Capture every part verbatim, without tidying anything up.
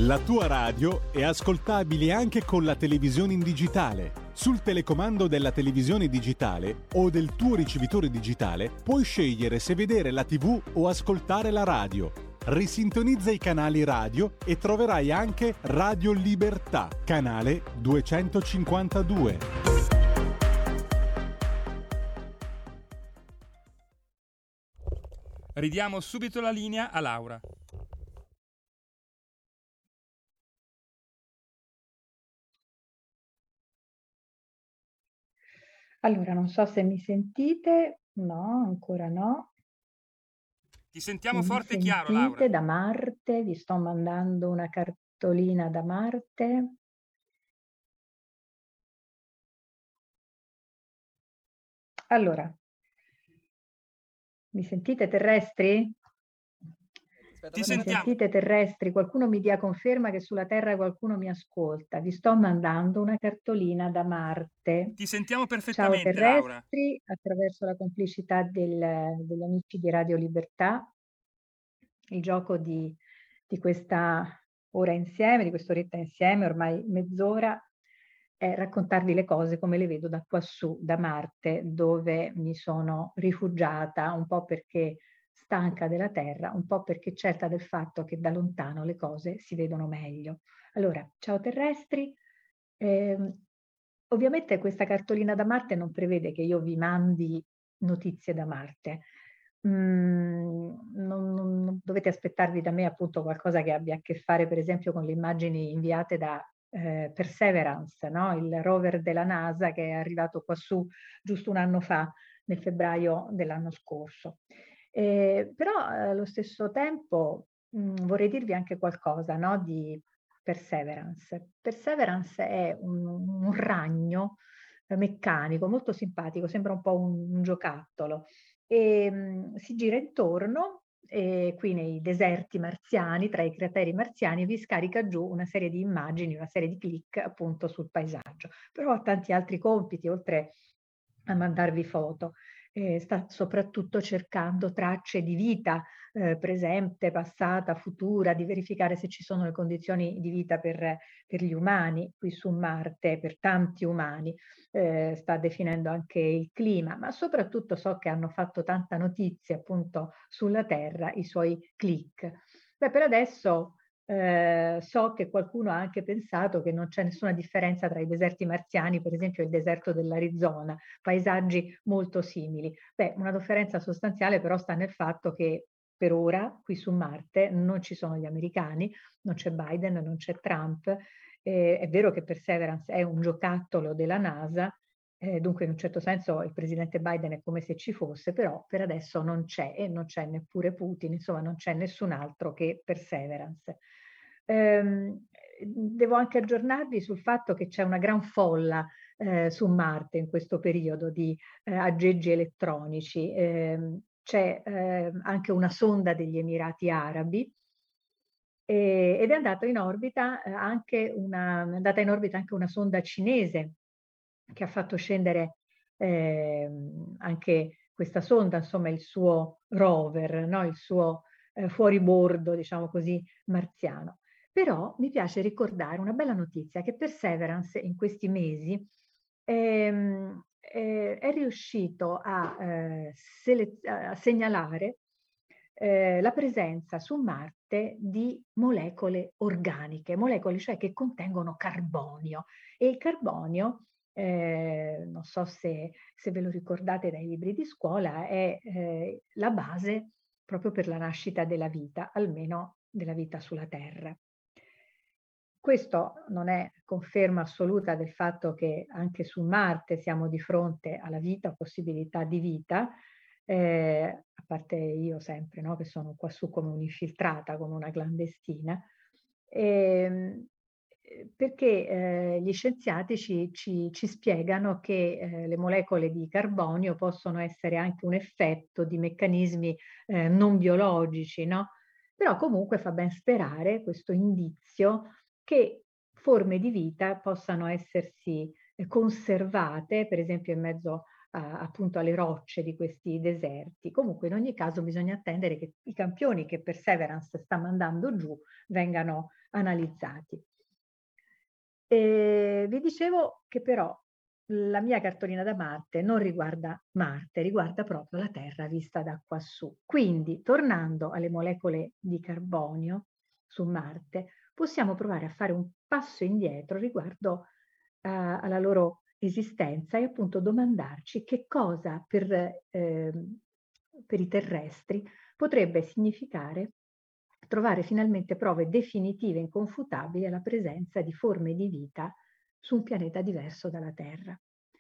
La tua radio è ascoltabile anche con la televisione in digitale. Sul telecomando della televisione digitale o del tuo ricevitore digitale puoi scegliere se vedere la tivù o ascoltare la radio. Risintonizza i canali radio e troverai anche Radio Libertà, canale duecentocinquantadue. Ridiamo subito la linea a Laura. Allora, non so se mi sentite. No, ancora no. Ti sentiamo Mi forte e sentite chiaro, Laura. da Marte? Vi sto mandando una cartolina da Marte. Allora, mi sentite terrestri? Ti Mi sentiamo. sentite terrestri? Qualcuno mi dia conferma che sulla Terra qualcuno mi ascolta. Vi sto mandando una cartolina da Marte. Ti sentiamo Ciao perfettamente, Laura. terrestri, attraverso la complicità del- degli amici di Radio Libertà. Il gioco di, di questa ora insieme, di quest'oretta insieme, ormai mezz'ora, è raccontarvi le cose come le vedo da quassù, da Marte, dove mi sono rifugiata, un po' perché stanca della Terra, un po' perché certa del fatto che da lontano le cose si vedono meglio. Allora, ciao terrestri. Ehm, ovviamente questa cartolina da Marte non prevede che io vi mandi notizie da Marte. Mm, non, non- non dovete aspettarvi da me appunto qualcosa che abbia a che fare per esempio con le immagini inviate da eh, Perseverance, no? Il rover della NASA che è arrivato qua su giusto un anno fa, nel febbraio dell'anno scorso. Eh, però eh, allo stesso tempo mh, vorrei dirvi anche qualcosa, no, di Perseverance. Perseverance è un, un ragno eh, meccanico molto simpatico, sembra un po' un, un giocattolo e mh, si gira intorno e qui nei deserti marziani, tra i crateri marziani, vi scarica giù una serie di immagini, una serie di click appunto sul paesaggio. Però ha tanti altri compiti, oltre a mandarvi foto. Eh, sta soprattutto cercando tracce di vita eh, presente, passata, futura, di verificare se ci sono le condizioni di vita per, per gli umani qui su Marte, per tanti umani. Eh, sta definendo anche il clima, ma soprattutto so che hanno fatto tanta notizia appunto sulla Terra, i suoi click. Beh, per adesso eh, so che qualcuno ha anche pensato che non c'è nessuna differenza tra i deserti marziani, per esempio il deserto dell'Arizona, paesaggi molto simili. Beh, una differenza sostanziale però sta nel fatto che per ora qui su Marte non ci sono gli americani, non c'è Biden, non c'è Trump. Eh, è vero che Perseverance è un giocattolo della NASA, eh, dunque in un certo senso il presidente Biden è come se ci fosse, però per adesso non c'è e non c'è neppure Putin, insomma non c'è nessun altro che Perseverance. Ehm, devo anche aggiornarvi sul fatto che c'è una gran folla eh, su Marte in questo periodo di eh, aggeggi elettronici. Eh, c'è eh, anche una sonda degli Emirati Arabi eh, ed è andata in orbita eh, anche una, è andata in orbita anche una sonda cinese che ha fatto scendere eh, anche questa sonda, insomma il suo rover, no? Il suo eh, fuoribordo, diciamo così, marziano. Però mi piace ricordare una bella notizia che Perseverance in questi mesi ehm, eh, è riuscito a, eh, a segnalare eh, la presenza su Marte di molecole organiche, molecole cioè che contengono carbonio. E il carbonio, eh, non so se, se ve lo ricordate dai libri di scuola, è eh, la base proprio per la nascita della vita, almeno della vita sulla Terra. Questo non è conferma assoluta del fatto che anche su Marte siamo di fronte alla vita, possibilità di vita, eh, a parte io sempre, no, che sono qua su come un'infiltrata, come una clandestina, eh, perché eh, gli scienziati ci, ci, ci spiegano che eh, le molecole di carbonio possono essere anche un effetto di meccanismi eh, non biologici, no? Però comunque fa ben sperare questo indizio che forme di vita possano essersi conservate, per esempio in mezzo a, appunto alle rocce di questi deserti. Comunque in ogni caso bisogna attendere che i campioni che Perseverance sta mandando giù vengano analizzati. E vi dicevo che però la mia cartolina da Marte non riguarda Marte, riguarda proprio la Terra vista da quassù. Quindi, tornando alle molecole di carbonio su Marte, possiamo provare a fare un passo indietro riguardo uh, alla loro esistenza e appunto domandarci che cosa per, eh, per i terrestri potrebbe significare trovare finalmente prove definitive e inconfutabili alla presenza di forme di vita su un pianeta diverso dalla Terra.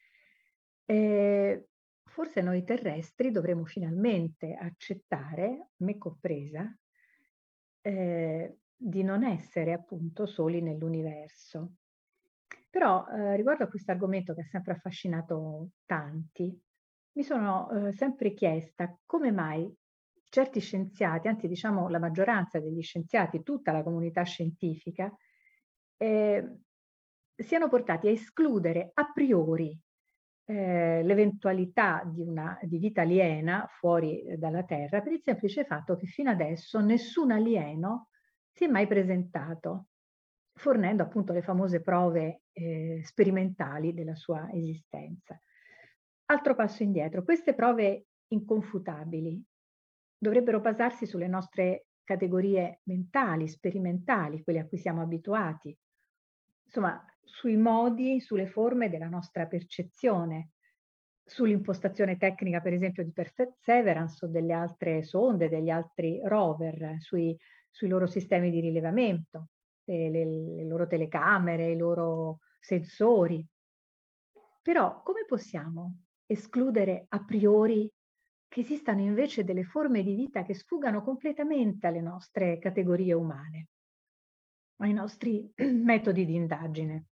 E forse noi terrestri dovremo finalmente accettare, me compresa, eh, di non essere appunto soli nell'universo. Però eh, riguardo a questo argomento che ha sempre affascinato tanti, mi sono eh, sempre chiesta come mai certi scienziati, anzi diciamo la maggioranza degli scienziati, tutta la comunità scientifica, eh, siano portati a escludere a priori eh, l'eventualità di una di vita aliena fuori eh, dalla Terra per il semplice fatto che fino adesso nessun alieno si è mai presentato, fornendo appunto le famose prove eh, sperimentali della sua esistenza. Altro passo indietro, queste prove inconfutabili dovrebbero basarsi sulle nostre categorie mentali, sperimentali, quelle a cui siamo abituati, insomma, sui modi, sulle forme della nostra percezione, sull'impostazione tecnica, per esempio, di Perseverance o delle altre sonde, degli altri rover, sui, sui loro sistemi di rilevamento, le, le, le loro telecamere, i loro sensori. Però come possiamo escludere a priori che esistano invece delle forme di vita che sfuggano completamente alle nostre categorie umane, ai nostri metodi di indagine?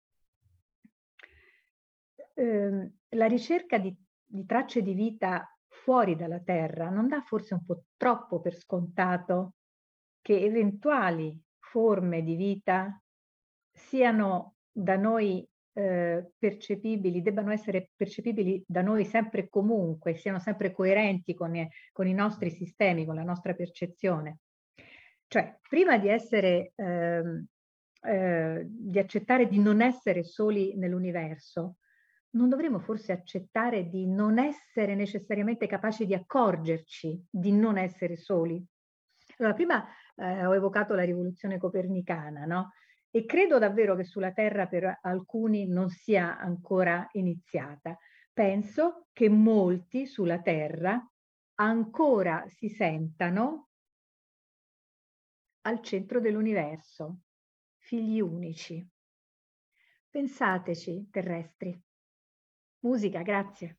Eh, la ricerca di, di tracce di vita fuori dalla Terra non dà forse un po' troppo per scontato che eventuali forme di vita siano da noi eh, percepibili, debbano essere percepibili da noi sempre e comunque, siano sempre coerenti con, eh, con i nostri sistemi, con la nostra percezione? Cioè, prima di essere, eh, eh, di accettare di non essere soli nell'universo, non dovremmo forse accettare di non essere necessariamente capaci di accorgerci di non essere soli? Allora, prima eh, ho evocato la rivoluzione copernicana, no? E credo davvero che sulla Terra per alcuni non sia ancora iniziata. Penso che molti sulla Terra ancora si sentano al centro dell'universo, figli unici. Pensateci, terrestri. Musica, grazie.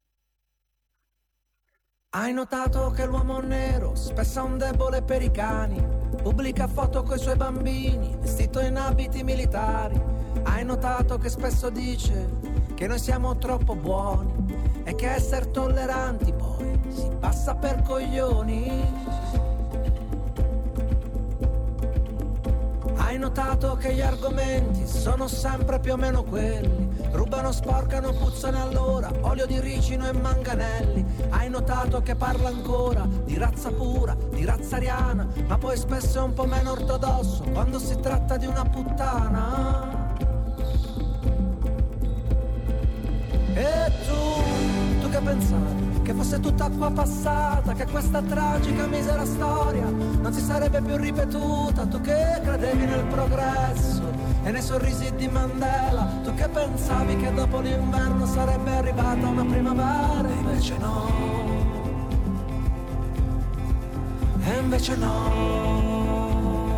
Hai notato che l'uomo nero spesso è un debole per i cani, pubblica foto coi suoi bambini vestito in abiti militari. Hai notato che spesso dice che noi siamo troppo buoni e che essere tolleranti poi si passa per coglioni. Hai notato che gli argomenti sono sempre più o meno quelli, rubano, sporcano, puzzano allora, olio di ricino e manganelli. Hai notato che parla ancora di razza pura, di razza ariana, ma poi spesso è un po' meno ortodosso quando si tratta di una puttana. E tu, tu che pensavi? Che fosse tutta acqua passata, che questa tragica misera storia non si sarebbe più ripetuta. Tu che credevi nel progresso e nei sorrisi di Mandela, tu che pensavi che dopo l'inverno sarebbe arrivata una primavera, e invece no, e invece no.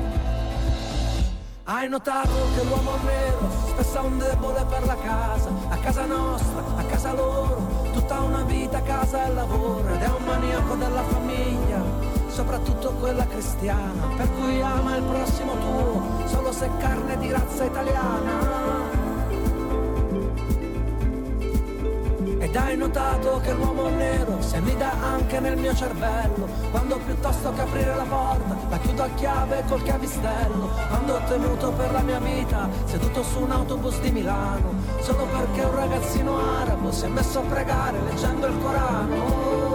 Hai notato che l'uomo nero spesso è un debole per la casa, a casa nostra, a casa loro, tutta una vita a casa e lavoro, ed è un maniaco della famiglia, soprattutto quella cristiana, per cui ama il prossimo tuo solo se carne di razza italiana. Ed hai notato che l'uomo nero si annida anche nel mio cervello? Quando piuttosto che aprire la porta la chiudo a chiave col chiavistello. Quando ho temuto per la mia vita seduto su un autobus di Milano, solo perché un ragazzino arabo si è messo a pregare leggendo il Corano.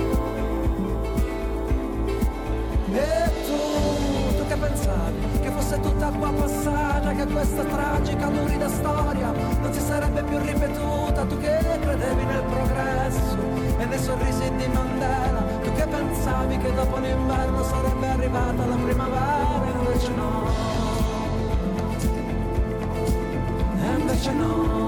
E tu, tu che pensavi? Che fosse tutta acqua passata, che questa tragica, lurida storia non si sarebbe più ripetuta. Tu che credevi nel progresso e nei sorrisi di Mandela, tu che pensavi che dopo l'inverno sarebbe arrivata la primavera, e invece no, e invece no.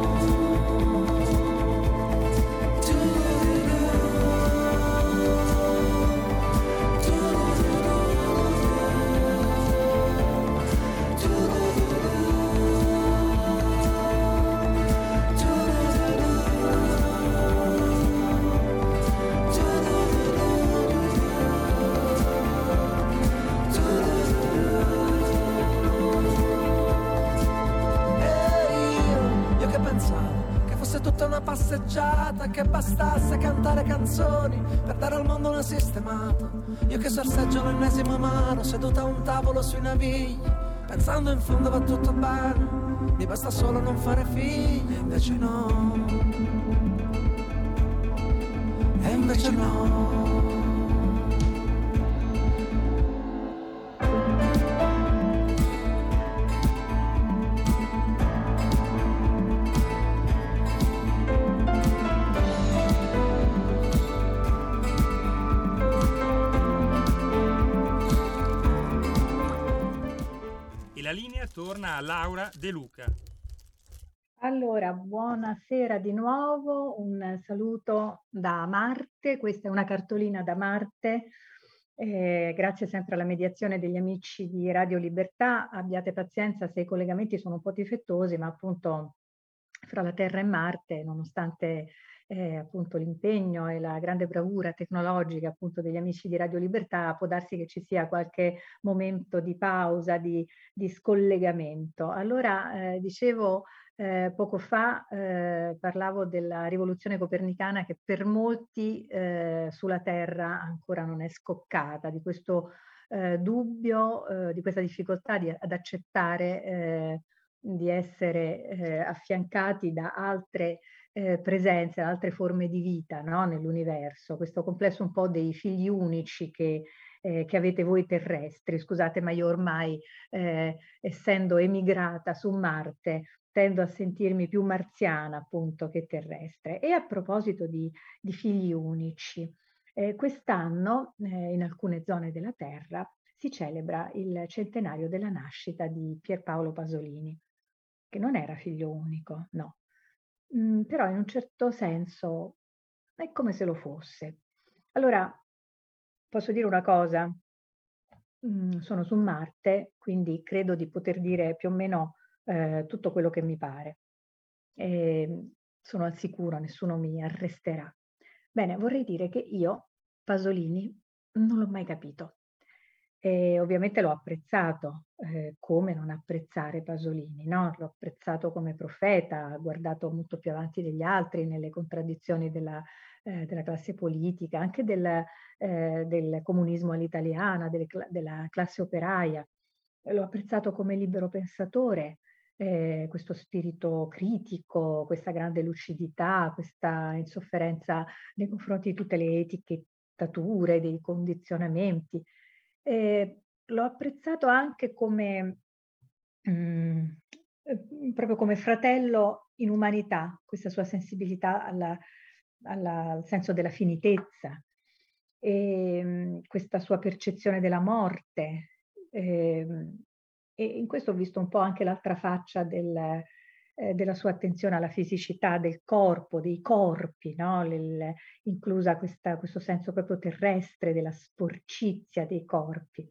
Che bastasse cantare canzoni per dare al mondo una sistemata. Io che sorseggio l'ennesimo amaro seduta a un tavolo sui navigli, pensando in fondo va tutto bene, mi basta solo non fare figli. E invece no, e invece no. Torna a Laura De Luca. Allora, buonasera di nuovo, un saluto da Marte, questa è una cartolina da Marte, eh, grazie sempre alla mediazione degli amici di Radio Libertà. Abbiate pazienza se i collegamenti sono un po' difettosi, ma appunto fra la Terra e Marte, nonostante eh, appunto l'impegno e la grande bravura tecnologica appunto degli amici di Radio Libertà, può darsi che ci sia qualche momento di pausa, di, di scollegamento. Allora, eh, dicevo eh, poco fa, eh, parlavo della rivoluzione copernicana che per molti eh, sulla Terra ancora non è scoccata, di questo eh, dubbio, eh, di questa difficoltà di, ad accettare eh, di essere eh, affiancati da altre Eh, presenze, altre forme di vita, no? Nell'universo, questo complesso un po' dei figli unici che, eh, che avete voi terrestri. Scusate, ma io ormai, eh, essendo emigrata su Marte, tendo a sentirmi più marziana appunto che terrestre. E a proposito di, di figli unici, eh, quest'anno eh, in alcune zone della Terra si celebra il centenario della nascita di Pierpaolo Pasolini, che non era figlio unico, no. Mm, però in un certo senso è come se lo fosse. Allora, posso dire una cosa, mm, sono su Marte, quindi credo di poter dire più o meno eh, tutto quello che mi pare. E sono al sicuro, nessuno mi arresterà. Bene, vorrei dire che io Pasolini non l'ho mai capito. E ovviamente l'ho apprezzato, eh, come non apprezzare Pasolini, no? L'ho apprezzato come profeta, guardato molto più avanti degli altri nelle contraddizioni della, eh, della classe politica, anche del, eh, del comunismo all'italiana, delle, della classe operaia. L'ho apprezzato come libero pensatore, eh, questo spirito critico, questa grande lucidità, questa insofferenza nei confronti di tutte le etichettature, dei condizionamenti. Eh, l'ho apprezzato anche come mh, eh, proprio come fratello in umanità, questa sua sensibilità alla, alla, al senso della finitezza, e mh, questa sua percezione della morte. Eh, e in questo ho visto un po' anche l'altra faccia del, eh, della sua attenzione alla fisicità del corpo, dei corpi, no? Il, inclusa questa, questo senso proprio terrestre della sporcizia dei corpi.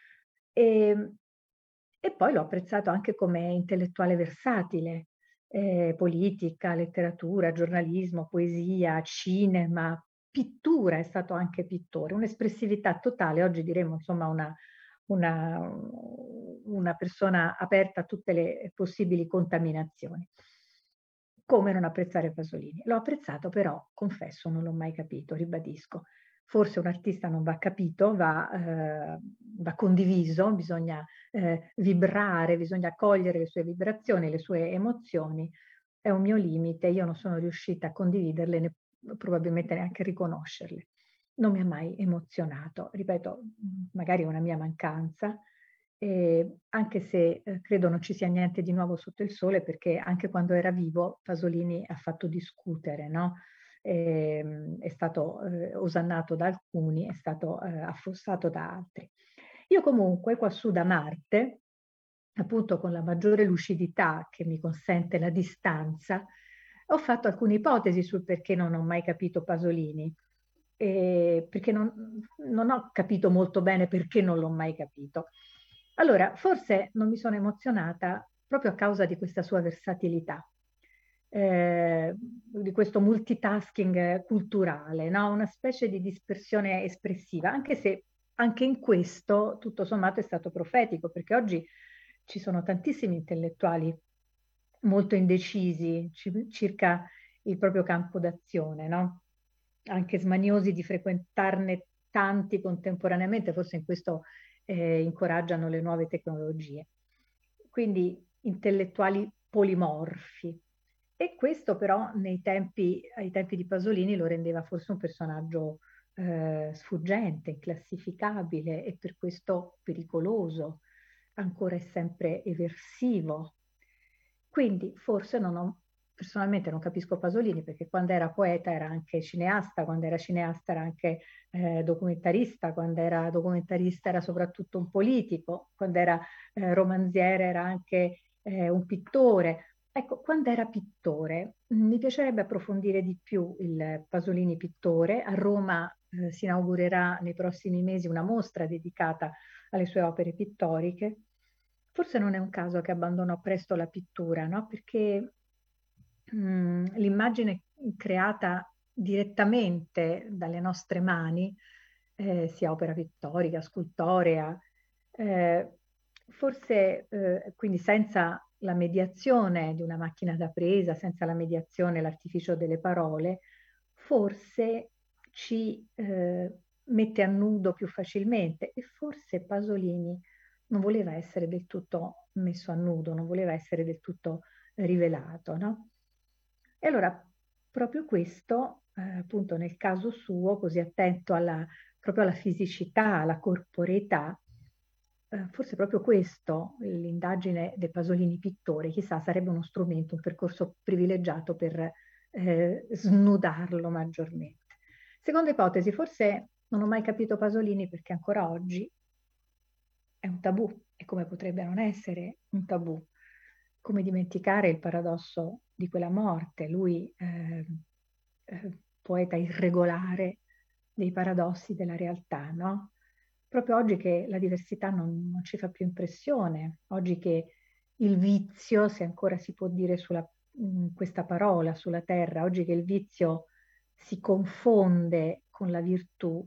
E, e poi l'ho apprezzato anche come intellettuale versatile, eh, politica, letteratura, giornalismo, poesia, cinema, pittura, è stato anche pittore, un'espressività totale, oggi diremmo insomma una, una, una persona aperta a tutte le possibili contaminazioni. come non apprezzare Pasolini? L'ho apprezzato, però, confesso, non l'ho mai capito, ribadisco. Forse un artista non va capito, va, eh, va condiviso, bisogna eh, vibrare, bisogna cogliere le sue vibrazioni, le sue emozioni. È un mio limite, io non sono riuscita a condividerle, né, probabilmente neanche a riconoscerle. Non mi ha mai emozionato, ripeto, magari è una mia mancanza, eh, anche se eh, credo non ci sia niente di nuovo sotto il sole, perché anche quando era vivo Pasolini ha fatto discutere, no? Eh, è stato eh, osannato da alcuni, è stato eh, affossato da altri. Io comunque qua su da Marte, appunto con la maggiore lucidità che mi consente la distanza, ho fatto alcune ipotesi sul perché non ho mai capito Pasolini, eh, perché non, non ho capito molto bene perché non l'ho mai capito. Allora, forse non mi sono emozionata proprio a causa di questa sua versatilità, eh, di questo multitasking culturale, no? Una specie di dispersione espressiva, anche se anche in questo, tutto sommato, è stato profetico, perché oggi ci sono tantissimi intellettuali molto indecisi circa il proprio campo d'azione, no? Anche smaniosi di frequentarne tanti contemporaneamente, forse in questo eh, incoraggiano le nuove tecnologie. Quindi intellettuali polimorfi. E questo però nei tempi, ai tempi di Pasolini lo rendeva forse un personaggio eh, sfuggente, inclassificabile e per questo pericoloso, ancora e sempre eversivo. Quindi forse non ho, personalmente non capisco Pasolini, perché quando era poeta era anche cineasta, quando era cineasta era anche eh, documentarista, quando era documentarista era soprattutto un politico, quando era eh, romanziere era anche eh, un pittore. Ecco, quando era pittore, mi piacerebbe approfondire di più il Pasolini pittore. A Roma eh, si inaugurerà nei prossimi mesi una mostra dedicata alle sue opere pittoriche. Forse non è un caso che abbandonò presto la pittura, no? Perché mh, l'immagine creata direttamente dalle nostre mani, eh, sia opera pittorica, scultorea, eh, forse eh, quindi senza la mediazione di una macchina da presa, senza la mediazione, l'artificio delle parole, forse ci eh, mette a nudo più facilmente, e forse Pasolini non voleva essere del tutto messo a nudo, non voleva essere del tutto rivelato, no? E allora proprio questo, eh, appunto nel caso suo, così attento alla, proprio alla fisicità, alla corporeità, eh, forse proprio questo, l'indagine dei Pasolini pittore, chissà, sarebbe uno strumento, un percorso privilegiato per eh, snudarlo maggiormente. Seconda ipotesi, forse non ho mai capito Pasolini perché ancora oggi è un tabù, e come potrebbe non essere un tabù? Come dimenticare il paradosso di quella morte, lui eh, eh, poeta irregolare dei paradossi della realtà, no? Proprio oggi che la diversità non, non ci fa più impressione, oggi che il vizio, se ancora si può dire sulla, mh, questa parola, sulla terra, oggi che il vizio si confonde con la virtù,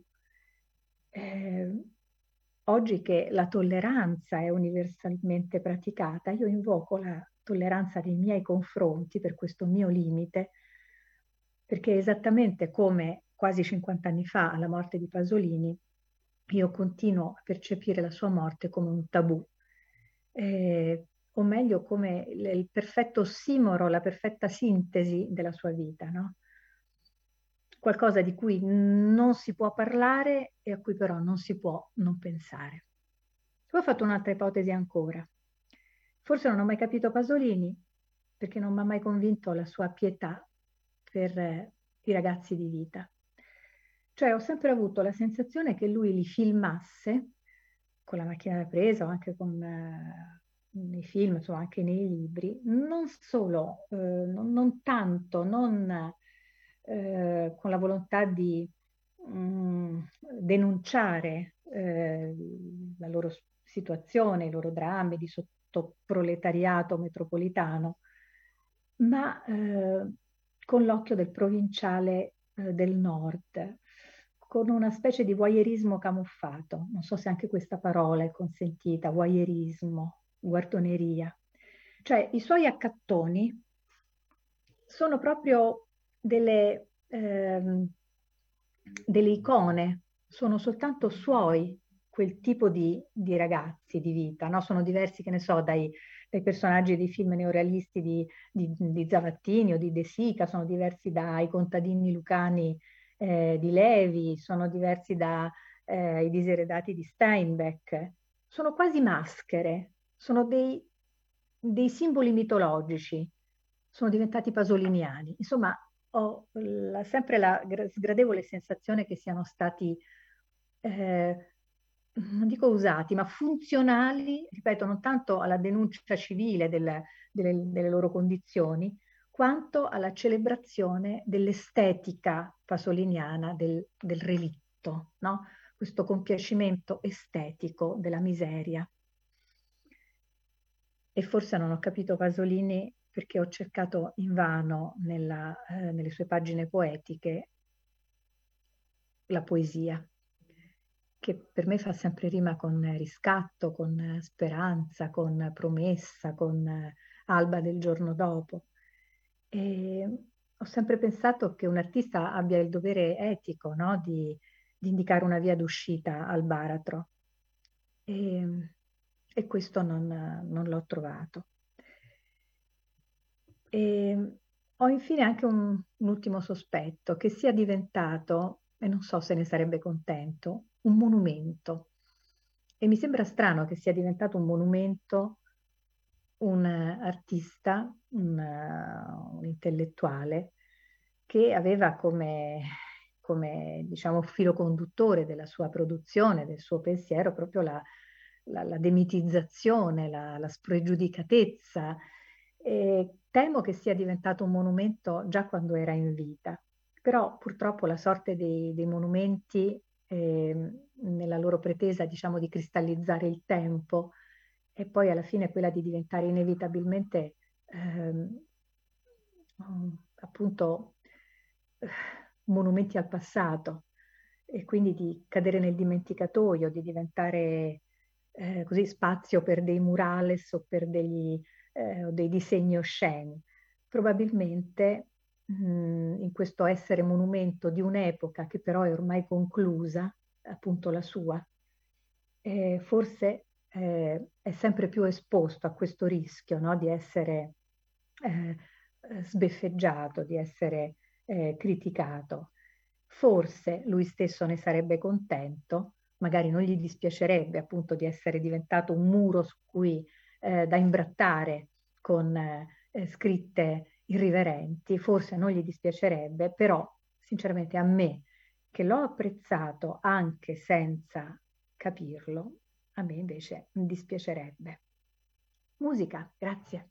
eh, oggi che la tolleranza è universalmente praticata, io invoco la tolleranza nei miei confronti per questo mio limite, perché esattamente come quasi cinquanta anni fa, alla morte di Pasolini, io continuo a percepire la sua morte come un tabù, eh, o meglio come il, il perfetto ossimoro, la perfetta sintesi della sua vita, no? Qualcosa di cui non si può parlare e a cui però non si può non pensare. Poi ho fatto un'altra ipotesi ancora. Forse non ho mai capito Pasolini perché non mi ha mai convinto la sua pietà per eh, i ragazzi di vita. Cioè ho sempre avuto la sensazione che lui li filmasse con la macchina da presa o anche con eh, nei film, insomma anche nei libri, non solo, eh, non, non tanto, non eh, con la volontà di mh, denunciare eh, la loro situazione, i loro drammi di sottoproletariato metropolitano, ma eh, con l'occhio del provinciale eh, del nord, con una specie di voyeurismo camuffato. Non so se anche questa parola è consentita, voyeurismo, guardoneria. Cioè i suoi accattoni sono proprio delle, ehm, delle icone, sono soltanto suoi quel tipo di, di ragazzi di vita, no? Sono diversi, che ne so, dai, dai personaggi dei film neorealisti di, di, di Zavattini o di De Sica, sono diversi dai contadini lucani eh, di Levi, sono diversi dai eh, diseredati di Steinbeck, sono quasi maschere, sono dei, dei simboli mitologici, sono diventati pasoliniani. Insomma, ho la, sempre la sgradevole sensazione che siano stati, eh, non dico usati, ma funzionali, ripeto, non tanto alla denuncia civile del, delle, delle loro condizioni, quanto alla celebrazione dell'estetica pasoliniana del, del relitto, no? Questo compiacimento estetico della miseria. E forse non ho capito Pasolini perché ho cercato invano nella, eh, nelle sue pagine poetiche la poesia, che per me fa sempre rima con riscatto, con speranza, con promessa, con alba del giorno dopo. E ho sempre pensato che un artista abbia il dovere etico, no? di, di indicare una via d'uscita al baratro. E, e questo non, non l'ho trovato. E ho infine anche un, un ultimo sospetto, che sia diventato, e non so se ne sarebbe contento, un monumento. E mi sembra strano che sia diventato un monumento un artista, un, uh, un intellettuale, che aveva come, come diciamo, filo conduttore della sua produzione, del suo pensiero, proprio la, la, la demitizzazione, la, la spregiudicatezza. E temo che sia diventato un monumento già quando era in vita. Però purtroppo la sorte dei, dei monumenti, eh, nella loro pretesa, diciamo, di cristallizzare il tempo, e poi alla fine quella di diventare inevitabilmente ehm, appunto eh, monumenti al passato, e quindi di cadere nel dimenticatoio, di diventare eh, così spazio per dei murales o per degli, eh, o dei disegni osceni. Probabilmente mh, in questo essere monumento di un'epoca che però è ormai conclusa, appunto la sua, eh, forse eh, è sempre più esposto a questo rischio, no? Di essere eh, sbeffeggiato, di essere eh, criticato. Forse lui stesso ne sarebbe contento, magari non gli dispiacerebbe appunto di essere diventato un muro su cui eh, da imbrattare con eh, scritte irriverenti, forse non gli dispiacerebbe, però sinceramente a me, che l'ho apprezzato anche senza capirlo, a me invece mi dispiacerebbe. Musica, grazie.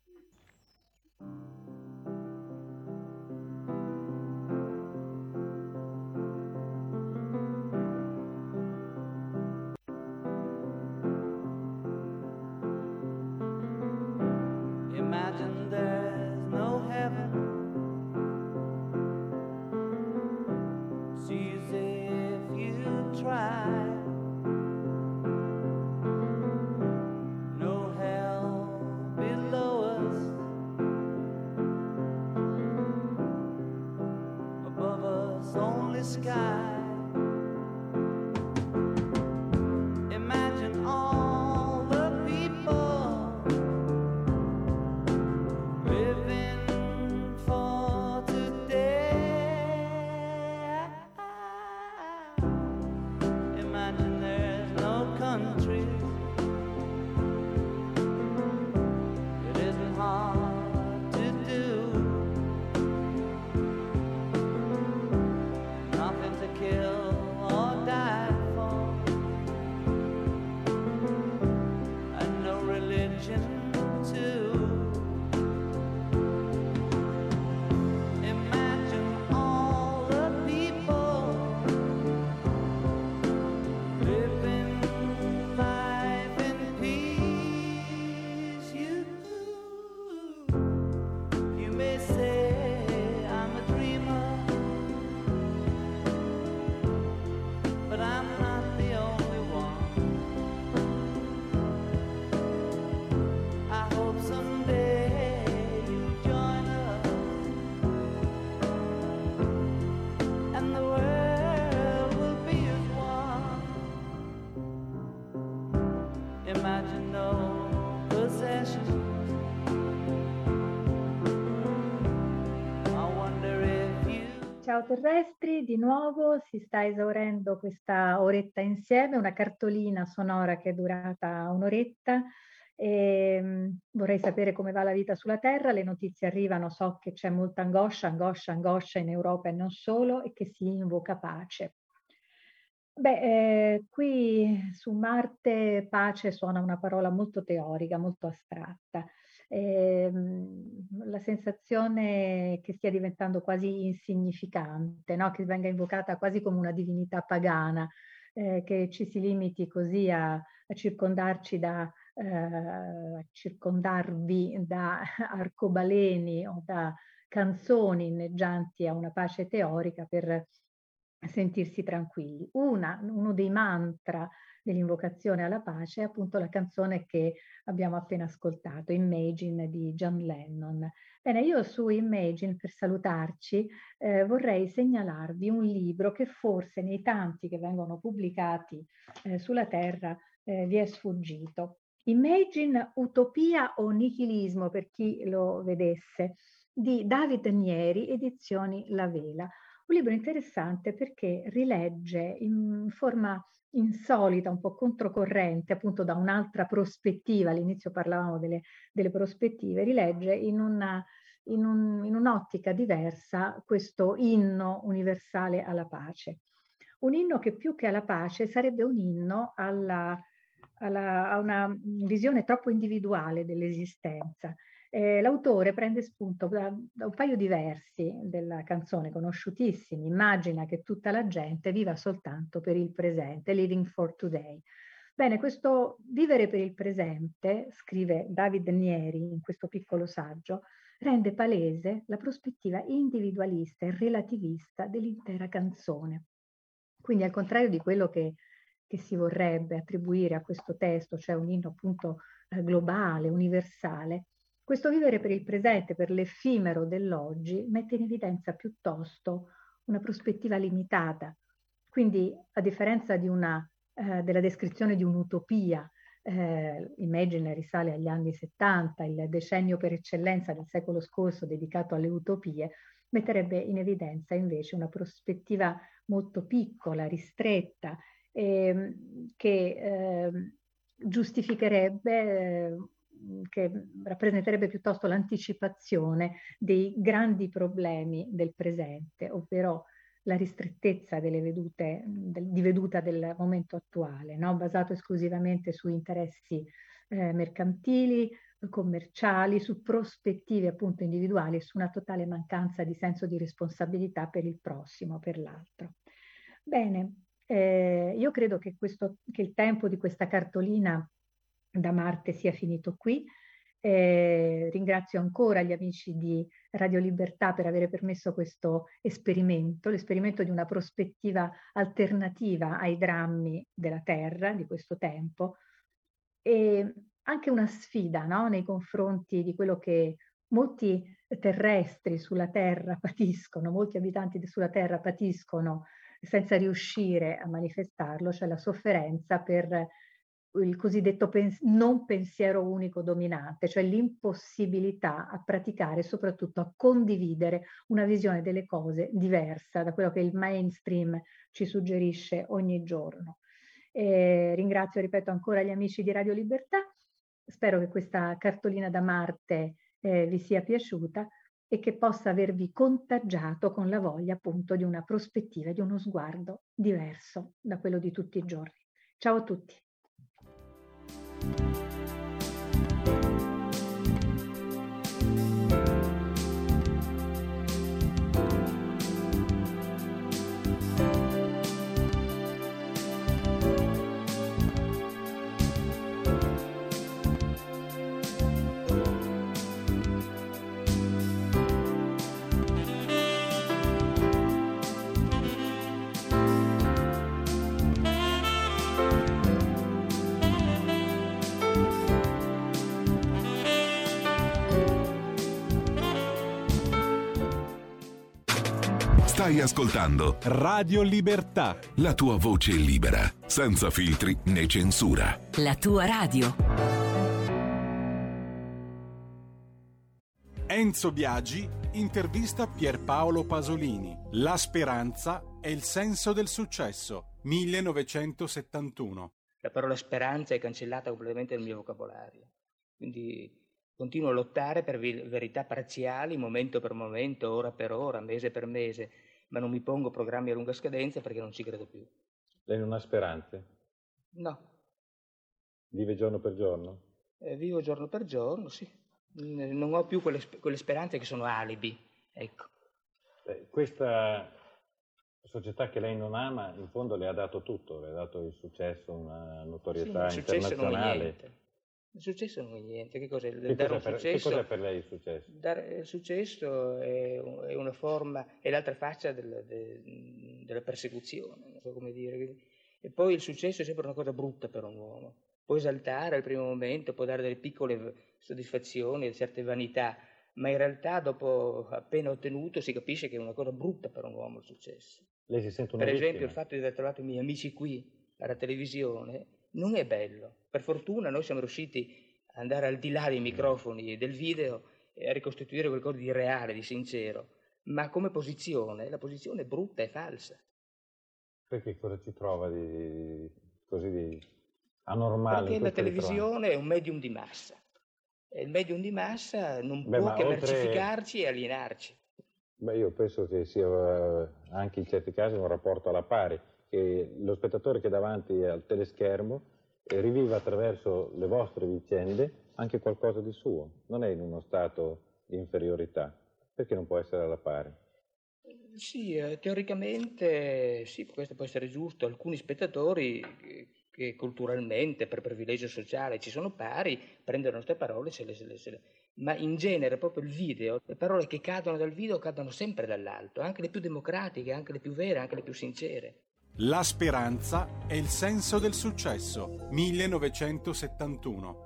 Imagine there's no heaven. See as if you try. No hell below us. Above us only sky. Imagine all the people living for today. Imagine there's no country. It isn't hard to do. Nothing to Ciao terrestri, di nuovo si sta esaurendo questa oretta insieme, una cartolina sonora che è durata un'oretta. E, mh, vorrei sapere come va la vita sulla Terra, le notizie arrivano, so che c'è molta angoscia, angoscia, angoscia in Europa e non solo, e che si invoca pace. Beh, eh, qui su Marte pace suona una parola molto teorica, molto astratta. Eh, la sensazione che stia diventando quasi insignificante, no? Che venga invocata quasi come una divinità pagana, eh, che ci si limiti così a, a circondarci da, eh, a circondarvi da arcobaleni o da canzoni inneggianti a una pace teorica per sentirsi tranquilli. Una, uno dei mantra dell'invocazione alla pace è appunto la canzone che abbiamo appena ascoltato, Imagine di John Lennon. Bene, io su Imagine, per salutarci, eh, vorrei segnalarvi un libro che forse nei tanti che vengono pubblicati eh, sulla Terra eh, vi è sfuggito. Imagine, utopia o nichilismo, per chi lo vedesse, di David Nieri, edizioni La Vela. Un libro interessante perché rilegge in forma insolita, un po' controcorrente, appunto da un'altra prospettiva, all'inizio parlavamo delle, delle prospettive, rilegge in, una, in, un, in un'ottica diversa questo inno universale alla pace. Un inno che più che alla pace sarebbe un inno alla, alla, a una visione troppo individuale dell'esistenza. Eh, l'autore prende spunto da, da un paio di versi della canzone conosciutissimi, immagina che tutta la gente viva soltanto per il presente, living for today. Bene, questo vivere per il presente, scrive David Nieri in questo piccolo saggio, rende palese la prospettiva individualista e relativista dell'intera canzone. Quindi al contrario di quello che, che si vorrebbe attribuire a questo testo, cioè un inno appunto eh, globale, universale, questo vivere per il presente, per l'effimero dell'oggi, mette in evidenza piuttosto una prospettiva limitata. Quindi, a differenza di una, eh, della descrizione di un'utopia, eh, Imagine risale agli anni settanta, il decennio per eccellenza del secolo scorso dedicato alle utopie, metterebbe in evidenza invece una prospettiva molto piccola, ristretta, eh, che eh, giustificherebbe... Eh, che rappresenterebbe piuttosto l'anticipazione dei grandi problemi del presente, ovvero la ristrettezza delle vedute, del, di veduta del momento attuale, no? Basato esclusivamente su interessi eh, mercantili, commerciali, su prospettive appunto individuali e su una totale mancanza di senso di responsabilità per il prossimo, per l'altro. Bene, eh, io credo che, questo, che il tempo di questa cartolina da Marte sia finito qui. Eh, ringrazio ancora gli amici di Radio Libertà per aver permesso questo esperimento, l'esperimento di una prospettiva alternativa ai drammi della Terra di questo tempo, e anche una sfida, no? Nei confronti di quello che molti terrestri sulla Terra patiscono, molti abitanti sulla Terra patiscono senza riuscire a manifestarlo, cioè la sofferenza per il cosiddetto pens- non pensiero unico dominante, cioè l'impossibilità a praticare e soprattutto a condividere una visione delle cose diversa da quello che il mainstream ci suggerisce ogni giorno. E ringrazio, ripeto, ancora gli amici di Radio Libertà, spero che questa cartolina da Marte eh, vi sia piaciuta e che possa avervi contagiato con la voglia appunto di una prospettiva, di uno sguardo diverso da quello di tutti i giorni. Ciao a tutti. Stai ascoltando Radio Libertà, la tua voce libera, senza filtri né censura. La tua radio. Enzo Biagi intervista Pierpaolo Pasolini. La speranza è il senso del successo, millenovecentosettantuno. La parola speranza è cancellata completamente dal mio vocabolario, quindi continuo a lottare per verità parziali, momento per momento, ora per ora, mese per mese, ma non mi pongo programmi a lunga scadenza perché non ci credo più. Lei non ha speranze? No. Vive giorno per giorno? Eh, vivo giorno per giorno, sì. Non ho più quelle, quelle speranze che sono alibi, ecco. Eh, questa società che lei non ama, in fondo le ha dato tutto, le ha dato il successo, una notorietà sì, il internazionale. Non è il successo non è niente. Che cos'è, che dare cos'è, un per, successo, che cos'è per lei il successo? Dare, il successo è, è una forma, è l'altra faccia del, de, della persecuzione, non so come dire. E poi il successo è sempre una cosa brutta per un uomo. Può esaltare al primo momento, può dare delle piccole soddisfazioni, certe vanità, ma in realtà dopo appena ottenuto si capisce che è una cosa brutta per un uomo il successo. Lei si sente una Per vittima? esempio il fatto di aver trovato i miei amici qui alla televisione non è bello. Per fortuna noi siamo riusciti ad andare al di là dei microfoni e del video e a ricostituire qualcosa di reale, di sincero, ma come posizione, la posizione è brutta e falsa. Perché cosa ci trova di così di anormale? Perché la televisione è un medium di massa e il medium di massa non Beh, può che oltre... mercificarci e alienarci. Beh, io penso che sia anche in certi casi un rapporto alla pari, che lo spettatore che è davanti al teleschermo riviva attraverso le vostre vicende anche qualcosa di suo, non è in uno stato di inferiorità, perché non può essere alla pari? Sì, eh, teoricamente sì, questo può essere giusto. Alcuni spettatori che, che culturalmente, per privilegio sociale, ci sono pari, prendono le nostre parole, se le, se le, se le... ma in genere proprio il video, le parole che cadono dal video cadono sempre dall'alto, anche le più democratiche, anche le più vere, anche le più sincere. La speranza è il senso del successo, millenovecentosettantuno.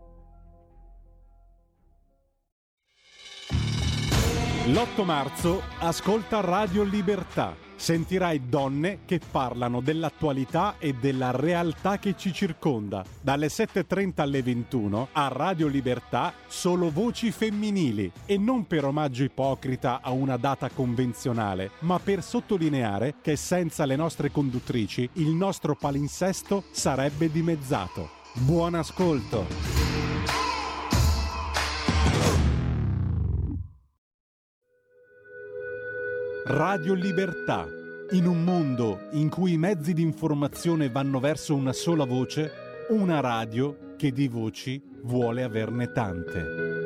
L'otto marzo ascolta Radio Libertà. Sentirai donne che parlano dell'attualità e della realtà che ci circonda. Dalle sette e trenta alle ventuno a Radio Libertà solo voci femminili, e non per omaggio ipocrita a una data convenzionale, ma per sottolineare che senza le nostre conduttrici il nostro palinsesto sarebbe dimezzato. Buon ascolto! Radio Libertà. In un mondo in cui i mezzi di informazione vanno verso una sola voce, una radio che di voci vuole averne tante.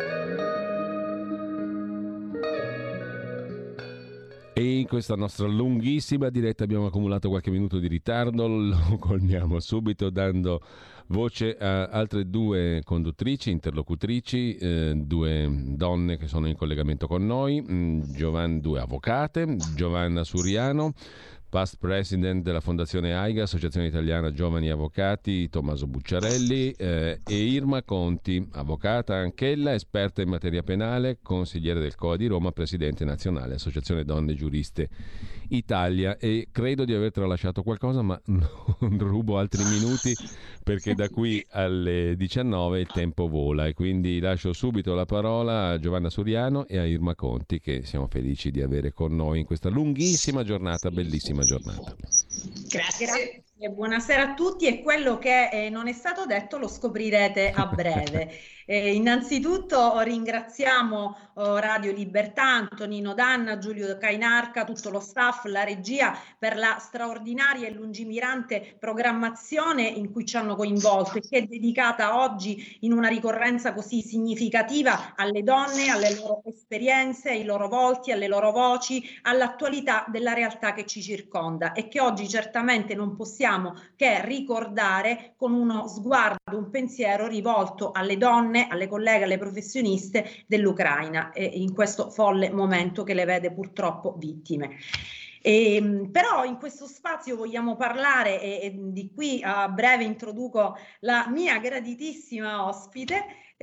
E in questa nostra lunghissima diretta abbiamo accumulato qualche minuto di ritardo, lo colmiamo subito dando voce a altre due conduttrici, interlocutrici, eh, due donne che sono in collegamento con noi, mh, Giovanna, due avvocate, Giovanna Suriano, past president della Fondazione AIGA, Associazione Italiana Giovani Avvocati, Tommaso Bucciarelli, eh, e Irma Conti, avvocata anch'ella, esperta in materia penale, consigliere del C O A di Roma, presidente nazionale, Associazione Donne Giuriste Italia. E credo di aver tralasciato qualcosa, ma non rubo altri minuti perché da qui alle diciannove il tempo vola, e quindi lascio subito la parola a Giovanna Suriano e a Irma Conti, che siamo felici di avere con noi in questa lunghissima giornata, bellissima giornata. Grazie. Buonasera a tutti, e quello che eh, non è stato detto lo scoprirete a breve. Eh, innanzitutto ringraziamo oh, Radio Libertà, Antonino Danna, Giulio Cainarca, tutto lo staff, la regia, per la straordinaria e lungimirante programmazione in cui ci hanno coinvolto, e che è dedicata oggi in una ricorrenza così significativa alle donne, alle loro esperienze, ai loro volti, alle loro voci, all'attualità della realtà che ci circonda, e che oggi certamente non possiamo che ricordare con uno sguardo, un pensiero rivolto alle donne, alle colleghe, alle professioniste dell'Ucraina, e in questo folle momento che le vede purtroppo vittime. E, però in questo spazio vogliamo parlare, e, e di qui a breve introduco la mia graditissima ospite,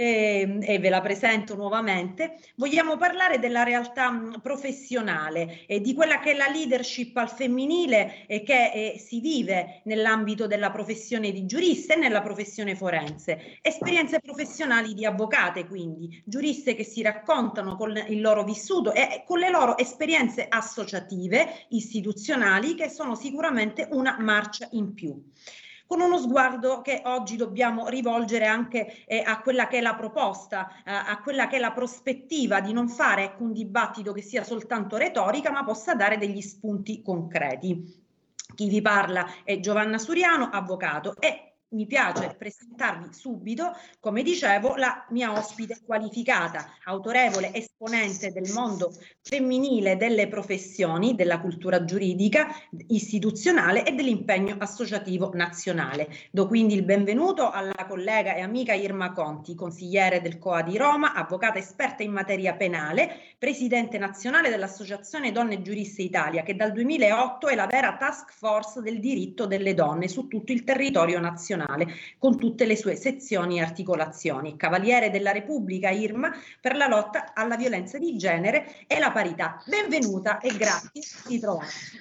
eh, e ve la presento nuovamente. Vogliamo parlare della realtà mh, professionale e di quella che è la leadership al femminile e che eh, si vive nell'ambito della professione di giurista e nella professione forense. Esperienze professionali di avvocate, quindi giuriste che si raccontano con il loro vissuto e con le loro esperienze associative, istituzionali, che sono sicuramente una marcia in più, con uno sguardo che oggi dobbiamo rivolgere anche eh, a quella che è la proposta, eh, a quella che è la prospettiva di non fare ecco, un dibattito che sia soltanto retorica, ma possa dare degli spunti concreti. Chi vi parla è Giovanna Suriano, avvocato, e mi piace presentarvi subito, come dicevo, la mia ospite qualificata, autorevole esponente del mondo femminile, delle professioni, della cultura giuridica, istituzionale e dell'impegno associativo nazionale. Do quindi il benvenuto alla collega e amica Irma Conti, consigliere del C O A di Roma, avvocata esperta in materia penale, presidente nazionale dell'Associazione Donne Giuriste Italia, che dal duemilaotto è la vera task force del diritto delle donne su tutto il territorio nazionale, con tutte le sue sezioni e articolazioni. Cavaliere della Repubblica Irma per la lotta alla violenza di genere e la parità. Benvenuta e grazie di trovarci.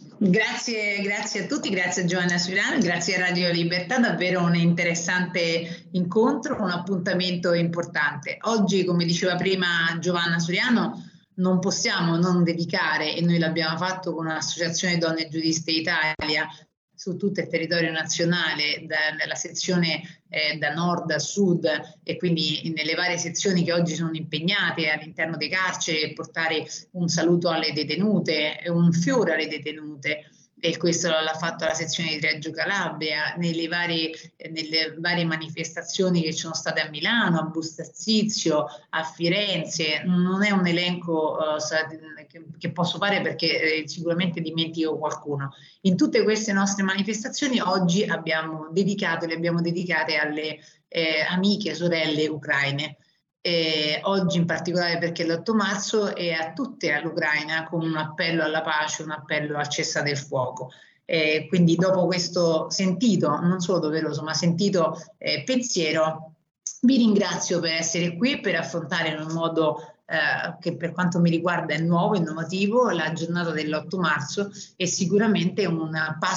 Grazie, grazie a tutti, grazie a Giovanna Suriano, grazie a Radio Libertà, davvero un interessante incontro, un appuntamento importante. Oggi, come diceva prima Giovanna Suriano, non possiamo non dedicare, e noi l'abbiamo fatto con l'Associazione Donne Giuriste Italia, su tutto il territorio nazionale, da, nella sezione eh, da nord a sud e quindi nelle varie sezioni che oggi sono impegnate all'interno dei carceri, portare un saluto alle detenute, un fiore alle detenute. E questo l'ha fatto la sezione di Reggio Calabria, nelle varie, nelle varie manifestazioni che ci sono state a Milano, a Busto Arsizio, a Firenze. Non è un elenco uh, che, che posso fare perché eh, sicuramente dimentico qualcuno. In tutte queste nostre manifestazioni oggi abbiamo dedicato, le abbiamo dedicate alle eh, amiche, sorelle ucraine. Eh, oggi in particolare perché è l'otto marzo e a tutte all'Ucraina con un appello alla pace, un appello al cessate il fuoco. Eh, quindi dopo questo sentito, non solo doveroso, ma sentito eh, pensiero, vi ringrazio per essere qui, per affrontare in un modo eh, che per quanto mi riguarda è nuovo, innovativo, la giornata dell'otto marzo e sicuramente un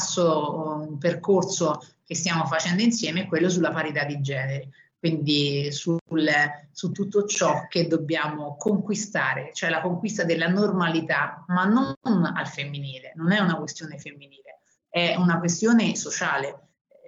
passo, un percorso che stiamo facendo insieme è quello sulla parità di genere. Quindi sul, su tutto ciò che dobbiamo conquistare, cioè la conquista della normalità, ma non al femminile, non è una questione femminile, è una questione sociale.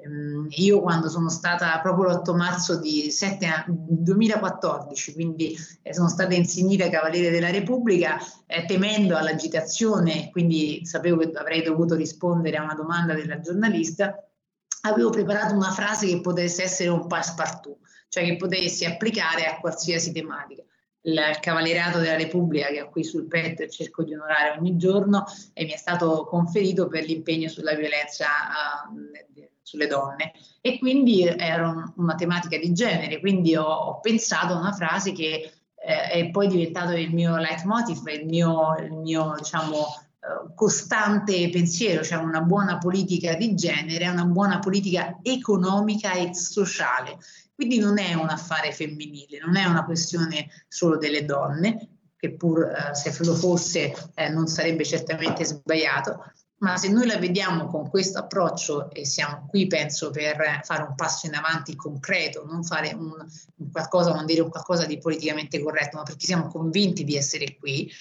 Io quando sono stata proprio l'otto marzo di sette anni, duemilaquattordici, quindi sono stata insignita Cavaliere della Repubblica, eh, temendo all'agitazione, quindi sapevo che avrei dovuto rispondere a una domanda della giornalista, avevo preparato una frase che potesse essere un passepartout, cioè che potessi applicare a qualsiasi tematica. Il Cavalierato della Repubblica che ho qui sul petto e cerco di onorare ogni giorno e mi è stato conferito per l'impegno sulla violenza uh, sulle donne e quindi era un, una tematica di genere, quindi ho, ho pensato a una frase che eh, è poi diventato il mio leitmotiv, il mio, il mio diciamo costante pensiero, cioè una buona politica di genere, una buona politica economica e sociale. Quindi non è un affare femminile, non è una questione solo delle donne, che pur eh, se lo fosse eh, non sarebbe certamente sbagliato, ma se noi la vediamo con questo approccio e siamo qui penso per fare un passo in avanti concreto, non fare un, un qualcosa, non dire un qualcosa di politicamente corretto, ma perché siamo convinti di essere qui,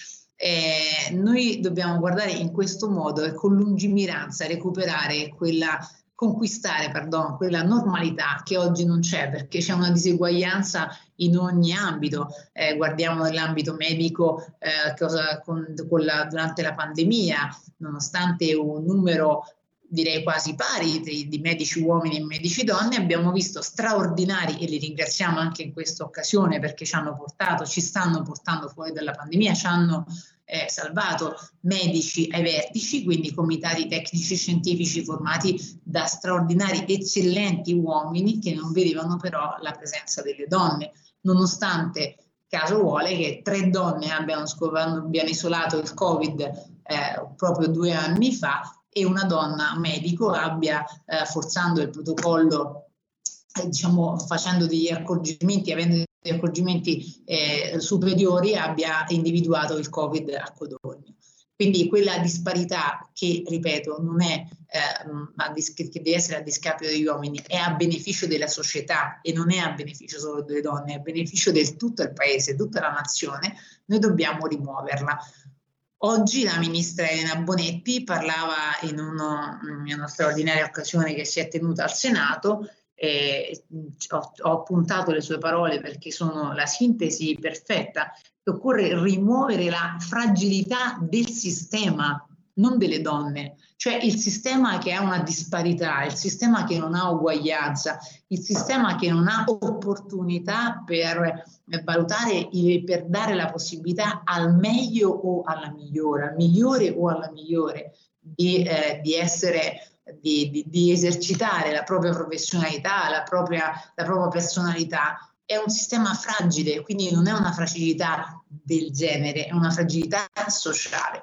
Eh, noi dobbiamo guardare in questo modo e con lungimiranza recuperare quella, conquistare perdono, quella normalità che oggi non c'è perché c'è una diseguaglianza in ogni ambito. Eh, guardiamo nell'ambito medico eh, cosa, con, con la, durante la pandemia, nonostante un numero direi quasi pari di, di medici uomini e medici donne, abbiamo visto straordinari, e li ringraziamo anche in questa occasione perché ci hanno portato, ci stanno portando fuori dalla pandemia, ci hanno eh, salvato medici ai vertici, quindi comitati tecnici scientifici formati da straordinari, eccellenti uomini che non vedevano però la presenza delle donne, nonostante caso vuole che tre donne abbiano, abbiano isolato il Covid eh, proprio due anni fa, e una donna medico abbia, eh, forzando il protocollo, eh, diciamo, facendo degli accorgimenti, avendo di accorgimenti eh, superiori abbia individuato il Covid a codogno. Quindi quella disparità che, ripeto, non è eh, che deve essere a discapito degli uomini, è a beneficio della società e non è a beneficio solo delle donne, è a beneficio di tutto il paese, tutta la nazione, noi dobbiamo rimuoverla. Oggi la ministra Elena Bonetti parlava in, uno, in una straordinaria occasione che si è tenuta al Senato. Eh, ho, ho appuntato le sue parole perché sono la sintesi perfetta. Occorre rimuovere la fragilità del sistema, non delle donne, cioè il sistema che ha una disparità, il sistema che non ha uguaglianza, il sistema che non ha opportunità per valutare, per dare la possibilità al meglio o alla migliore, al migliore o alla migliore di, eh, di essere Di, di, di esercitare la propria professionalità, la propria, la propria personalità. È un sistema fragile, quindi non è una fragilità del genere, è una fragilità sociale.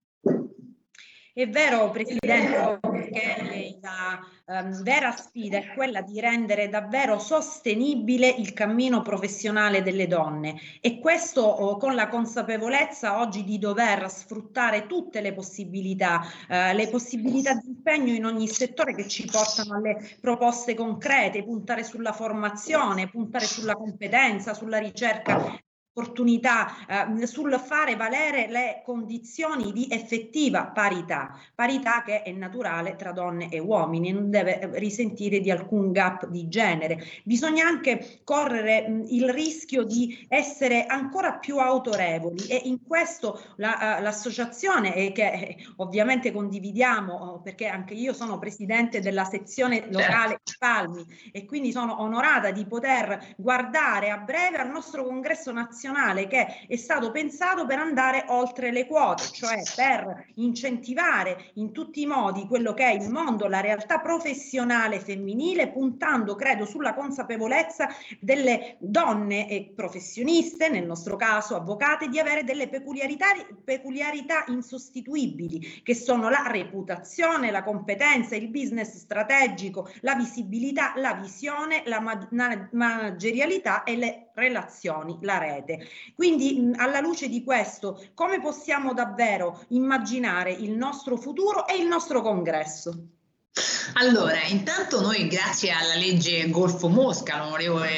È vero, Presidente, che la um, vera sfida è quella di rendere davvero sostenibile il cammino professionale delle donne, e questo oh, con la consapevolezza oggi di dover sfruttare tutte le possibilità, uh, le possibilità di impegno in ogni settore che ci portano alle proposte concrete, puntare sulla formazione, puntare sulla competenza, sulla ricerca opportunità, eh, sul fare valere le condizioni di effettiva parità, parità che è naturale tra donne e uomini, non deve risentire di alcun gap di genere. Bisogna anche correre mh, il rischio di essere ancora più autorevoli, e in questo la, uh, l'associazione, eh, che eh, ovviamente condividiamo, perché anche io sono presidente della sezione locale di Palmi e quindi sono onorata di poter guardare a breve al nostro congresso nazionale, che è stato pensato per andare oltre le quote, cioè per incentivare in tutti i modi quello che è il mondo, la realtà professionale femminile, puntando, credo, sulla consapevolezza delle donne e professioniste, nel nostro caso avvocate, di avere delle peculiarità, peculiarità insostituibili, che sono la reputazione, la competenza, il business strategico, la visibilità, la visione, la managerialità e le relazioni, la rete. Quindi mh, alla luce di questo, come possiamo davvero immaginare il nostro futuro e il nostro congresso? Allora, intanto noi, grazie alla legge Golfo-Mosca, l'onorevole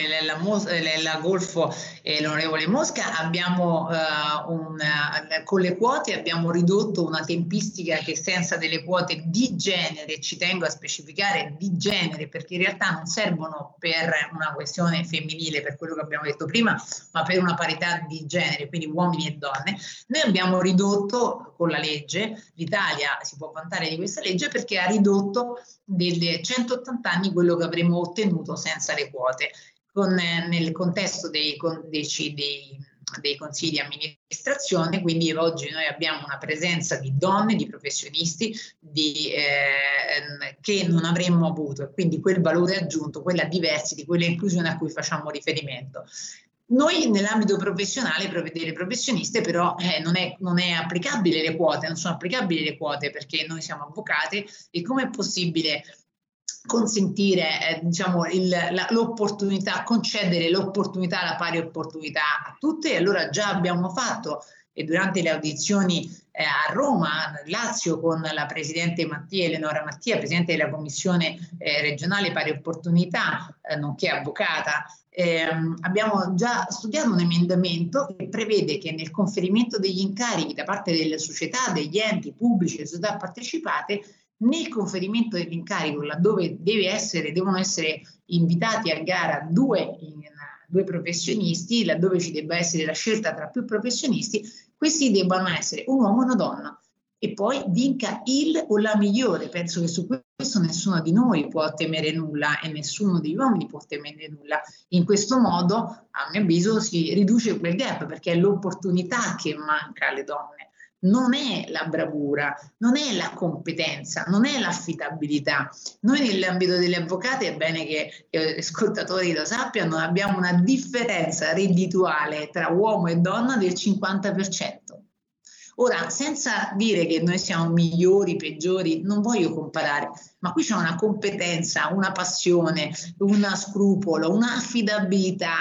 la Golfo e l'onorevole Mosca, abbiamo uh, un, uh, con le quote abbiamo ridotto una tempistica che, senza delle quote di genere, ci tengo a specificare di genere, perché in realtà non servono per una questione femminile, per quello che abbiamo detto prima, ma per una parità di genere, quindi uomini e donne. Noi abbiamo ridotto con la legge, l'Italia si può vantare di questa legge perché ha ridotto delle centottanta anni quello che avremmo ottenuto senza le quote. Con, eh, nel contesto dei, con, dei, dei, dei consigli di amministrazione, quindi oggi noi abbiamo una presenza di donne, di professionisti di, eh, che non avremmo avuto, e quindi quel valore aggiunto, quella diversity, quella inclusione a cui facciamo riferimento. Noi nell'ambito professionale, delle professioniste, però eh, non, è, non è applicabile le quote, non sono applicabili le quote perché noi siamo avvocati, e come è possibile consentire eh, diciamo, il, la, l'opportunità, concedere l'opportunità, la pari opportunità a tutte? Allora già abbiamo fatto, e durante le audizioni eh, a Roma, Lazio, con la Presidente Mattia, Eleonora Mattia, Presidente della Commissione eh, regionale pari opportunità, eh, nonché avvocata, Eh, abbiamo già studiato un emendamento che prevede che nel conferimento degli incarichi da parte delle società, degli enti pubblici e società partecipate, nel conferimento dell'incarico, laddove deve essere, devono essere invitati a gara due, in, due professionisti, laddove ci debba essere la scelta tra più professionisti, questi debbano essere un uomo e una donna, e poi vinca il o la migliore. Penso che su questo nessuno di noi può temere nulla e nessuno degli uomini può temere nulla. In questo modo, a mio avviso, si riduce quel gap, perché è l'opportunità che manca alle donne. Non è la bravura, non è la competenza, non è l'affidabilità. Noi nell'ambito delle avvocate, è bene che gli ascoltatori lo sappiano, abbiamo una differenza reddituale tra uomo e donna del cinquanta per cento. Ora, senza dire che noi siamo migliori, peggiori, non voglio comparare, ma qui c'è una competenza, una passione, uno scrupolo, un'affidabilità,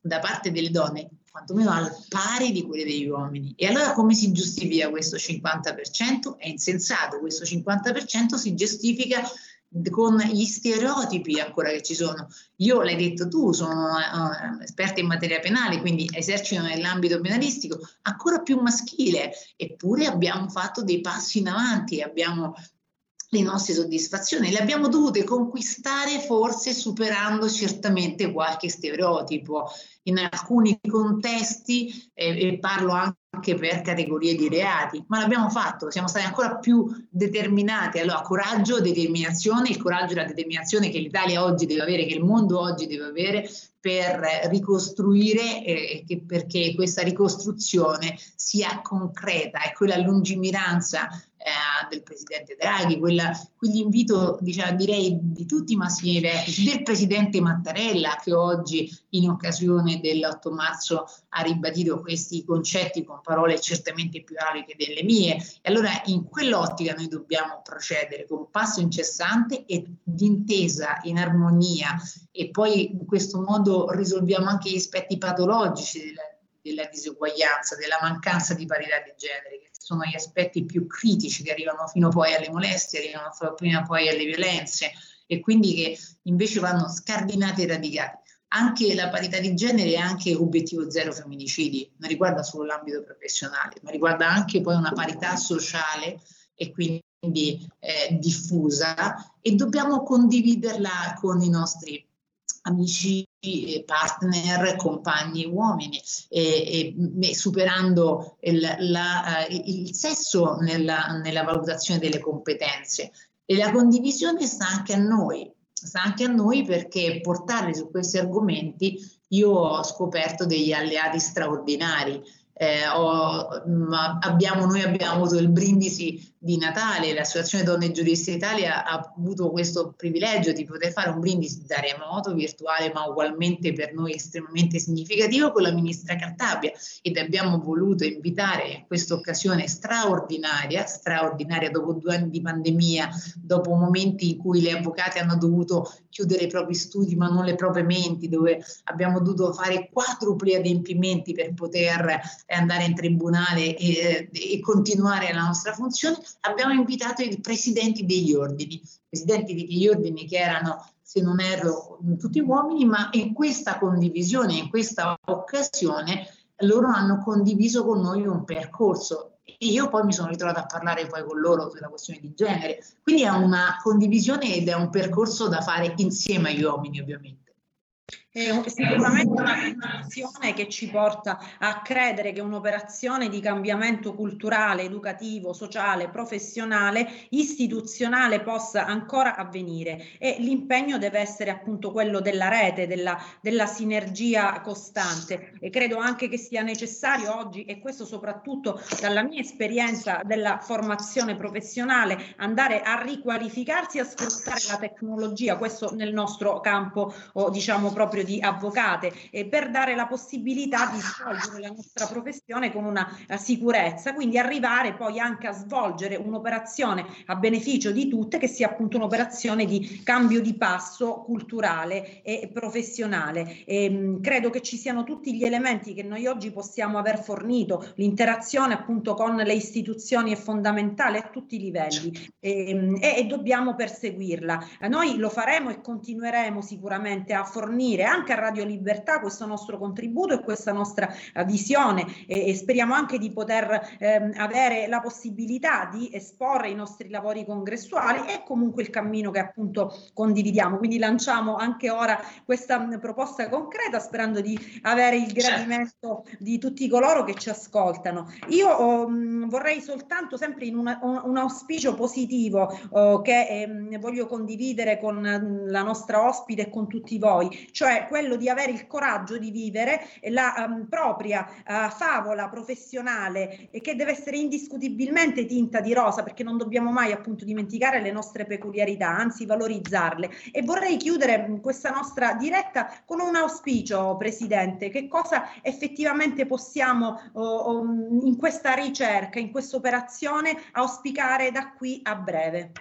da parte delle donne quantomeno al pari di quelle degli uomini. E allora come si giustifica questo cinquanta per cento? È insensato, questo cinquanta per cento si giustifica con gli stereotipi ancora che ci sono. Io, l'hai detto tu, sono uh, esperta in materia penale, quindi esercito nell'ambito penalistico ancora più maschile, eppure abbiamo fatto dei passi in avanti, abbiamo le nostre soddisfazioni, le abbiamo dovute conquistare forse superando certamente qualche stereotipo. In alcuni contesti, eh, e parlo anche per categorie di reati, ma l'abbiamo fatto, siamo stati ancora più determinati. Allora, coraggio, determinazione, il coraggio e la determinazione che l'Italia oggi deve avere, che il mondo oggi deve avere per ricostruire, eh, che perché questa ricostruzione sia concreta, e quella lungimiranza eh, del Presidente Draghi, quella, quell'invito, diciamo, direi di tutti i massimi vertici, del Presidente Mattarella, che oggi in occasione dell'otto marzo ha ribadito questi concetti con parole certamente più auliche delle mie. E allora in quell'ottica noi dobbiamo procedere con passo incessante e d'intesa, in armonia, e poi in questo modo risolviamo anche gli aspetti patologici della, della diseguaglianza, della mancanza di parità di genere, che sono gli aspetti più critici che arrivano fino poi alle molestie, arrivano fino poi alle violenze, e quindi che invece vanno scardinati e radicati. Anche la parità di genere è anche obiettivo zero femminicidi, non riguarda solo l'ambito professionale, ma riguarda anche poi una parità sociale e quindi eh, diffusa, e dobbiamo condividerla con i nostri amici, partner, compagni uomini, e, e, superando il, la, il sesso nella, nella valutazione delle competenze. E la condivisione sta anche a noi, sta anche a noi perché portarli su questi argomenti io ho scoperto degli alleati straordinari. Eh, ho, ma abbiamo, noi abbiamo avuto il brindisi di Natale, l'Associazione Donne Giuriste Italia ha avuto questo privilegio di poter fare un brindisi da remoto, virtuale, ma ugualmente per noi estremamente significativo, con la ministra Cartabia, ed abbiamo voluto invitare in questa occasione straordinaria, straordinaria dopo due anni di pandemia, dopo momenti in cui le avvocate hanno dovuto chiudere i propri studi ma non le proprie menti, dove abbiamo dovuto fare quadrupli adempimenti per poter andare in tribunale e, e continuare la nostra funzione. Abbiamo invitato i presidenti degli ordini, presidenti degli ordini che erano, se non erro, tutti uomini, ma in questa condivisione, in questa occasione, loro hanno condiviso con noi un percorso. E io poi mi sono ritrovata a parlare poi con loro sulla questione di genere. Quindi è una condivisione ed è un percorso da fare insieme agli uomini, ovviamente. È sicuramente una condizione che ci porta a credere che un'operazione di cambiamento culturale, educativo, sociale, professionale, istituzionale possa ancora avvenire, e l'impegno deve essere appunto quello della rete, della, della sinergia costante. E credo anche che sia necessario oggi, e questo soprattutto dalla mia esperienza della formazione professionale, andare a riqualificarsi, a sfruttare la tecnologia, questo nel nostro campo, o diciamo proprio di avvocate, e per dare la possibilità di svolgere la nostra professione con una uh, sicurezza, quindi arrivare poi anche a svolgere un'operazione a beneficio di tutte, che sia appunto un'operazione di cambio di passo culturale e professionale. E, mh, credo che ci siano tutti gli elementi che noi oggi possiamo aver fornito. L'interazione appunto con le istituzioni è fondamentale a tutti i livelli, e, mh, e, e dobbiamo perseguirla. Uh, noi lo faremo e continueremo sicuramente a fornire anche a Radio Libertà questo nostro contributo e questa nostra uh, visione, e, e speriamo anche di poter ehm, avere la possibilità di esporre i nostri lavori congressuali e comunque il cammino che appunto condividiamo. Quindi lanciamo anche ora questa mh, proposta concreta, sperando di avere il gradimento di tutti coloro che ci ascoltano. Io oh, mh, vorrei soltanto, sempre in una, un, un auspicio positivo oh, che ehm, voglio condividere con mh, la nostra ospite e con tutti voi, cioè quello di avere il coraggio di vivere la um, propria uh, favola professionale, e che deve essere indiscutibilmente tinta di rosa, perché non dobbiamo mai appunto dimenticare le nostre peculiarità, anzi valorizzarle. E vorrei chiudere questa nostra diretta con un auspicio, Presidente: che cosa effettivamente possiamo oh, oh, in questa ricerca, in questa operazione auspicare da qui a breve?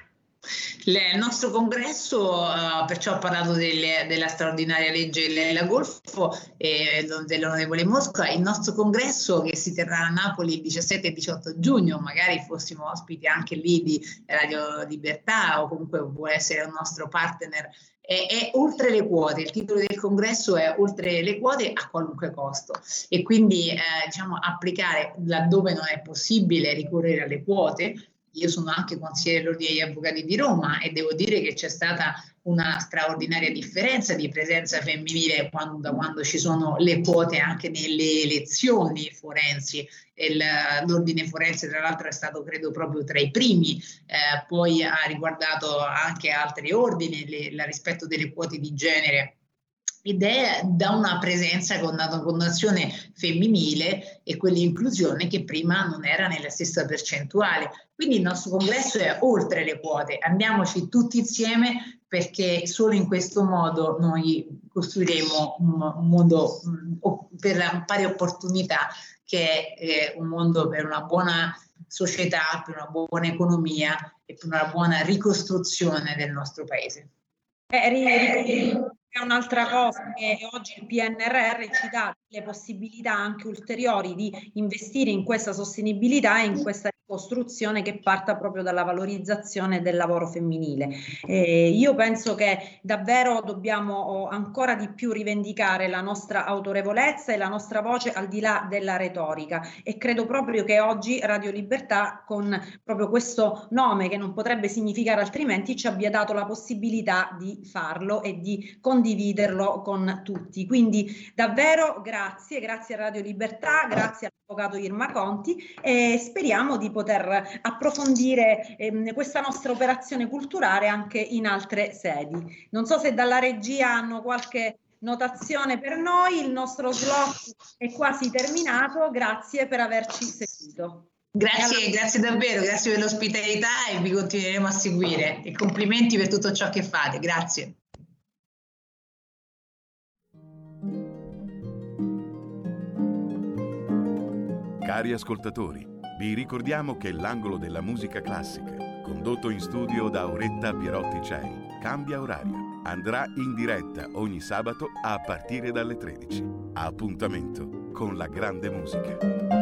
Il nostro congresso uh, perciò ha parlato delle, della straordinaria legge Lella Golfo e dell'onorevole Mosca. Il nostro congresso, che si terrà a Napoli il diciassette e diciotto giugno, magari fossimo ospiti anche lì di Radio Libertà o comunque può essere un nostro partner, è, è oltre le quote. Il titolo del congresso è oltre le quote a qualunque costo, e quindi eh, diciamo applicare laddove non è possibile ricorrere alle quote. Io sono anche consigliere dell'Ordine degli Avvocati di Roma e devo dire che c'è stata una straordinaria differenza di presenza femminile quando, da quando ci sono le quote anche nelle elezioni forensi. Il, l'Ordine forense tra l'altro è stato credo proprio tra i primi, eh, poi ha riguardato anche altri ordini, le, il rispetto delle quote di genere, ed è da una presenza con una connotazione femminile e quell'inclusione che prima non era nella stessa percentuale. Quindi il nostro congresso è oltre le quote, andiamoci tutti insieme, perché solo in questo modo noi costruiremo un, un mondo mh, per la pari opportunità, che è eh, un mondo per una buona società, per una buona economia e per una buona ricostruzione del nostro paese. Eh, ri- È un'altra cosa che oggi il P N R R ci dà le possibilità anche ulteriori di investire in questa sostenibilità e in questa ricostruzione che parta proprio dalla valorizzazione del lavoro femminile. Eh, io penso che davvero dobbiamo ancora di più rivendicare la nostra autorevolezza e la nostra voce al di là della retorica, e credo proprio che oggi Radio Libertà, con proprio questo nome che non potrebbe significare altrimenti, ci abbia dato la possibilità di farlo e di condividerlo con tutti. Quindi davvero grazie, grazie a Radio Libertà, grazie all'avvocato Irma Conti, e speriamo di poter approfondire ehm, questa nostra operazione culturale anche in altre sedi. Non so se dalla regia hanno qualche notazione per noi. Il nostro slot è quasi terminato, grazie per averci seguito. Grazie, allora... grazie davvero, grazie per l'ospitalità e vi continueremo a seguire, e complimenti per tutto ciò che fate, grazie. Cari ascoltatori, vi ricordiamo che l'angolo della musica classica, condotto in studio da Auretta Pierotti Cei, cambia orario. Andrà in diretta ogni sabato a partire dalle tredici. Appuntamento con la grande musica.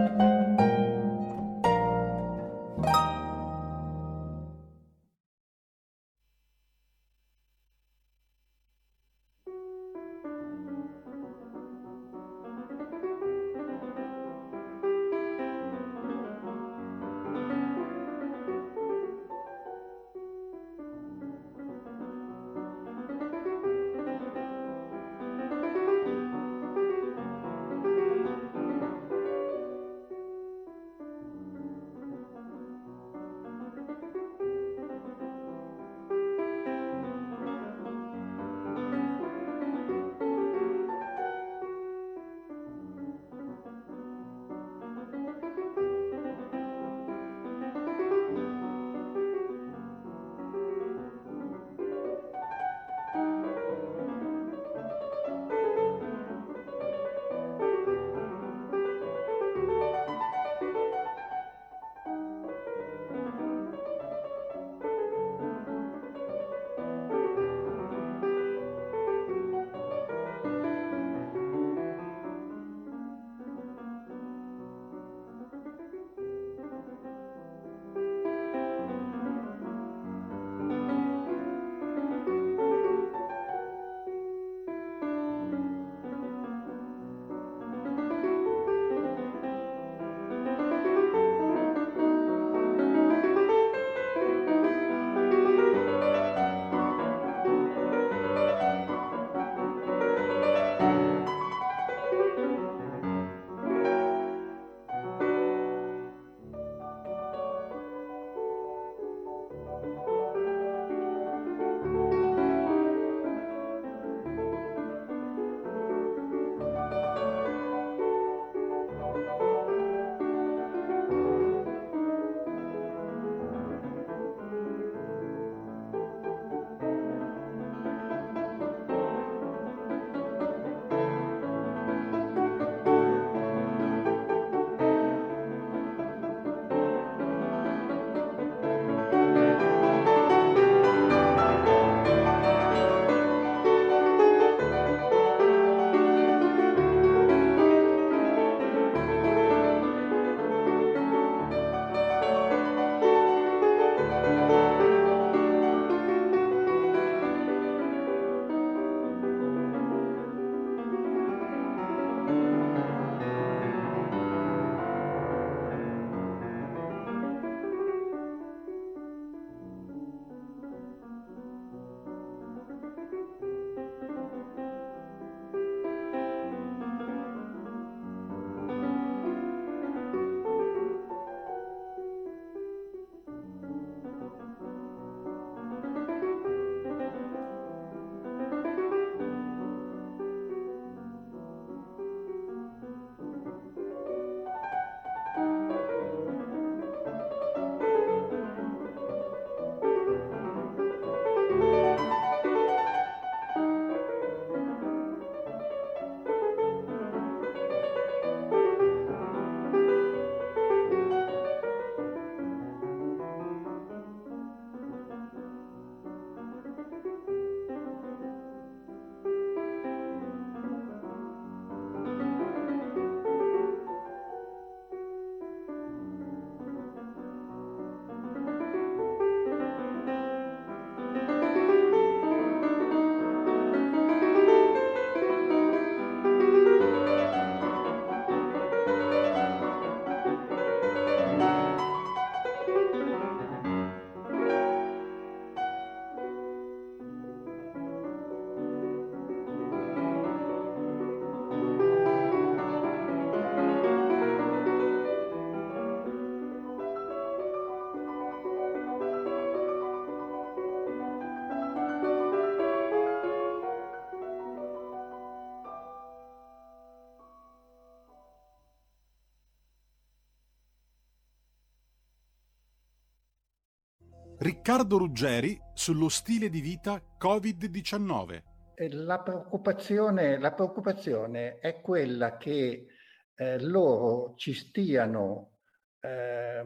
Riccardo Ruggeri sullo stile di vita covid diciannove. La preoccupazione, la preoccupazione è quella che eh, loro ci stiano, eh,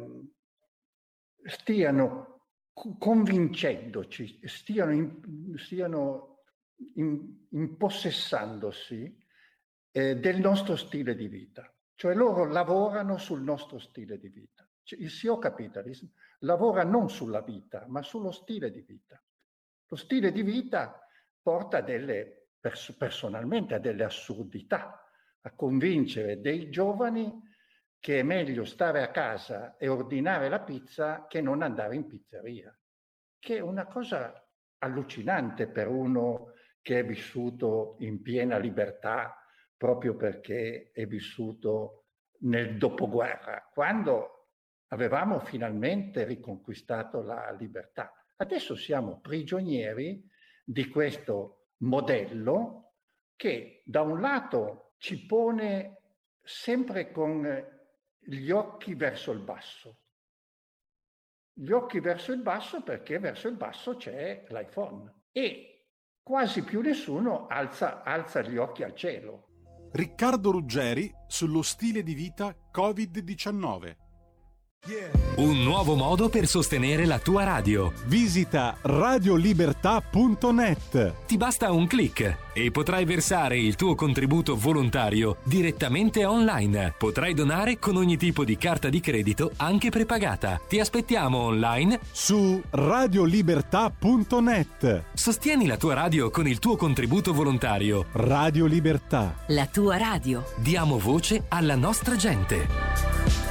stiano convincendoci, stiano, in, stiano in, impossessandosi eh, del nostro stile di vita. Cioè loro lavorano sul nostro stile di vita. Cioè, il C E O Capitalism lavora non sulla vita, ma sullo stile di vita. Lo stile di vita porta delle, pers- personalmente a delle assurdità, a convincere dei giovani che è meglio stare a casa e ordinare la pizza che non andare in pizzeria, che è una cosa allucinante per uno che è vissuto in piena libertà proprio perché è vissuto nel dopoguerra, quando avevamo finalmente riconquistato la libertà. Adesso siamo prigionieri di questo modello che da un lato ci pone sempre con gli occhi verso il basso. Gli occhi verso il basso perché verso il basso c'è l'iPhone e quasi più nessuno alza, alza gli occhi al cielo. Riccardo Ruggeri sullo stile di vita covid diciannove. Un nuovo modo per sostenere la tua radio. Visita radiolibertà punto net. Ti basta un click e potrai versare il tuo contributo volontario direttamente online. Potrai donare con ogni tipo di carta di credito, anche prepagata. Ti aspettiamo online su radiolibertà punto net. Sostieni la tua radio con il tuo contributo volontario. Radio Libertà. La tua radio. Diamo voce alla nostra gente.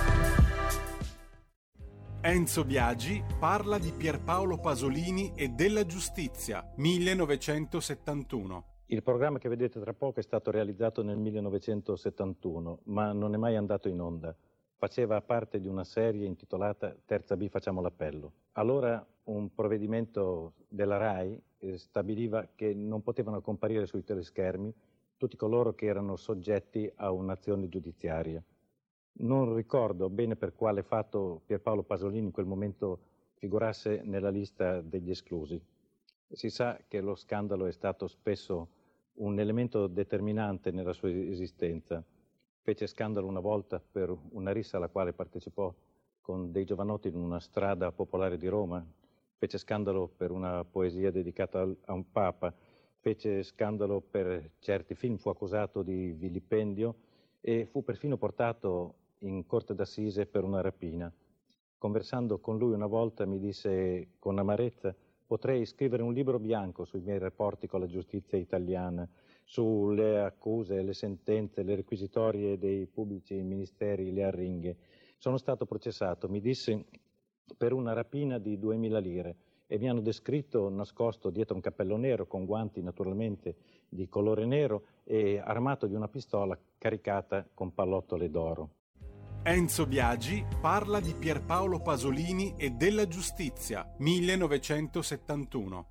Enzo Biagi parla di Pierpaolo Pasolini e della giustizia, millenovecentosettantuno. Il programma che vedete tra poco è stato realizzato nel millenovecentosettantuno, ma non è mai andato in onda. Faceva parte di una serie intitolata Terza B facciamo l'appello. Allora un provvedimento della RAI eh, stabiliva che non potevano comparire sui teleschermi tutti coloro che erano soggetti a un'azione giudiziaria. Non ricordo bene per quale fatto Pierpaolo Pasolini in quel momento figurasse nella lista degli esclusi. Si sa che lo scandalo è stato spesso un elemento determinante nella sua esistenza. Fece scandalo una volta per una rissa alla quale partecipò con dei giovanotti in una strada popolare di Roma. Fece scandalo per una poesia dedicata a un papa. Fece scandalo per certi film, fu accusato di vilipendio e fu perfino portato in corte d'assise per una rapina. Conversando con lui una volta mi disse con amarezza: potrei scrivere un libro bianco sui miei rapporti con la giustizia italiana, sulle accuse, le sentenze, le requisitorie dei pubblici ministeri, le arringhe. Sono stato processato, mi disse, per una rapina di duemila lire e mi hanno descritto nascosto dietro un cappello nero, con guanti naturalmente di colore nero e armato di una pistola caricata con pallottole d'oro. Enzo Biagi parla di Pierpaolo Pasolini e della giustizia, millenovecentosettantuno.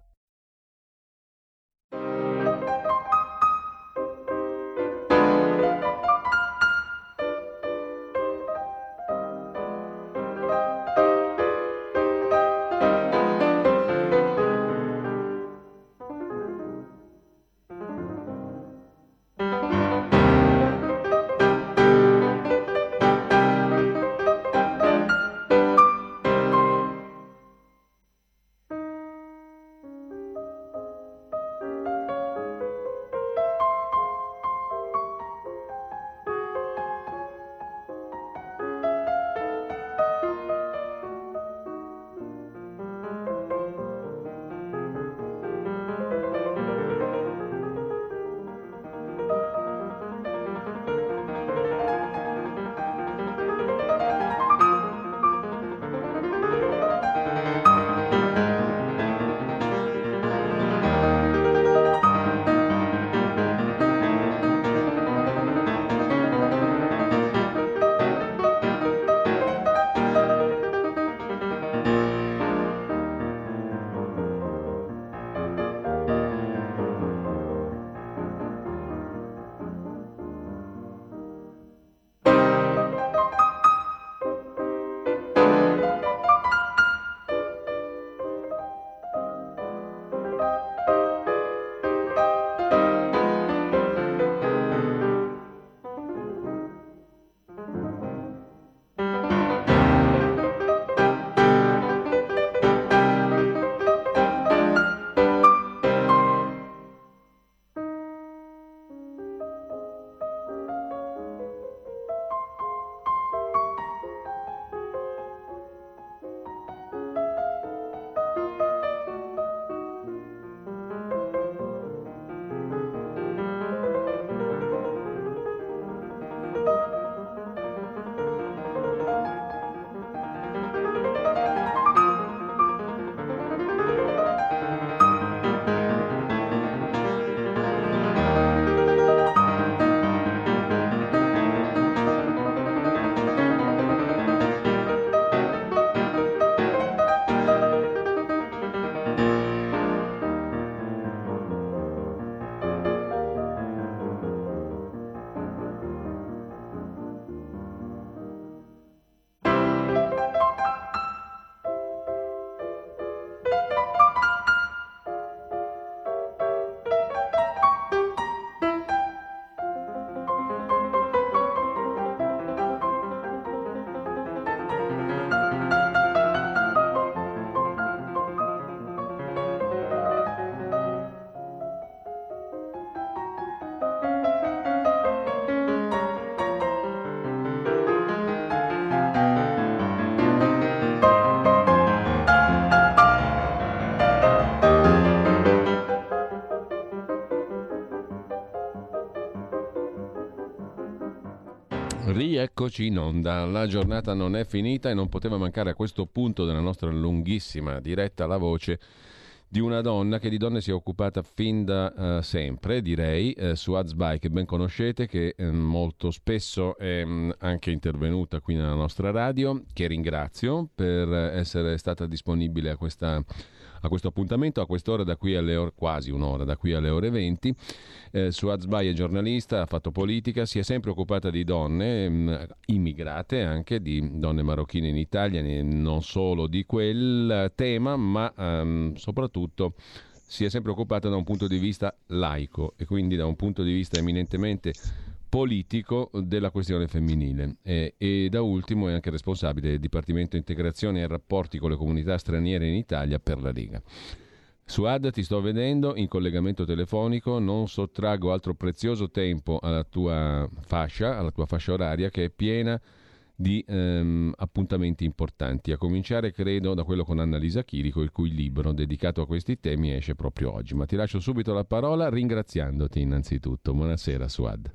Rieccoci in onda, la giornata non è finita e non poteva mancare a questo punto della nostra lunghissima diretta la voce di una donna che di donne si è occupata fin da uh, sempre, direi, eh, Suad Sbai, che ben conoscete, che eh, molto spesso è mh, anche intervenuta qui nella nostra radio, che ringrazio per essere stata disponibile a questa a questo appuntamento, a quest'ora, da qui alle ore, quasi un'ora, da qui alle ore venti. Eh, Suad Sbai è giornalista, ha fatto politica, si è sempre occupata di donne, mh, immigrate anche, di donne marocchine in Italia, non solo di quel tema, ma um, soprattutto si è sempre occupata da un punto di vista laico e quindi da un punto di vista eminentemente politico della questione femminile e, e da ultimo è anche responsabile del Dipartimento Integrazione e Rapporti con le Comunità Straniere in Italia per la Lega. Suad, ti sto vedendo in collegamento telefonico, non sottraggo altro prezioso tempo alla tua fascia, alla tua fascia oraria che è piena di ehm, appuntamenti importanti, a cominciare credo da quello con Annalisa Chirico, il cui libro dedicato a questi temi esce proprio oggi. Ma ti lascio subito la parola ringraziandoti innanzitutto. Buonasera Suad.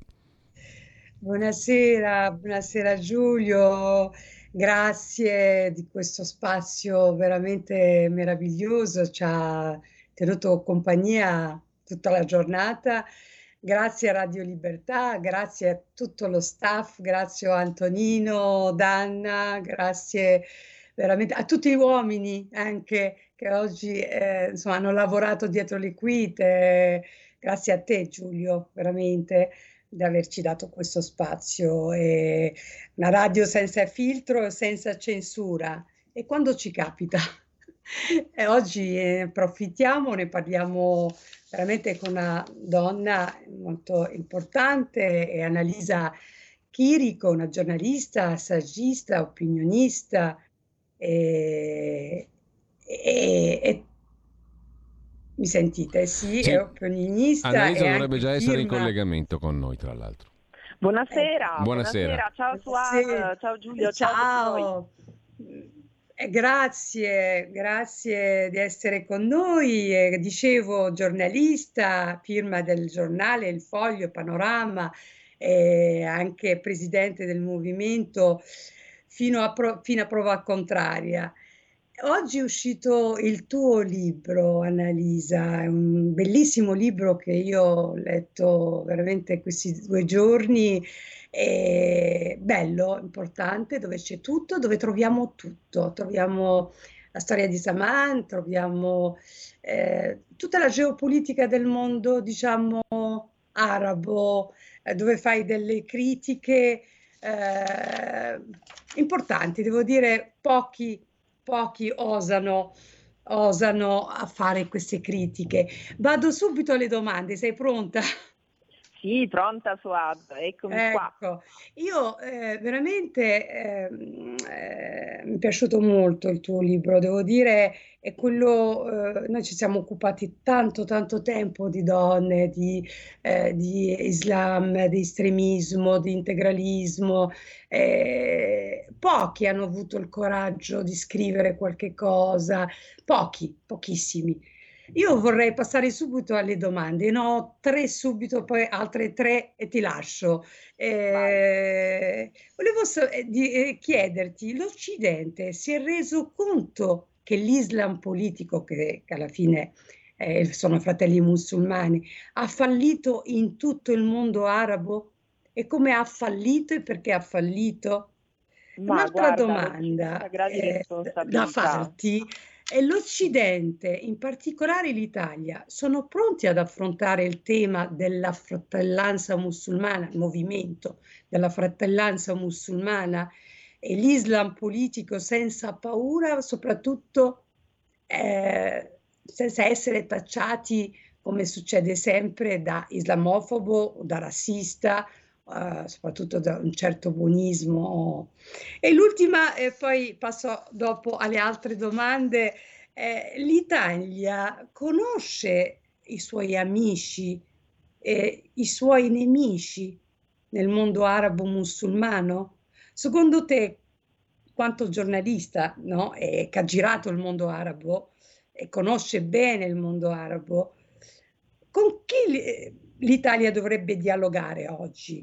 Buonasera, buonasera Giulio, grazie di questo spazio veramente meraviglioso, ci ha tenuto compagnia tutta la giornata, grazie a Radio Libertà, grazie a tutto lo staff, grazie a Antonino, Danna, grazie veramente a tutti gli uomini anche che oggi eh, insomma, hanno lavorato dietro le quinte, grazie a te Giulio, veramente, di averci dato questo spazio, e una radio senza filtro, senza censura, e quando ci capita. E oggi ne approfittiamo, ne parliamo veramente con una donna molto importante, è Annalisa Chirico, una giornalista, saggista, opinionista, e, e, e mi sentite? Sì, sì. È opinionista. Annalisa e dovrebbe già essere firma... in collegamento con noi, tra l'altro. Buonasera. Eh, buonasera. buonasera. Ciao Suad, ciao Giulio, ciao. Ciao. Eh, grazie, grazie di essere con noi. Eh, dicevo, giornalista, firma del giornale Il Foglio, Panorama, eh, anche presidente del movimento fino a, pro- fino a prova contraria. Oggi è uscito il tuo libro, Annalisa, è un bellissimo libro che io ho letto veramente questi due giorni, è bello, importante, dove c'è tutto, dove troviamo tutto, troviamo la storia di Saman, troviamo eh, tutta la geopolitica del mondo, diciamo, arabo, eh, dove fai delle critiche eh, importanti, devo dire, pochi Pochi osano, osano a fare queste critiche. Vado subito alle domande, sei pronta? Sì, pronta Suad, eccomi ecco. qua. Io eh, veramente eh, eh, mi è piaciuto molto il tuo libro, devo dire, è quello, eh, noi ci siamo occupati tanto tanto tempo di donne, di, eh, di Islam, di estremismo, di integralismo, eh, pochi hanno avuto il coraggio di scrivere qualche cosa, pochi, pochissimi. Io vorrei passare subito alle domande, ne ho tre subito, poi altre tre e ti lascio. Eh, volevo so- eh, di, eh, chiederti, l'Occidente si è reso conto che l'Islam politico, che, che alla fine eh, sono fratelli musulmani, ha fallito in tutto il mondo arabo? E come ha fallito e perché ha fallito? Ma Un'altra guarda, domanda eh, da responsabilità. farti. E l'Occidente, in particolare l'Italia, sono pronti ad affrontare il tema della fratellanza musulmana, il movimento della fratellanza musulmana e l'Islam politico senza paura, soprattutto eh, senza essere tacciati, come succede sempre, da islamofobo o da razzista, Uh, soprattutto da un certo buonismo. E l'ultima, e poi passo dopo alle altre domande, eh, l'Italia conosce i suoi amici e i suoi nemici nel mondo arabo musulmano? Secondo te, quanto giornalista, no? E che ha girato il mondo arabo e conosce bene il mondo arabo, con chi l'Italia dovrebbe dialogare oggi?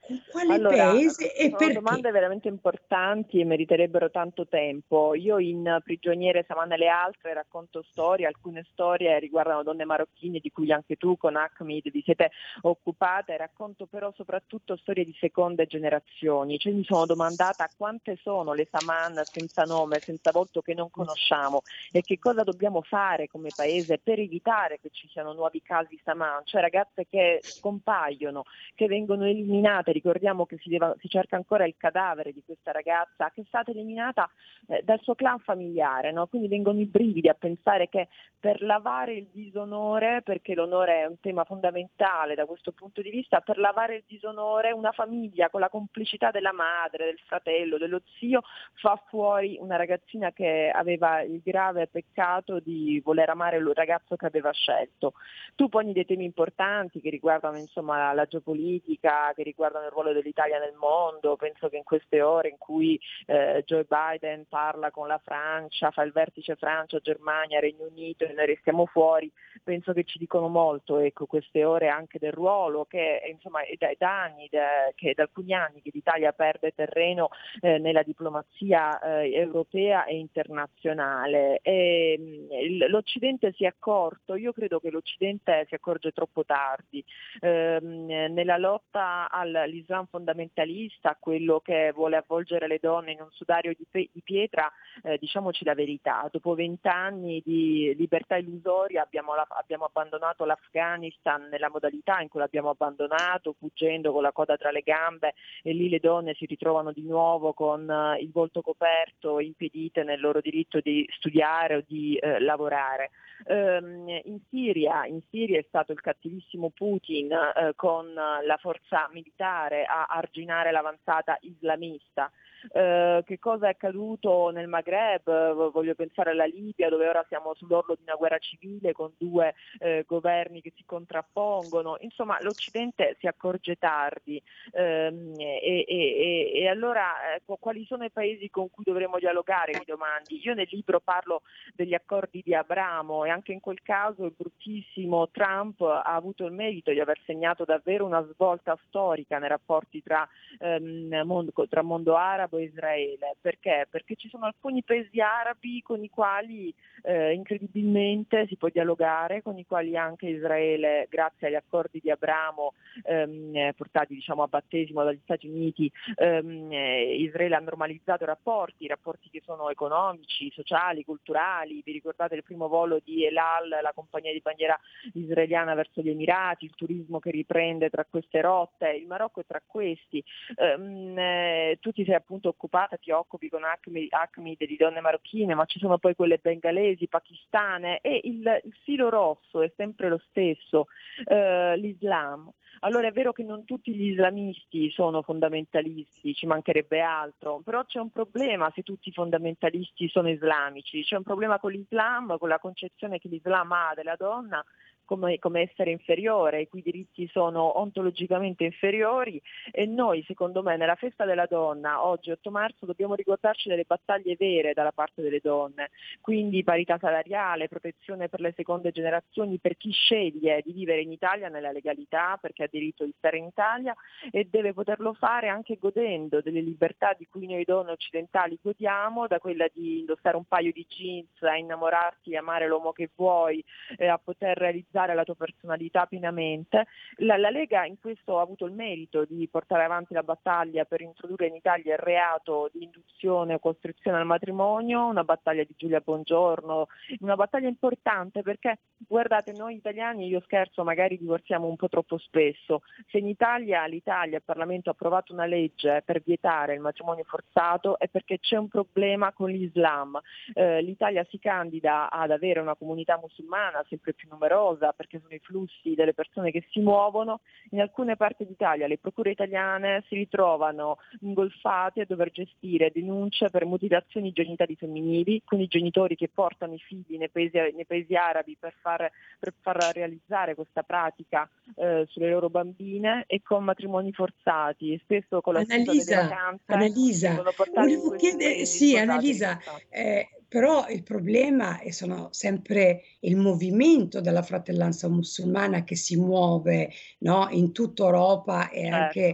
In quale Allora, paese e sono perché? domande veramente importanti e meriterebbero tanto tempo. Io in Prigioniere Saman e le altre racconto storie, alcune storie riguardano donne marocchine di cui anche tu con Ahmed vi siete occupate, racconto però soprattutto storie di seconde generazioni. Cioè mi sono domandata quante sono le Saman senza nome, senza volto che non conosciamo e che cosa dobbiamo fare come paese per evitare che ci siano nuovi casi Saman, cioè ragazze che scompaiono, che vengono eliminate. Ricordiamo che si, deve, si cerca ancora il cadavere di questa ragazza che è stata eliminata eh, dal suo clan familiare, no? Quindi vengono i brividi a pensare che per lavare il disonore, perché l'onore è un tema fondamentale da questo punto di vista, per lavare il disonore una famiglia con la complicità della madre, del fratello, dello zio fa fuori una ragazzina che aveva il grave peccato di voler amare il ragazzo che aveva scelto. Tu poni dei temi importanti che riguardano insomma la geopolitica, che riguardano il ruolo dell'Italia nel mondo. Penso che in queste ore in cui eh, Joe Biden parla con la Francia, fa il vertice Francia, Germania, Regno Unito e noi restiamo fuori, penso che ci dicono molto, ecco, queste ore anche del ruolo che insomma è da, è da anni, da, che è da alcuni anni che l'Italia perde terreno eh, nella diplomazia eh, europea e internazionale. E, mh, l'Occidente si è accorto, io credo che l'Occidente si accorge troppo tardi, eh, nella lotta all'Islam fondamentalista, quello che vuole avvolgere le donne in un sudario di, pe- di pietra, eh, diciamoci la verità, dopo vent'anni di libertà illusoria abbiamo, la- abbiamo abbandonato l'Afghanistan nella modalità in cui l'abbiamo abbandonato, fuggendo con la coda tra le gambe, e lì le donne si ritrovano di nuovo con eh, il volto coperto, impedite nel loro diritto di studiare o di eh, lavorare. Um, in Siria, in Siria è stato il cattivissimo Putin eh, con la forza militare a arginare l'avanzata islamista. Uh, che cosa è accaduto nel Maghreb? Voglio pensare alla Libia, dove ora siamo sull'orlo di una guerra civile con due eh, governi che si contrappongono. Insomma, l'Occidente si accorge tardi. Um, e, e, e allora eh, quali sono i paesi con cui dovremmo dialogare, mi domandi? Io nel libro parlo degli accordi di Abramo e anche in quel caso il bruttissimo Trump ha avuto il merito di aver segnato davvero una svolta storica nei rapporti tra, ehm, mondo, tra mondo arabo e Israele. Perché? Perché ci sono alcuni paesi arabi con i quali eh, incredibilmente si può dialogare, con i quali anche Israele, grazie agli accordi di Abramo ehm, portati diciamo a battesimo dagli Stati Uniti, ehm, Israele ha normalizzato i rapporti, i rapporti che sono economici, sociali, culturali. Vi ricordate il primo volo di El Al, la compagnia di bandiera israeliana verso gli Emirati, il turismo che riprende tra queste rotte, il Marocco è tra questi. Um, eh, tu ti sei appunto occupata, ti occupi con Ahmed, Ahmed di donne marocchine, ma ci sono poi quelle bengalesi, pakistane, e il, il filo rosso è sempre lo stesso, uh, l'Islam. Allora è vero che non tutti gli islamisti sono fondamentalisti, ci mancherebbe altro, però c'è un problema se tutti i fondamentalisti sono islamici, c'è un problema con l'Islam, con la concezione che l'Islam ha della donna come, come essere inferiore, i cui diritti sono ontologicamente inferiori, e noi secondo me nella festa della donna, oggi otto marzo, dobbiamo ricordarci delle battaglie vere dalla parte delle donne, quindi parità salariale, protezione per le seconde generazioni, per chi sceglie di vivere in Italia nella legalità, perché ha diritto di stare in Italia e deve poterlo fare anche godendo delle libertà di cui noi donne occidentali godiamo, da quella di indossare un paio di jeans, a innamorarti e amare l'uomo che vuoi, eh, a poter realizzare la tua personalità pienamente. La, la Lega in questo ha avuto il merito di portare avanti la battaglia per introdurre in Italia il reato di induzione o costrizione al matrimonio, una battaglia di Giulia Bongiorno, una battaglia importante perché, guardate, noi italiani, io scherzo, magari divorziamo un po' troppo spesso. Se in Italia, l'Italia, il Parlamento ha approvato una legge per vietare il matrimonio forzato è perché c'è un problema con l'Islam. Eh, L'Italia si candida ad avere una comunità musulmana sempre più numerosa, perché sono i flussi delle persone che si muovono. In alcune parti d'Italia le procure italiane si ritrovano ingolfate a dover gestire denunce per mutilazioni genitali femminili, con i genitori che portano i figli nei paesi, nei paesi arabi per far, per far realizzare questa pratica eh, sulle loro bambine, e con matrimoni forzati, spesso con la scusa delle vacanze. Annalisa, volevo chiedere, sì, Annalisa, eh, però il problema è sono sempre il movimento della fratellanza musulmana che si muove, no, in tutta Europa e Certo. anche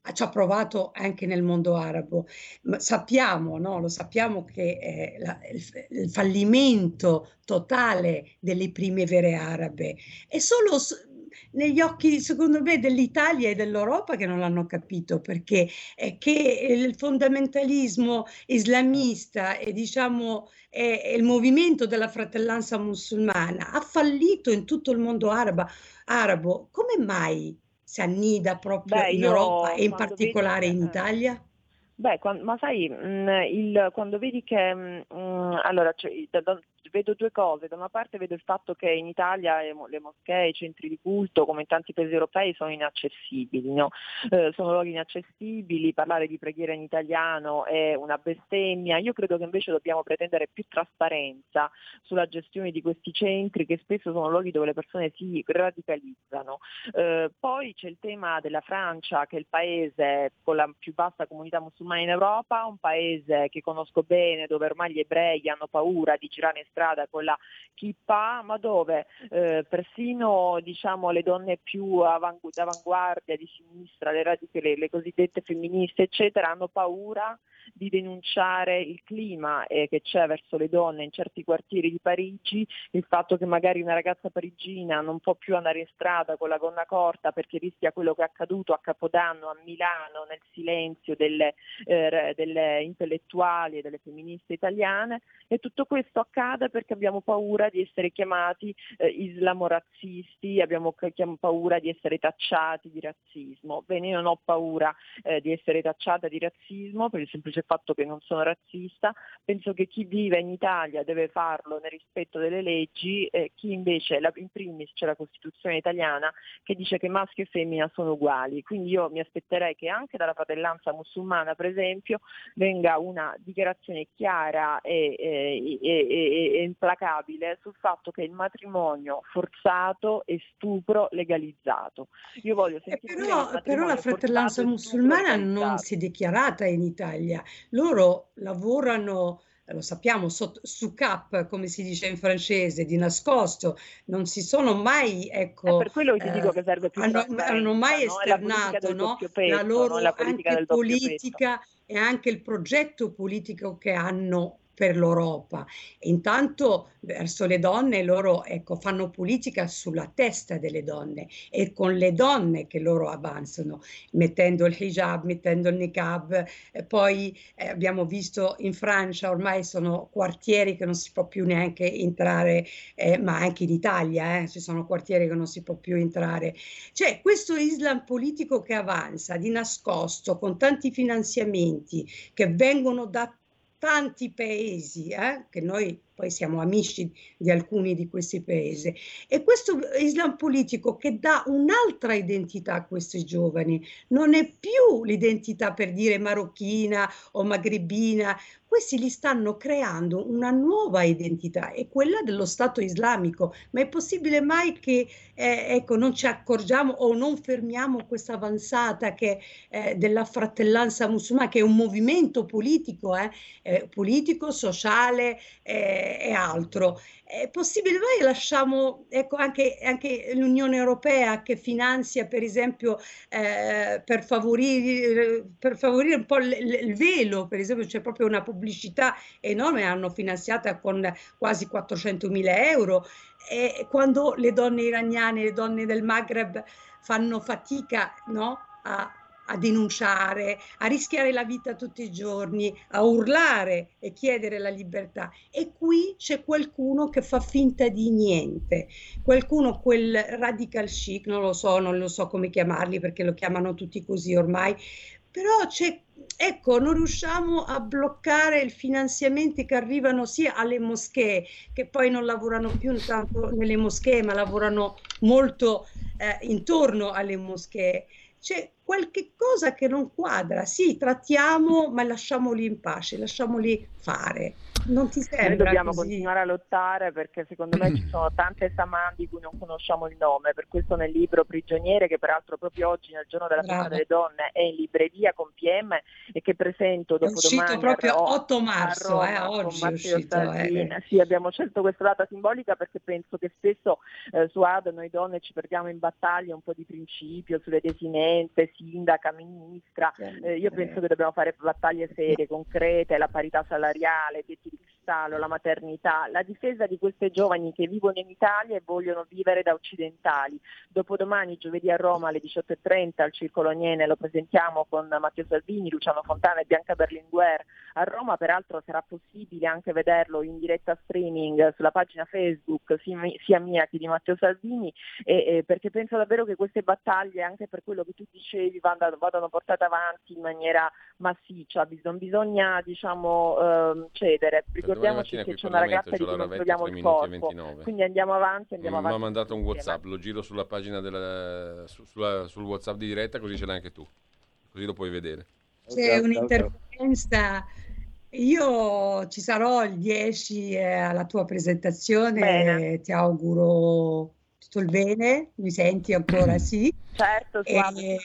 ci ha provato anche nel mondo arabo. Ma sappiamo, no? Lo sappiamo che eh, la, il, il fallimento totale delle primavere arabe è solo s- negli occhi, secondo me, dell'Italia e dell'Europa che non l'hanno capito, perché è che il fondamentalismo islamista e diciamo è, è il movimento della fratellanza musulmana ha fallito in tutto il mondo arabo. arabo. Come mai si annida proprio Beh, in io Europa e in quando particolare vedi in che, eh, Italia? Beh, quan- ma sai, mh, il- quando vedi che, mh, mh, allora, cioè, da- da- vedo due cose. Da una parte vedo il fatto che in Italia le, mo- le moschee, i centri di culto, come in tanti paesi europei, sono inaccessibili, no? Eh, sono luoghi inaccessibili, parlare di preghiera in italiano è una bestemmia. Io credo che invece dobbiamo pretendere più trasparenza sulla gestione di questi centri, che spesso sono luoghi dove le persone si radicalizzano. Eh, poi c'è il tema della Francia, che è il paese con la più vasta comunità musulmana in Europa, un paese che conosco bene, dove ormai gli ebrei hanno paura di girare in strada con la kippa, ma dove eh, persino diciamo le donne più avangu- d'avanguardia, di sinistra, le, radiche, le, le cosiddette femministe, eccetera, hanno paura di denunciare il clima eh, che c'è verso le donne in certi quartieri di Parigi, il fatto che magari una ragazza parigina non può più andare in strada con la gonna corta perché rischia quello che è accaduto a Capodanno a Milano nel silenzio delle, eh, delle intellettuali e delle femministe italiane, e tutto questo accade perché abbiamo paura di essere chiamati eh, islamorazzisti, abbiamo chiam- paura di essere tacciati di razzismo. Bene, io non ho paura eh, di essere tacciata di razzismo per il semplice fatto che non sono razzista. Penso che chi vive in Italia deve farlo nel rispetto delle leggi, eh, chi invece, la, in primis c'è la Costituzione italiana che dice che maschio e femmina sono uguali, quindi io mi aspetterei che anche dalla fratellanza musulmana, per esempio, venga una dichiarazione chiara e, e, e, e, e implacabile sul fatto che il matrimonio forzato è stupro legalizzato. Io voglio sentire Eh, però, dire però la fratellanza musulmana non si è dichiarata in Italia. Loro lavorano, eh, lo sappiamo, sotto, su cap, come si dice in francese, di nascosto. Non si sono mai, ecco, È per quello che ti dico eh, che serve più hanno, trasparenza, hanno mai no? È la politica esternato, del no, doppio la petto, non è loro la politica anche del doppio petto. politica e anche il progetto politico che hanno per l'Europa. Intanto verso le donne loro ecco, fanno politica sulla testa delle donne e con le donne che loro avanzano, mettendo il hijab, mettendo il niqab. E poi eh, abbiamo visto in Francia ormai sono quartieri che non si può più neanche entrare, eh, ma anche in Italia eh, ci sono quartieri che non si può più entrare. C'è questo Islam politico che avanza di nascosto con tanti finanziamenti che vengono da tanti paesi, eh, che noi poi siamo amici di alcuni di questi paesi, e questo Islam politico che dà un'altra identità a questi giovani, non è più l'identità per dire marocchina o magrebina, questi li stanno creando una nuova identità, è quella dello Stato islamico. Ma è possibile mai che eh, ecco, non ci accorgiamo o non fermiamo questa avanzata che, eh, della fratellanza musulmana, che è un movimento politico, eh, eh, politico, sociale eh, e altro. È possibile mai lasciamo ecco, anche, anche l'Unione Europea che finanzia per esempio eh, per, favorire, per favorire un po' il, il velo, per esempio c'è proprio una pubblicità enorme, hanno finanziata con quasi quattrocentomila euro, e quando le donne iraniane, le donne del Maghreb fanno fatica, no, a, a denunciare, a rischiare la vita tutti i giorni, a urlare e chiedere la libertà. E qui c'è qualcuno che fa finta di niente, qualcuno, quel radical chic, non lo so, non lo so come chiamarli perché lo chiamano tutti così ormai, però c'è, ecco, non riusciamo a bloccare i finanziamenti che arrivano sia alle moschee, che poi non lavorano più tanto nelle moschee, ma lavorano molto eh, intorno alle moschee. C'è qualche cosa che non quadra. Sì, trattiamo, ma lasciamoli in pace, lasciamoli fare. Non ti sembra Noi dobbiamo così? continuare a lottare perché secondo me ci sono tante Saman di cui non conosciamo il nome, per questo nel libro Prigioniere, che peraltro proprio oggi nel giorno della festa delle donne è in libreria con P M e che presento dopodomani, è uscito proprio a Ro- otto marzo, a eh, Roma, oggi con è Matteo uscito. Salvini. Eh. Sì, abbiamo scelto questa data simbolica perché penso che spesso eh, su A D noi donne ci perdiamo in battaglia un po' di principio sulle desinenze, sindaca, ministra. Eh, io penso che dobbiamo fare battaglie serie, concrete, la parità salariale, tetti di cristallo, la maternità, la difesa di queste giovani che vivono in Italia e vogliono vivere da occidentali. Dopodomani, giovedì a Roma alle diciotto e trenta al Circolo Niene lo presentiamo con Matteo Salvini, Luciano Fontana e Bianca Berlinguer. A Roma peraltro sarà possibile anche vederlo in diretta streaming sulla pagina Facebook sia mia che di Matteo Salvini, e, e perché penso davvero che queste battaglie, anche per quello che tu dicevi, vadano, vadano portate avanti in maniera massiccia. Non bisogna, diciamo, eh, cedere. Ricordiamoci che c'è una ragazza di cui non troviamo il corpo, quindi andiamo avanti, andiamo Mi ha avanti. mandato un WhatsApp, lo giro sulla pagina della, su, sulla, sul WhatsApp di diretta, così ce l'hai anche tu, così lo puoi vedere. C'è un'interferenza. Io ci sarò il dieci eh, alla tua presentazione. Bene. Ti auguro tutto il bene. Mi senti ancora? Sì. Certo, e,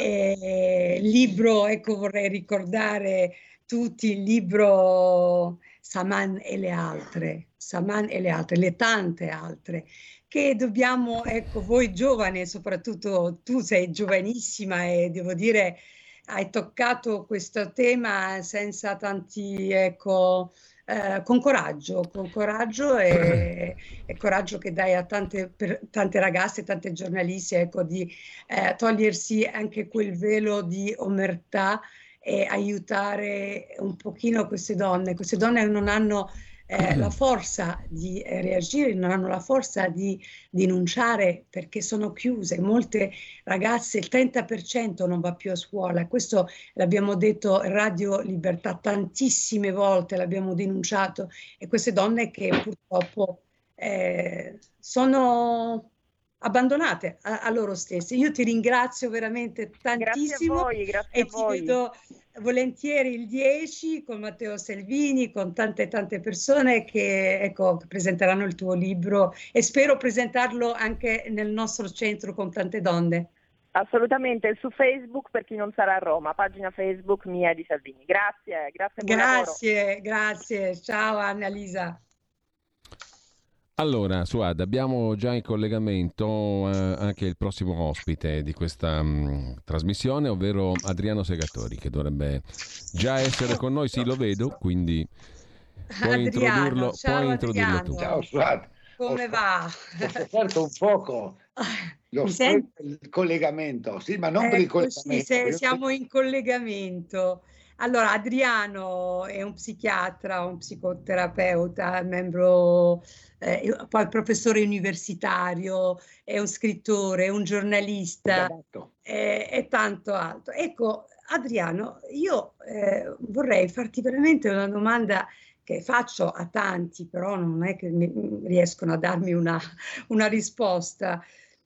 e, il libro, ecco, vorrei ricordare tutti il libro Saman e le altre, Saman e le altre, le tante altre, che dobbiamo, ecco, voi giovani, soprattutto tu sei giovanissima e devo dire hai toccato questo tema senza tanti, ecco, eh, con coraggio, con coraggio e, e coraggio che dai a tante, per, tante ragazze, tante giornaliste, ecco, di eh, togliersi anche quel velo di omertà e aiutare un pochino queste donne. Queste donne non hanno eh, la forza di eh, reagire, non hanno la forza di denunciare perché sono chiuse. Molte ragazze, il trenta per cento non va più a scuola. Questo l'abbiamo detto in Radio Libertà tantissime volte, l'abbiamo denunciato, e queste donne che purtroppo eh, sono abbandonate a, a loro stesse. Io ti ringrazio veramente tantissimo. Grazie a voi, grazie e a ti voi. vedo volentieri il dieci con Matteo Salvini, con tante tante persone che, ecco, presenteranno il tuo libro, e spero presentarlo anche nel nostro centro con tante donne. Assolutamente, su Facebook per chi non sarà a Roma, pagina Facebook mia di Salvini. Grazie, grazie. Grazie, grazie. Ciao Annalisa. Allora, Suad, abbiamo già in collegamento eh, anche il prossimo ospite di questa mh, trasmissione, ovvero Adriano Segatori, che dovrebbe già essere con noi. Sì, lo vedo, quindi puoi Adriano, introdurlo, ciao puoi introdurlo Adriano. tu. Ciao Suad. Come ho, va? Ho sofferto un poco lo Mi scopo senti? del collegamento, sì, ma non per il Ecco, sì, collegamento. se- io- siamo in collegamento. Allora, Adriano è un psichiatra, un psicoterapeuta, membro, eh, poi professore universitario, è un scrittore, è un giornalista Esatto. e, e tanto altro. Ecco, Adriano, io eh, vorrei farti veramente una domanda che faccio a tanti, però non è che mi- riescono a darmi una, una risposta.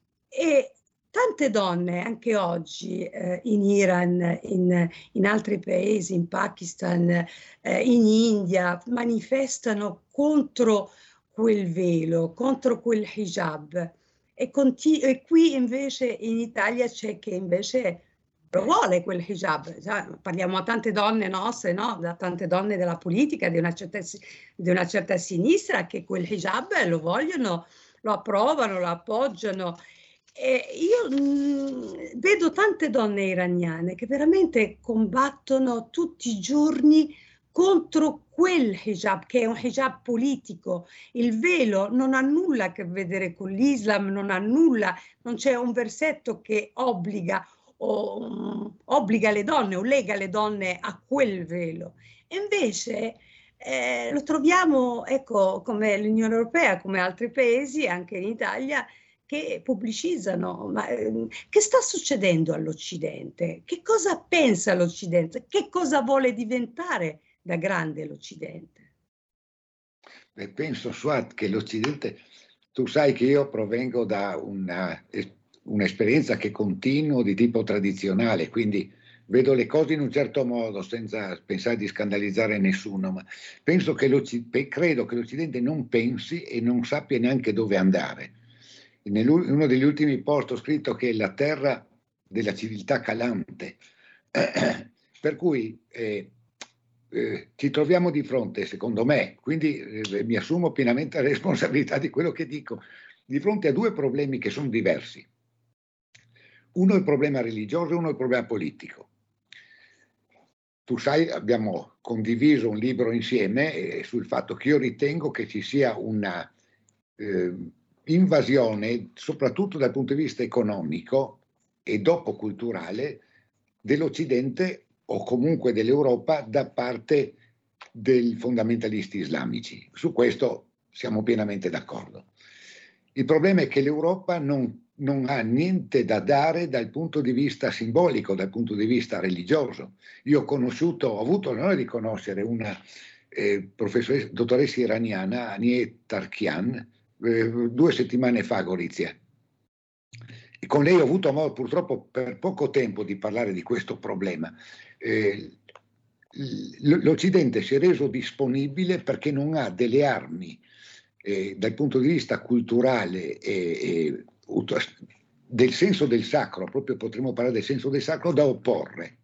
E tante donne, anche oggi, eh, in Iran, in, in altri paesi, in Pakistan, eh, in India, manifestano contro quel velo, contro quel hijab. E, conti- e qui invece in Italia c'è che invece lo vuole quel hijab. Già, parliamo a tante donne nostre, no? Da tante donne della politica, di una certa, si- di una certa sinistra, che quel hijab lo vogliono, lo approvano, lo appoggiano. E io mh, vedo tante donne iraniane che veramente combattono tutti i giorni contro quel hijab, che è un hijab politico. Il velo non ha nulla a che vedere con l'Islam, non ha nulla, non c'è un versetto che obbliga, o, um, obbliga le donne o lega le donne a quel velo. E invece eh, lo troviamo, ecco, come l'Unione Europea, come altri paesi, anche in Italia, che pubblicizzano. Ma eh, che sta succedendo all'Occidente? Che cosa pensa l'Occidente? Che cosa vuole diventare da grande l'Occidente? Beh, penso, Suat, che l'Occidente, tu sai che io provengo da una, un'esperienza che continuo di tipo tradizionale, quindi vedo le cose in un certo modo senza pensare di scandalizzare nessuno, ma penso che credo che l'Occidente non pensi e non sappia neanche dove andare. In uno degli ultimi post ho scritto che è la terra della civiltà calante, per cui eh, eh, ci troviamo di fronte, secondo me, quindi eh, mi assumo pienamente la responsabilità di quello che dico, di fronte a due problemi che sono diversi. uno è il problema religioso e uno è il problema politico. Tu sai, abbiamo condiviso un libro insieme eh, sul fatto che io ritengo che ci sia una eh, invasione, soprattutto dal punto di vista economico e dopo culturale, dell'Occidente o comunque dell'Europa da parte dei fondamentalisti islamici. Su questo siamo pienamente d'accordo. Il problema è che l'Europa non, non ha niente da dare dal punto di vista simbolico, dal punto di vista religioso. Io ho conosciuto, ho avuto l'onore di conoscere una eh, professoressa, dottoressa iraniana, Anie Tarkian, eh, due settimane fa a Gorizia. E con lei ho avuto modo purtroppo per poco tempo di parlare di questo problema. Eh, L'Occidente si è reso disponibile perché non ha delle armi eh, dal punto di vista culturale e, e del senso del sacro, proprio potremmo parlare del senso del sacro, da opporre.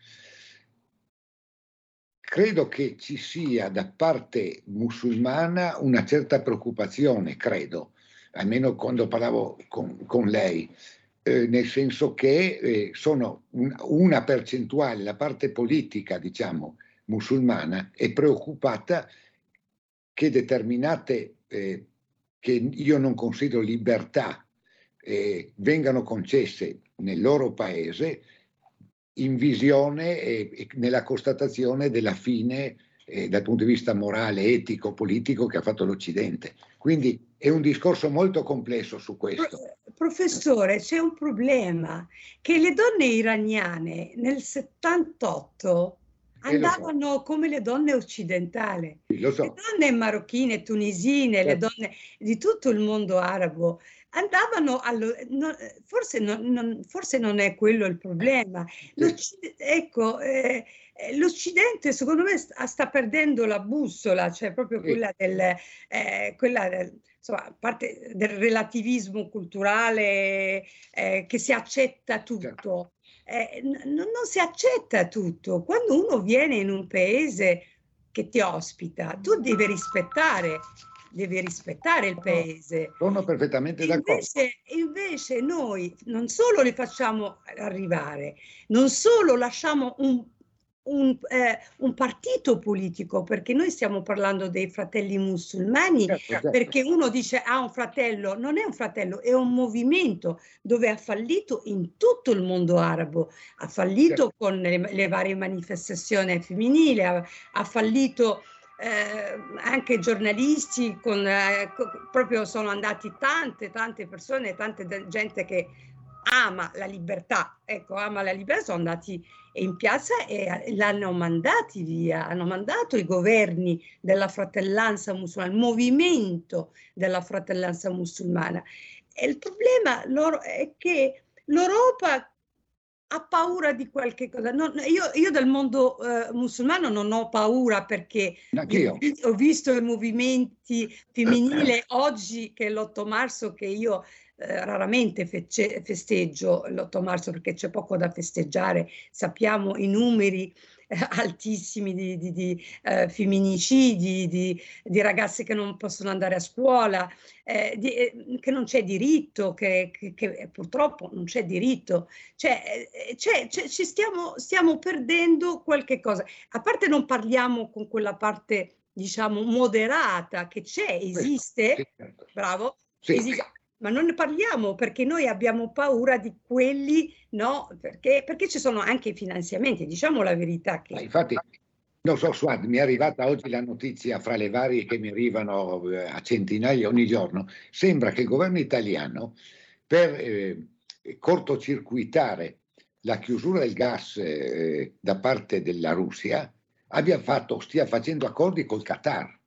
Credo che ci sia da parte musulmana una certa preoccupazione, credo, almeno quando parlavo con, con lei, eh, nel senso che eh, sono un, una percentuale, la parte politica, diciamo, musulmana, è preoccupata che determinate, eh, che io non considero libertà, eh, vengano concesse nel loro paese in visione e, e nella constatazione della fine eh, dal punto di vista morale, etico, politico che ha fatto l'Occidente. Quindi è un discorso molto complesso su questo. Professore, c'è un problema, che le donne iraniane nel settantotto andavano so. come le donne occidentali, sì, lo so. Le donne marocchine, tunisine, certo. Le donne di tutto il mondo arabo andavano allo, no, forse, non, non, forse non è quello il problema. Ecco, eh, l'Occidente secondo me sta, sta perdendo la bussola, cioè proprio sì. quella del, eh, quella del, insomma, a parte del relativismo culturale eh, che si accetta tutto. Certo. Eh, n- non si accetta tutto. Quando uno viene in un paese che ti ospita, tu devi rispettare, devi rispettare il paese. Sono perfettamente d'accordo. Invece, invece noi non solo li facciamo arrivare, non solo lasciamo un Un, eh, un partito politico, perché noi stiamo parlando dei fratelli musulmani, certo, certo. Perché uno dice ha ah, un fratello, non è un fratello, è un movimento dove ha fallito in tutto il mondo arabo, ha fallito certo. con le, le varie manifestazioni femminili, ha, ha fallito eh, anche giornalisti, con, eh, proprio sono andati tante tante persone, tante gente che ama la libertà, ecco, ama la libertà, sono andati in piazza e l'hanno mandati via, hanno mandato i governi della fratellanza musulmana, il movimento della fratellanza musulmana. E il problema loro è che l'Europa ha paura di qualche cosa. Non, io, io del mondo eh, musulmano non ho paura perché io, ho visto i movimenti femminili oggi, che è l'otto marzo, che io Eh, raramente fece, festeggio l'otto marzo perché c'è poco da festeggiare, sappiamo i numeri eh, altissimi di, di, di eh, femminicidi, di, di ragazze che non possono andare a scuola, eh, di, eh, che non c'è diritto, che, che, che purtroppo non c'è diritto, cioè, eh, c'è, c'è, ci stiamo, stiamo perdendo qualche cosa, a parte non parliamo con quella parte diciamo moderata che c'è, esiste, bravo, sì. esiste. Ma non ne parliamo perché noi abbiamo paura di quelli, no? Perché, perché ci sono anche i finanziamenti, diciamo la verità. Che... Infatti, non so, Suad, mi è arrivata oggi la notizia fra le varie che mi arrivano a centinaia ogni giorno. Sembra che il governo italiano, per eh, cortocircuitare la chiusura del gas eh, da parte della Russia, abbia fatto, stia facendo accordi col Qatar.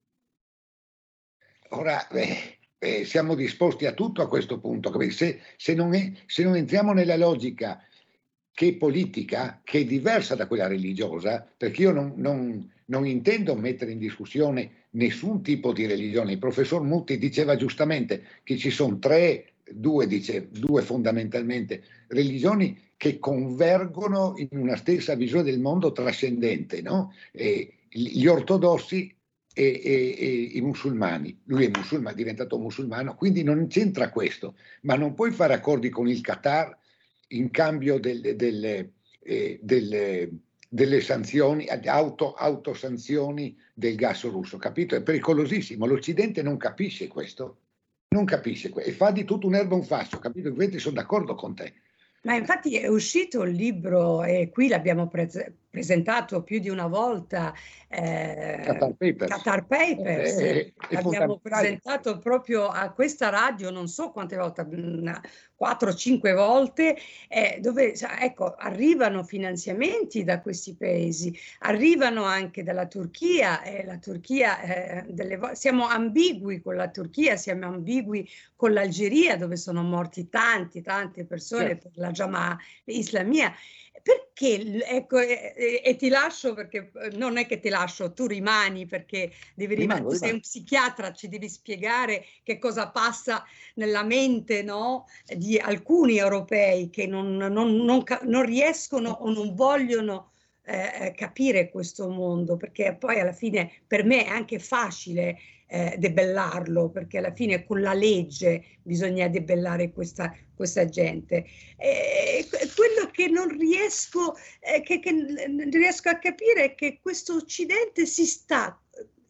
Ora... Eh, Eh, siamo disposti a tutto a questo punto, se, se, non è, se non entriamo nella logica che è politica, che è diversa da quella religiosa, perché io non, non, non intendo mettere in discussione nessun tipo di religione. Il professor Muti diceva giustamente che ci sono tre, due, dice, due fondamentalmente religioni che convergono in una stessa visione del mondo trascendente, no? E gli ortodossi E, e, e i musulmani. Lui è musulmano, è diventato musulmano, quindi non c'entra questo, ma non puoi fare accordi con il Qatar in cambio delle, delle, eh, delle, delle sanzioni, auto, autosanzioni del gas russo, capito? È pericolosissimo, l'Occidente non capisce questo, non capisce e fa di tutto un'erba un fascio, capito? Quindi sono d'accordo con te. Ma infatti è uscito il libro e qui l'abbiamo pre- presentato più di una volta, eh, Qatar Papers, Qatar Papers. Eh, eh, l'abbiamo presentato proprio a questa radio, non so quante volte, quattro o cinque volte, eh, dove ecco, arrivano finanziamenti da questi paesi, arrivano anche dalla Turchia, e la Turchia eh, delle vo- siamo ambigui con la Turchia, siamo ambigui con l'Algeria, dove sono morti tanti, tante persone Certo. per la Jama'a Islamia. Perché, ecco, e, e, e ti lascio perché non è che ti lascio, tu rimani perché devi rimanere, tu sei un psichiatra, ci devi spiegare che cosa passa nella mente, no, di alcuni europei che non, non, non, non riescono o non vogliono eh, capire questo mondo, perché poi alla fine per me è anche facile eh, debellarlo, perché alla fine con la legge bisogna debellare questa, questa gente. E quello che non riesco, eh, che, che riesco a capire è che questo Occidente si sta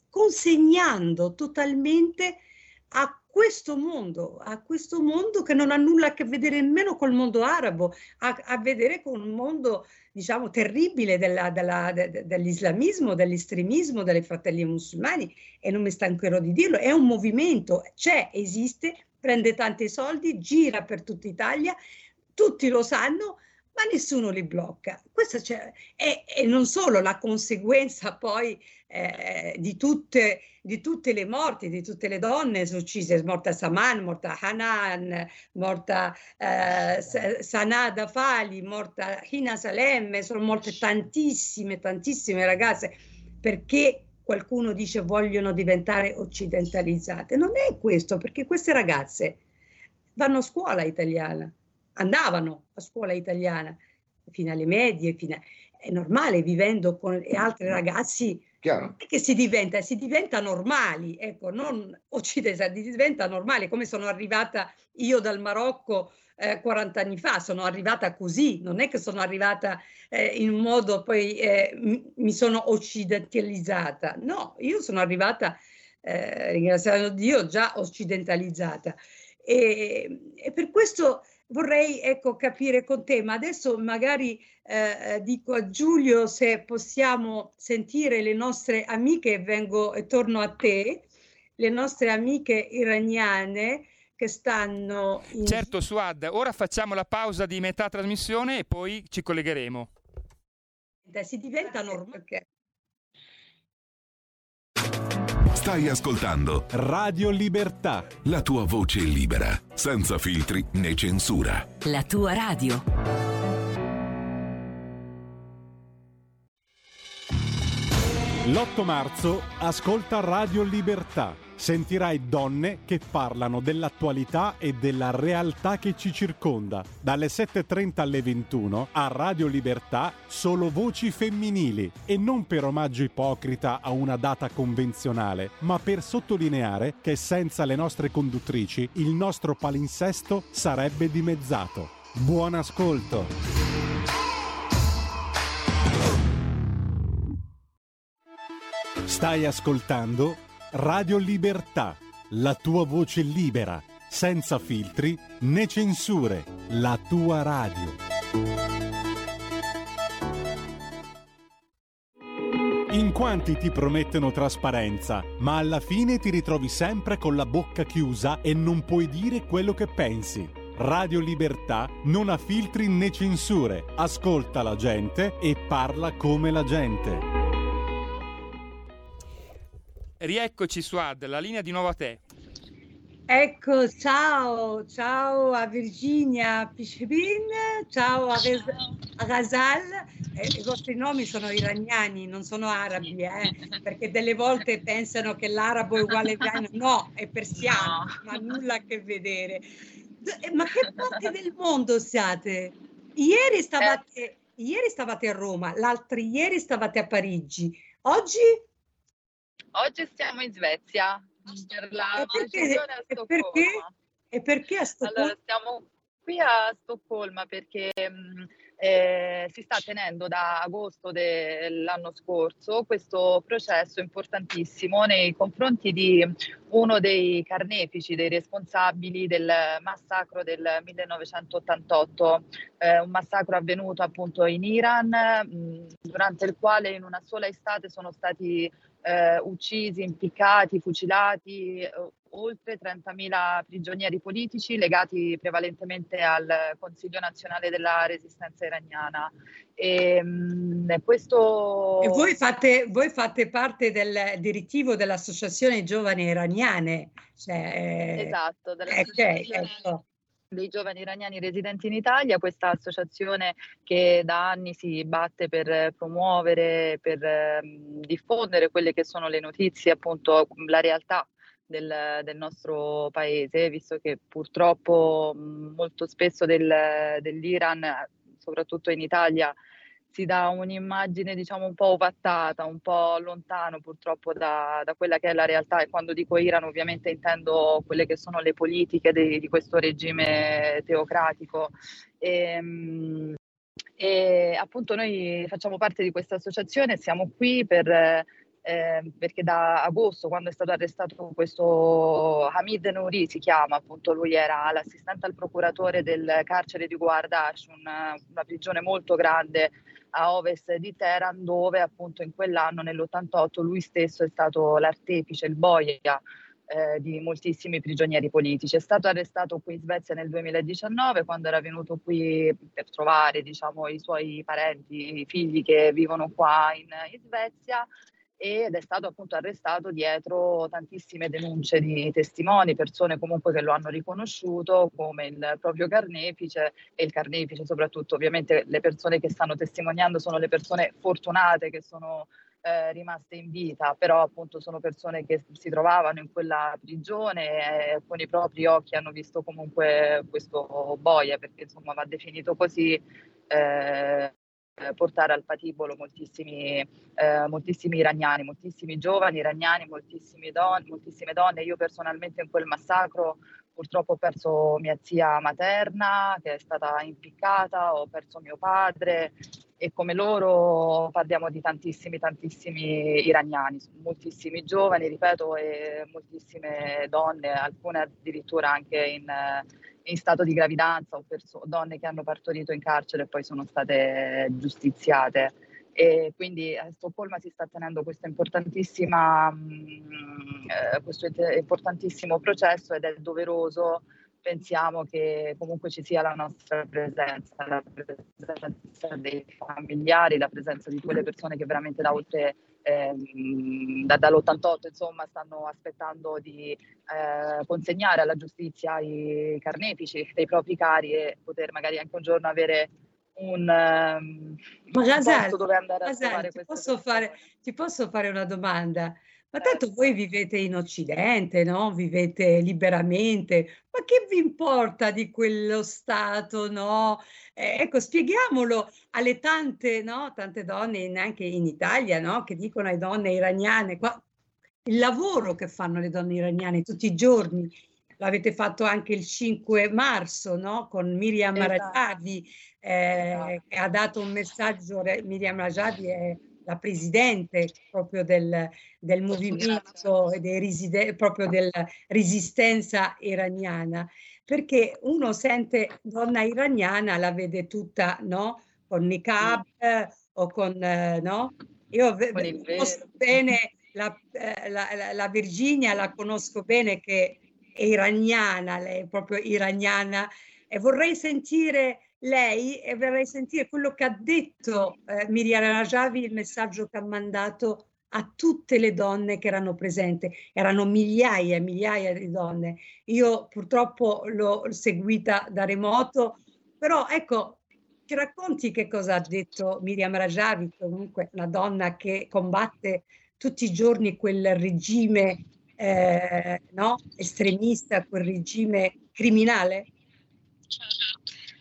consegnando totalmente a questo mondo, a questo mondo che non ha nulla a che vedere nemmeno col mondo arabo, a, a vedere con un mondo, diciamo, terribile della, della, de, dell'islamismo, dell'estremismo, dei fratelli musulmani, e non mi stancherò di dirlo, è un movimento, c'è, esiste, prende tanti soldi, gira per tutta Italia, tutti lo sanno, ma nessuno li blocca. Questo c'è, e, e non solo, la conseguenza poi eh, di, tutte, di tutte le morti, di tutte le donne uccise, è morta Saman, morta Hanan, morta eh, Sanaa Dafali, morta Hina Salem, sono morte tantissime, tantissime ragazze, perché qualcuno dice vogliono diventare occidentalizzate. Non è questo, perché queste ragazze vanno a scuola italiana, andavano a scuola italiana fino alle medie, fino a... è normale, vivendo con altri ragazzi. Chiaro. Che si diventa, si diventa normali, ecco, non occidentali, si diventa normali, come sono arrivata io dal Marocco eh, quaranta anni fa, sono arrivata così, non è che sono arrivata eh, in un modo poi eh, mi, mi sono occidentalizzata, no, io sono arrivata, eh, ringraziando Dio, già occidentalizzata. E, e per questo vorrei, ecco, capire con te, ma adesso magari eh, dico a Giulio se possiamo sentire le nostre amiche, e vengo e torno a te, le nostre amiche iraniane che stanno in... Certo, Suad, ora facciamo la pausa di metà trasmissione e poi ci collegheremo. Si diventa normale. Okay. Stai ascoltando Radio Libertà, la tua voce libera, senza filtri né censura. La tua radio. L'otto marzo ascolta Radio Libertà. Sentirai donne che parlano dell'attualità e della realtà che ci circonda. Dalle sette e trenta alle ventuno a Radio Libertà solo voci femminili, e non per omaggio ipocrita a una data convenzionale, ma per sottolineare che senza le nostre conduttrici il nostro palinsesto sarebbe dimezzato. Buon ascolto! Stai ascoltando Radio Libertà, la tua voce libera, senza filtri né censure, la tua radio. In quanti ti promettono trasparenza, ma alla fine ti ritrovi sempre con la bocca chiusa e non puoi dire quello che pensi. Radio Libertà non ha filtri né censure, ascolta la gente e parla come la gente. Rieccoci, Suad, la linea di nuovo a te. Ecco, ciao, ciao a Virginia Pishbin, ciao a, Rez- a Ghazal. Eh, I vostri nomi sono iraniani, non sono arabi, eh, perché delle volte pensano che l'arabo è uguale a no, è persiano, non ha nulla a che vedere. Ma che parte del mondo siete? Ieri stavate, ieri stavate a Roma, l'altro ieri stavate a Parigi, oggi? Oggi siamo in Svezia per la e perché, e perché, e perché a Stoccolma? Allora, stiamo qui a Stoccolma perché mh, eh, si sta tenendo da agosto dell'anno scorso questo processo importantissimo nei confronti di uno dei carnefici, dei responsabili del massacro del millenovecentottantotto, eh, un massacro avvenuto appunto in Iran, mh, durante il quale in una sola estate sono stati eh, uccisi, impiccati, fucilati eh, oltre trentamila prigionieri politici legati prevalentemente al Consiglio Nazionale della Resistenza Iraniana. E, mh, questo... E voi fate, voi fate parte del direttivo dell'Associazione Giovani Iraniane. Cioè, esatto, dell'associazione okay, ecco. dei giovani iraniani residenti in Italia, questa associazione che da anni si batte per promuovere, per eh, diffondere quelle che sono le notizie, appunto la realtà del, del nostro paese, visto che purtroppo mh, molto spesso del, dell'Iran, soprattutto in Italia, si dà un'immagine diciamo un po' ovattata, un po' lontano purtroppo da, da quella che è la realtà, e quando dico Iran ovviamente intendo quelle che sono le politiche di, di questo regime teocratico. E, e appunto noi facciamo parte di questa associazione, siamo qui per... Eh, perché da agosto, quando è stato arrestato questo Hamid Nouri, si chiama, appunto lui era l'assistente al procuratore del carcere di Guardash, una, una prigione molto grande a ovest di Teheran, dove appunto in quell'anno, nell'ottantotto, lui stesso è stato l'artefice, il boia eh, di moltissimi prigionieri politici. È stato arrestato qui in Svezia nel duemiladiciannove, quando era venuto qui per trovare diciamo i suoi parenti, i figli che vivono qua in, in Svezia, ed è stato appunto arrestato dietro tantissime denunce di testimoni, persone comunque che lo hanno riconosciuto come il proprio carnefice, e il carnefice soprattutto, ovviamente le persone che stanno testimoniando sono le persone fortunate che sono eh, rimaste in vita, però appunto sono persone che si trovavano in quella prigione e con i propri occhi hanno visto comunque questo boia, perché insomma va definito così, eh, portare al patibolo moltissimi, eh, moltissimi iraniani, moltissimi giovani iraniani, moltissime donne, moltissime donne. Io personalmente in quel massacro purtroppo ho perso mia zia materna che è stata impiccata, ho perso mio padre, e come loro parliamo di tantissimi, tantissimi iraniani, moltissimi giovani, ripeto, e moltissime donne, alcune addirittura anche in, in stato di gravidanza, o perso- donne che hanno partorito in carcere e poi sono state giustiziate. E quindi a Stoccolma si sta tenendo questa importantissima, mh, eh, questo importantissimo processo, ed è doveroso, pensiamo, che comunque ci sia la nostra presenza, la presenza dei familiari, la presenza di quelle persone che veramente da oltre eh, da, dall'ottantotto insomma stanno aspettando di eh, consegnare alla giustizia i carnefici dei propri cari, e poter magari anche un giorno avere un, um, Ma un Ghazal, posto dove andare a Ghazal, trovare ti queste posso persone. fare, ti posso fare una domanda? Ma tanto voi vivete in Occidente, no? Vivete liberamente, ma che vi importa di quello Stato, no? Eh, ecco, spieghiamolo alle tante, no? Tante donne, anche in Italia, no? Che dicono alle donne iraniane, qua, il lavoro che fanno le donne iraniane tutti i giorni. L'avete fatto anche il cinque marzo, no? Con Miriam Esatto. Rajavi, eh, che ha dato un messaggio. Miriam Rajavi è la presidente proprio del, del movimento e dei riside, proprio della resistenza iraniana, perché uno sente donna iraniana, la vede tutta, no? Con niqab eh, o con, eh, no? Io conosco bene la, eh, la, la, la Virginia, la conosco bene, che è iraniana, lei è proprio iraniana, e vorrei sentire lei e vorrei sentire quello che ha detto eh, Miriam Rajavi, il messaggio che ha mandato a tutte le donne che erano presenti. Erano migliaia e migliaia di donne. Io purtroppo l'ho seguita da remoto, però ecco, ci racconti che cosa ha detto Miriam Rajavi, comunque una donna che combatte tutti i giorni quel regime eh, no? estremista, quel regime criminale?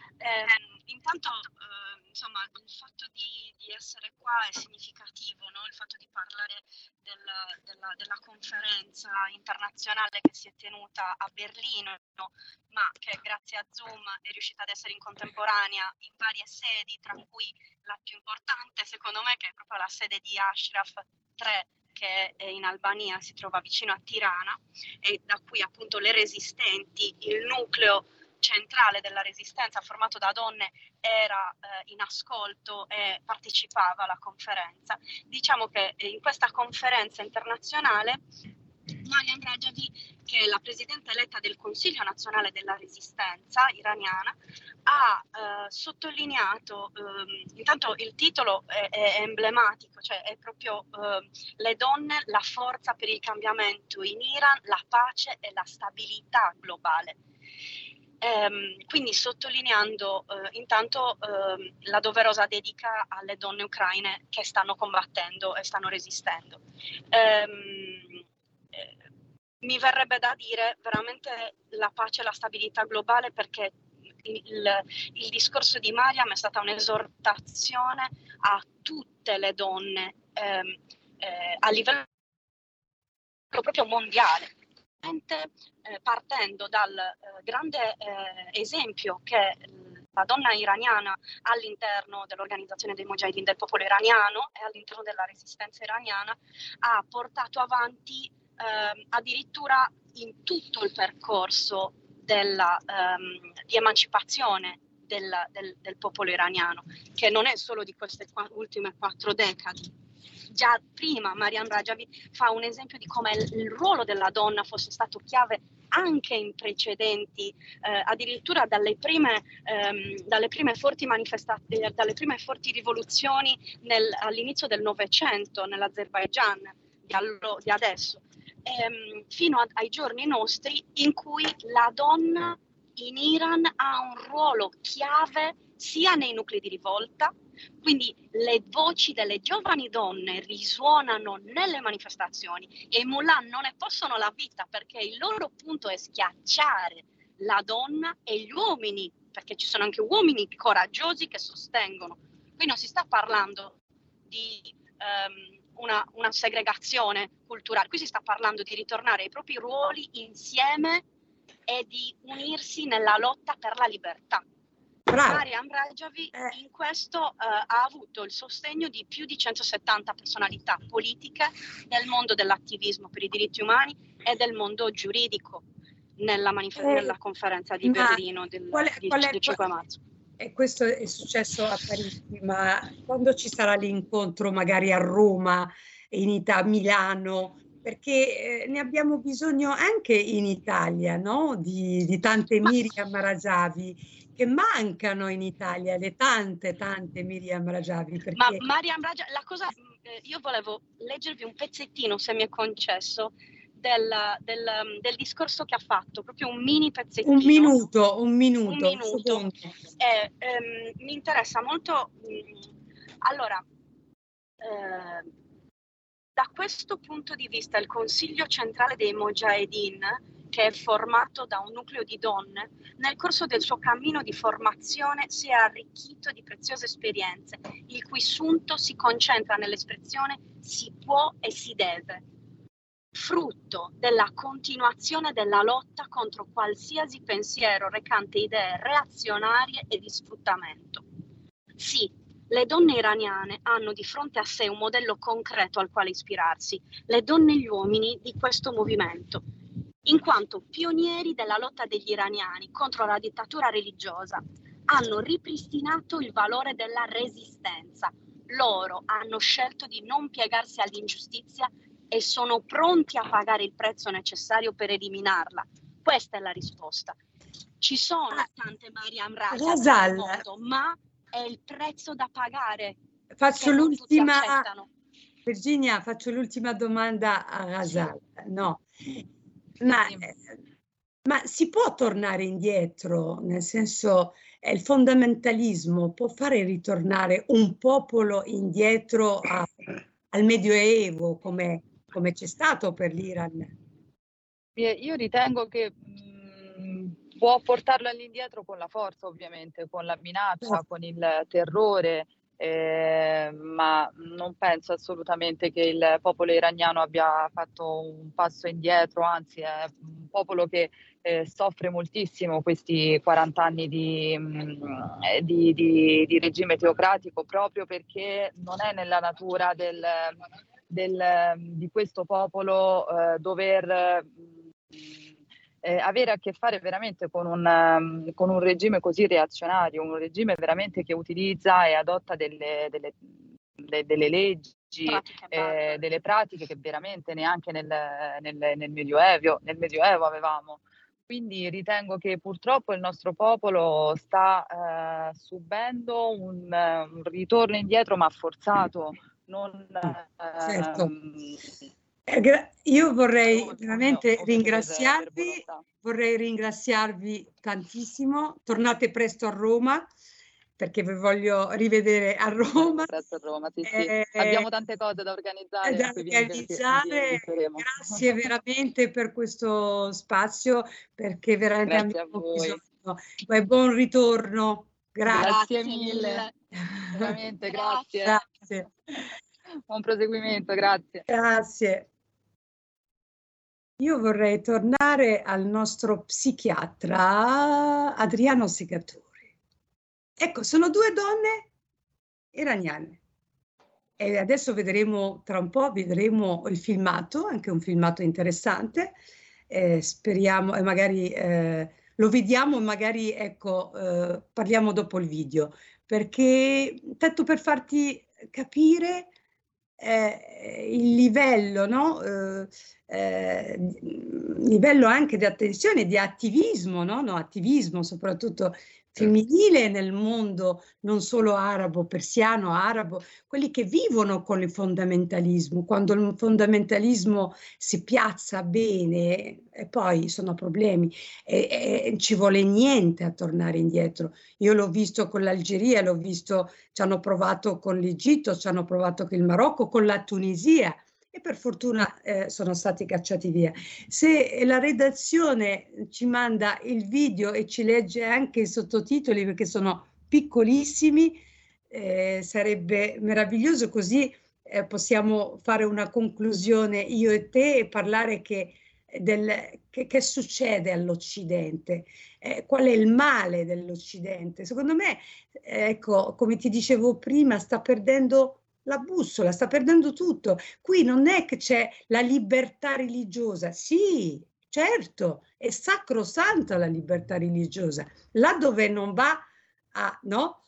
Eh, intanto eh, insomma il fatto di, di essere qua è significativo, no? Il fatto di parlare della, della, della conferenza internazionale che si è tenuta a Berlino, ma che grazie a Zoom è riuscita ad essere in contemporanea in varie sedi, tra cui la più importante secondo me, che è proprio la sede di Ashraf tre, che è in Albania, si trova vicino a Tirana, e da cui appunto le resistenti, il nucleo centrale della resistenza formato da donne era eh, in ascolto e partecipava alla conferenza. Diciamo che in questa conferenza internazionale Mariam Rajavi, che è la presidente eletta del Consiglio Nazionale della Resistenza iraniana, ha eh, sottolineato, eh, intanto il titolo è, è emblematico, cioè è proprio eh, le donne, la forza per il cambiamento in Iran, la pace e la stabilità globale. Ehm, quindi sottolineando eh, intanto eh, la doverosa dedica alle donne ucraine che stanno combattendo e stanno resistendo. Ehm, eh, mi verrebbe da dire veramente la pace e la stabilità globale, perché il, il discorso di Mariam è stata un'esortazione a tutte le donne ehm, eh, a livello proprio mondiale. Eh, partendo dal eh, grande eh, esempio che la donna iraniana all'interno dell'organizzazione dei Mujahideen del popolo iraniano e all'interno della resistenza iraniana ha portato avanti eh, addirittura in tutto il percorso della, ehm, di emancipazione del, del, del popolo iraniano, che non è solo di queste qua, ultime quattro decadi. Già prima Mariam Rajavi fa un esempio di come il, il ruolo della donna fosse stato chiave anche in precedenti, eh, addirittura dalle prime, ehm, dalle prime forti manifestazioni, dalle prime forti rivoluzioni nel, all'inizio del Novecento nell'Azerbaigian di, allo, di adesso, ehm, fino a, ai giorni nostri, in cui la donna in Iran ha un ruolo chiave sia nei nuclei di rivolta. Quindi le voci delle giovani donne risuonano nelle manifestazioni e i mullah non ne possono la vita, perché il loro punto è schiacciare la donna e gli uomini, perché ci sono anche uomini coraggiosi che sostengono. Qui non si sta parlando di um, una, una segregazione culturale, qui si sta parlando di ritornare ai propri ruoli insieme e di unirsi nella lotta per la libertà. Bravo. Mariam Rajavi in questo eh, ha avuto il sostegno di più di centosettanta personalità politiche del mondo dell'attivismo per i diritti umani e del mondo giuridico nella, manif- eh, nella conferenza di Berlino del, qual è, di, qual è, del cinque marzo. E questo è successo a Parigi, ma quando ci sarà l'incontro magari a Roma, in Italia, a Milano, perché eh, ne abbiamo bisogno anche in Italia, no? Di, di tante Mariam Rajavi che mancano in Italia, le tante, tante Mariam Rajavi. Perché... Ma Mariam Rajavi, la cosa, eh, io volevo leggervi un pezzettino, se mi è concesso, del, del, del discorso che ha fatto, proprio un mini pezzettino. Un minuto, un minuto. Un minuto. Un eh, ehm, mi interessa molto. Mh, allora, eh, da questo punto di vista, il Consiglio centrale dei Mujahideen, che è formato da un nucleo di donne, nel corso del suo cammino di formazione si è arricchito di preziose esperienze, il cui sunto si concentra nell'espressione si può e si deve, frutto della continuazione della lotta contro qualsiasi pensiero recante idee reazionarie e di sfruttamento. Sì, le donne iraniane hanno di fronte a sé un modello concreto al quale ispirarsi, le donne e gli uomini di questo movimento, in quanto pionieri della lotta degli iraniani contro la dittatura religiosa, hanno ripristinato il valore della resistenza. Loro hanno scelto di non piegarsi all'ingiustizia e sono pronti a pagare il prezzo necessario per eliminarla. Questa è la risposta. Ci sono tante Mariam Rajavi nel mondo, ma è il prezzo da pagare. Faccio l'ultima, Virginia, faccio l'ultima domanda a Ghazal. No. Ma, ma si può tornare indietro, nel senso eh, il fondamentalismo può fare ritornare un popolo indietro a, al Medioevo come, come c'è stato per l'Iran? Io ritengo che mh, può portarlo all'indietro con la forza, ovviamente, con la minaccia, con il terrore, Eh, ma non penso assolutamente che il popolo iraniano abbia fatto un passo indietro, anzi è un popolo che eh, soffre moltissimo questi quaranta anni di, mh, di, di, di regime teocratico, proprio perché non è nella natura del, del, di questo popolo eh, dover Eh, avere a che fare veramente con un, um, con un regime così reazionario, un regime veramente che utilizza e adotta delle, delle, de, delle leggi, eh, delle pratiche che veramente neanche nel, nel, nel, Medioevo, nel Medioevo avevamo. Quindi ritengo che purtroppo il nostro popolo sta uh, subendo un, un ritorno indietro, ma forzato. Non, Certo. um, Eh, gra- Io vorrei veramente ringraziarvi, vorrei ringraziarvi tantissimo. Tornate presto a Roma perché vi voglio rivedere a Roma. Presto a Roma, sì, sì. Eh, Abbiamo tante cose da organizzare. da quindi vi- vi- organizzare. vi faremo. Grazie veramente per questo spazio perché veramente Grazie a abbiamo voi. bisogno. Beh, buon ritorno. Grazie Grazie. mille. Veramente, grazie. Grazie. Buon proseguimento, grazie. Grazie. Io vorrei tornare al nostro psichiatra Adriano Segatori. Ecco, sono due donne iraniane. E adesso vedremo, tra un po' vedremo il filmato, anche un filmato interessante. Eh, speriamo e magari eh, lo vediamo e magari ecco, eh, parliamo dopo il video, perché tanto per farti capire eh, il livello, no? Eh, eh, livello anche di attenzione, di attivismo, no? No, attivismo soprattutto femminile nel mondo, non solo arabo, persiano, arabo, quelli che vivono con il fondamentalismo, quando il fondamentalismo si piazza bene e poi sono problemi e, e ci vuole niente a tornare indietro. Io l'ho visto con l'Algeria, l'ho visto, ci hanno provato con l'Egitto, ci hanno provato con il Marocco, con la Tunisia e per fortuna eh, sono stati cacciati via. Se la redazione ci manda il video e ci legge anche i sottotitoli perché sono piccolissimi, eh, sarebbe meraviglioso, così eh, possiamo fare una conclusione io e te e parlare che, del, che, che succede all'Occidente, eh, qual è il male dell'Occidente. Secondo me, ecco, come ti dicevo prima, sta perdendo la bussola, sta perdendo tutto. Qui non è che c'è la libertà religiosa, sì, certo, è sacrosanta la libertà religiosa, là dove non va a, no,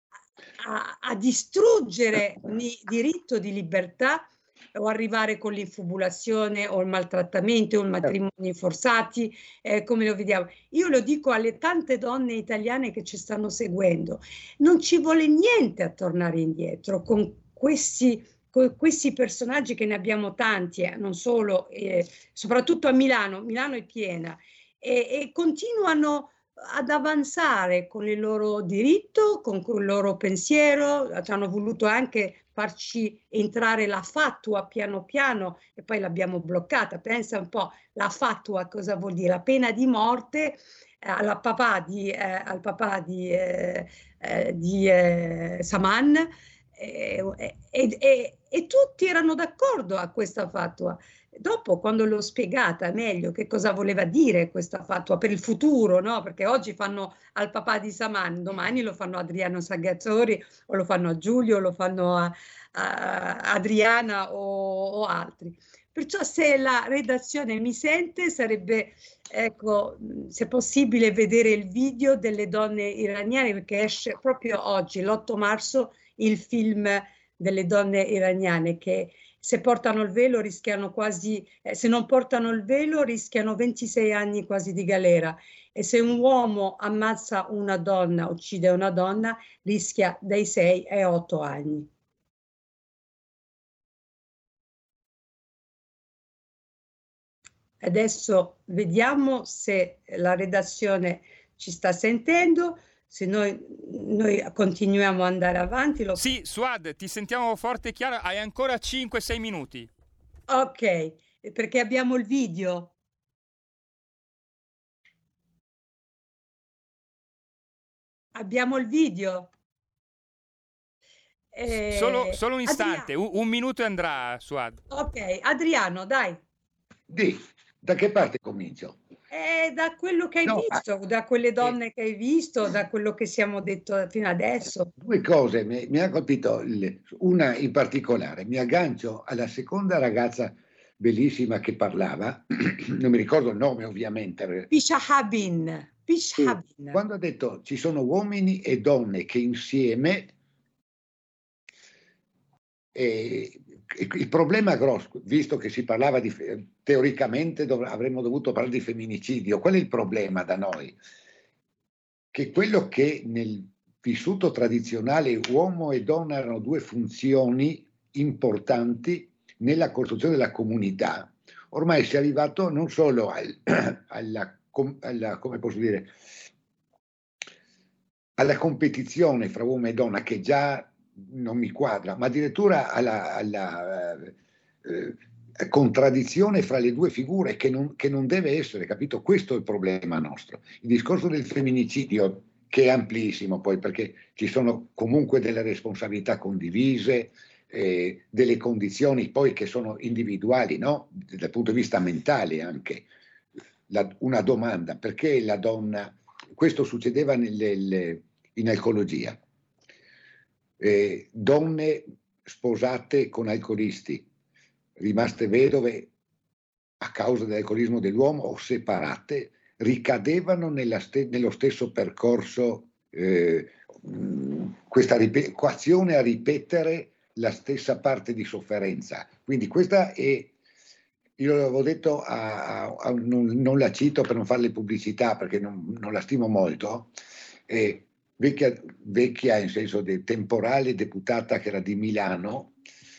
a, a distruggere il diritto di libertà o arrivare con l'infibulazione o il maltrattamento o i matrimoni forzati, eh, come lo vediamo. Io lo dico alle tante donne italiane che ci stanno seguendo, non ci vuole niente a tornare indietro con questi, con questi personaggi che ne abbiamo tanti, eh, non solo, eh, soprattutto a Milano, Milano è piena, e, e continuano ad avanzare con il loro diritto, con il loro pensiero, ci hanno voluto anche farci entrare la fatwa piano piano e poi l'abbiamo bloccata. Pensa un po', la fatwa cosa vuol dire? La pena di morte eh, alla papà di, eh, al papà di, eh, eh, di eh, Saman, E, e, e, e tutti erano d'accordo a questa fatwa. Dopo, quando l'ho spiegata meglio che cosa voleva dire questa fatwa per il futuro, no? Perché oggi fanno al papà di Saman, domani lo fanno a Adriano Sagazori o lo fanno a Giulio, o lo fanno a, a Adriana o, o altri. Perciò se la redazione mi sente, sarebbe, ecco, se possibile, vedere il video delle donne iraniane, perché esce proprio oggi, l'otto marzo, il film delle donne iraniane che se portano il velo rischiano quasi, eh, se non portano il velo rischiano ventisei anni quasi di galera, e se un uomo ammazza una donna, uccide una donna, rischia dai sei ai otto anni. Adesso vediamo se la redazione ci sta sentendo. Se noi, noi continuiamo ad andare avanti... Lo... Sì, Suad, ti sentiamo forte e chiaro, hai ancora cinque sei minuti. Ok, perché abbiamo il video. Abbiamo il video. Eh, Solo, solo un istante, Adriano. un, un minuto e andrà, Suad. Ok, Adriano, dai. Di, da che parte comincio? Eh, da quello che hai No, visto, da quelle donne che hai visto, da quello che siamo detto fino adesso. Due cose mi, mi ha colpito, il- una in particolare, mi aggancio alla seconda ragazza bellissima che parlava, non mi ricordo il nome ovviamente, perché- Pishahabin. Pishahabin. quando ha detto ci sono uomini e donne che insieme, eh, il problema grosso, visto che si parlava di, teoricamente dov- avremmo dovuto parlare di femminicidio, qual è il problema da noi? Che quello che nel vissuto tradizionale uomo e donna erano due funzioni importanti nella costruzione della comunità, ormai si è arrivato non solo al, alla, alla, come posso dire, alla competizione fra uomo e donna, che già non mi quadra, ma addirittura alla, alla eh, eh, contraddizione fra le due figure che non, che non deve essere, capito? Questo è il problema nostro. Il discorso del femminicidio, che è amplissimo poi, perché ci sono comunque delle responsabilità condivise, eh, delle condizioni poi che sono individuali, no? Dal punto di vista mentale anche. La, una domanda, perché la donna, questo succedeva nelle, in alcologia, eh, donne sposate con alcolisti, rimaste vedove a causa dell'alcolismo dell'uomo o separate, ricadevano nella ste- nello stesso percorso, eh, questa rip- equazione a ripetere la stessa parte di sofferenza. Quindi questa è, io l'avevo detto, a, a, a, non, non la cito per non farle pubblicità perché non, non la stimo molto, eh, vecchia, vecchia in senso di temporale deputata che era di Milano,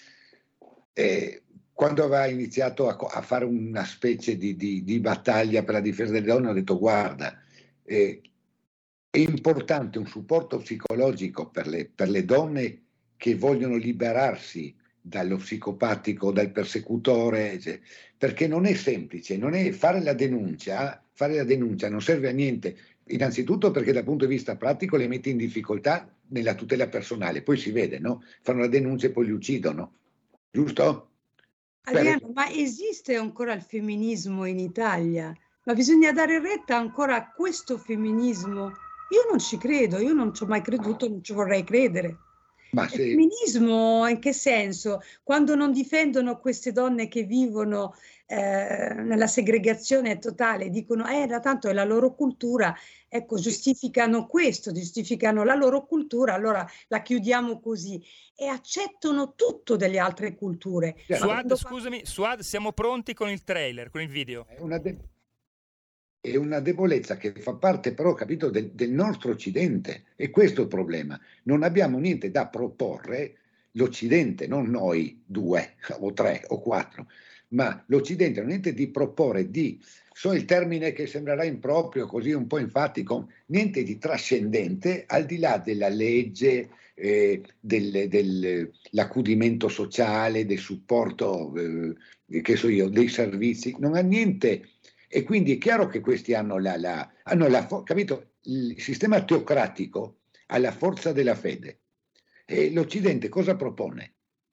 eh, quando aveva iniziato a, a fare una specie di, di, di battaglia per la difesa delle donne, ho detto guarda, eh, è importante un supporto psicologico per le, per le donne che vogliono liberarsi dallo psicopatico, dal persecutore, cioè, perché non è semplice, non è fare la denuncia, fare la denuncia non serve a niente, innanzitutto perché dal punto di vista pratico le mette in difficoltà nella tutela personale, poi si vede, no? Fanno la denuncia e poi li uccidono, giusto? Adriano, ma esiste ancora il femminismo in Italia? Ma bisogna dare retta ancora a questo femminismo? Io non ci credo, io non ci ho mai creduto, non ci vorrei credere. Ma Il se... femminismo in che senso? Quando non difendono queste donne che vivono eh, nella segregazione totale, dicono eh, da tanto è la loro cultura, ecco, giustificano questo, giustificano la loro cultura, allora la chiudiamo così e accettano tutto delle altre culture. Suad, Quando... scusami, Suad, siamo pronti con il trailer, con il video. È una, de- è una debolezza che fa parte però, capito, del, del nostro Occidente, e questo è il problema. Non abbiamo niente da proporre, l'Occidente, non noi due o tre o quattro, ma l'Occidente non ha niente di proporre, di, so il termine che sembrerà improprio, così un po' enfatico, niente di trascendente al di là della legge, eh, del, dell'accudimento sociale, del supporto, eh, che so io, dei servizi, non ha niente. E quindi è chiaro che questi hanno la, la, hanno la capito, il sistema teocratico ha la forza della fede. E l'Occidente cosa propone?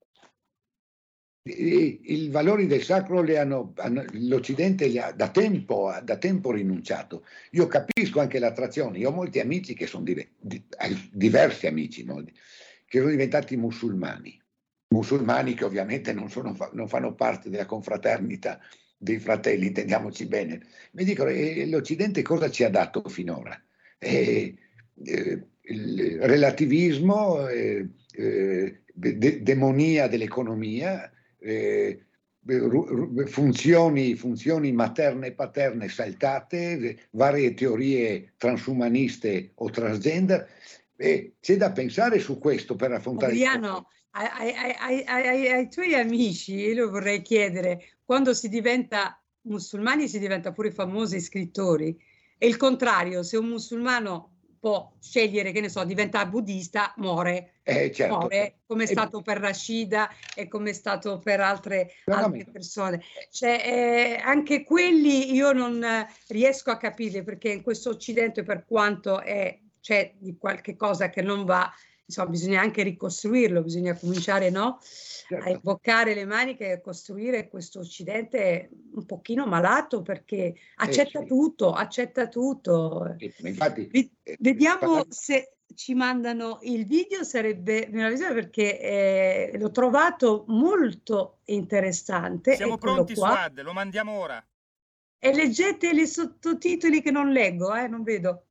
I, i valori del sacro li hanno, hanno, l'Occidente li ha da tempo, da tempo rinunciato. Io capisco anche l'attrazione, io ho molti amici che sono di, di, diversi amici, no? Che sono diventati musulmani, musulmani che ovviamente non, sono, non fanno parte della confraternita dei fratelli, intendiamoci bene. Mi dicono, eh, l'Occidente cosa ci ha dato finora? Eh, eh, il relativismo, eh, eh, de- demonia dell'economia, eh, funzioni, funzioni materne e paterne saltate, varie teorie transumaniste o transgender. Eh, c'è da pensare su questo per affrontare Adriano, ai, ai, ai, ai tuoi amici, io lo vorrei chiedere, quando si diventa musulmani si diventa pure famosi scrittori, e il contrario, se un musulmano può scegliere, che ne so, diventa buddista, muore, eh, certo. muore, come è E... stato per Rashida e come è stato per altre, altre persone. Cioè, eh, anche quelli io non riesco a capire, perché in questo Occidente, per quanto è, c'è di qualche cosa che non va, insomma, bisogna anche ricostruirlo, bisogna cominciare, no, certo, a imboccare le maniche e a costruire questo Occidente un pochino malato, perché accetta eh, sì. tutto, accetta tutto. Sì, infatti, v- vediamo se ci mandano il video, sarebbe meraviglioso, perché eh, l'ho trovato molto interessante. Siamo Eccolo pronti, qua. Suad, lo mandiamo ora. E leggete i sottotitoli che non leggo, eh, non vedo.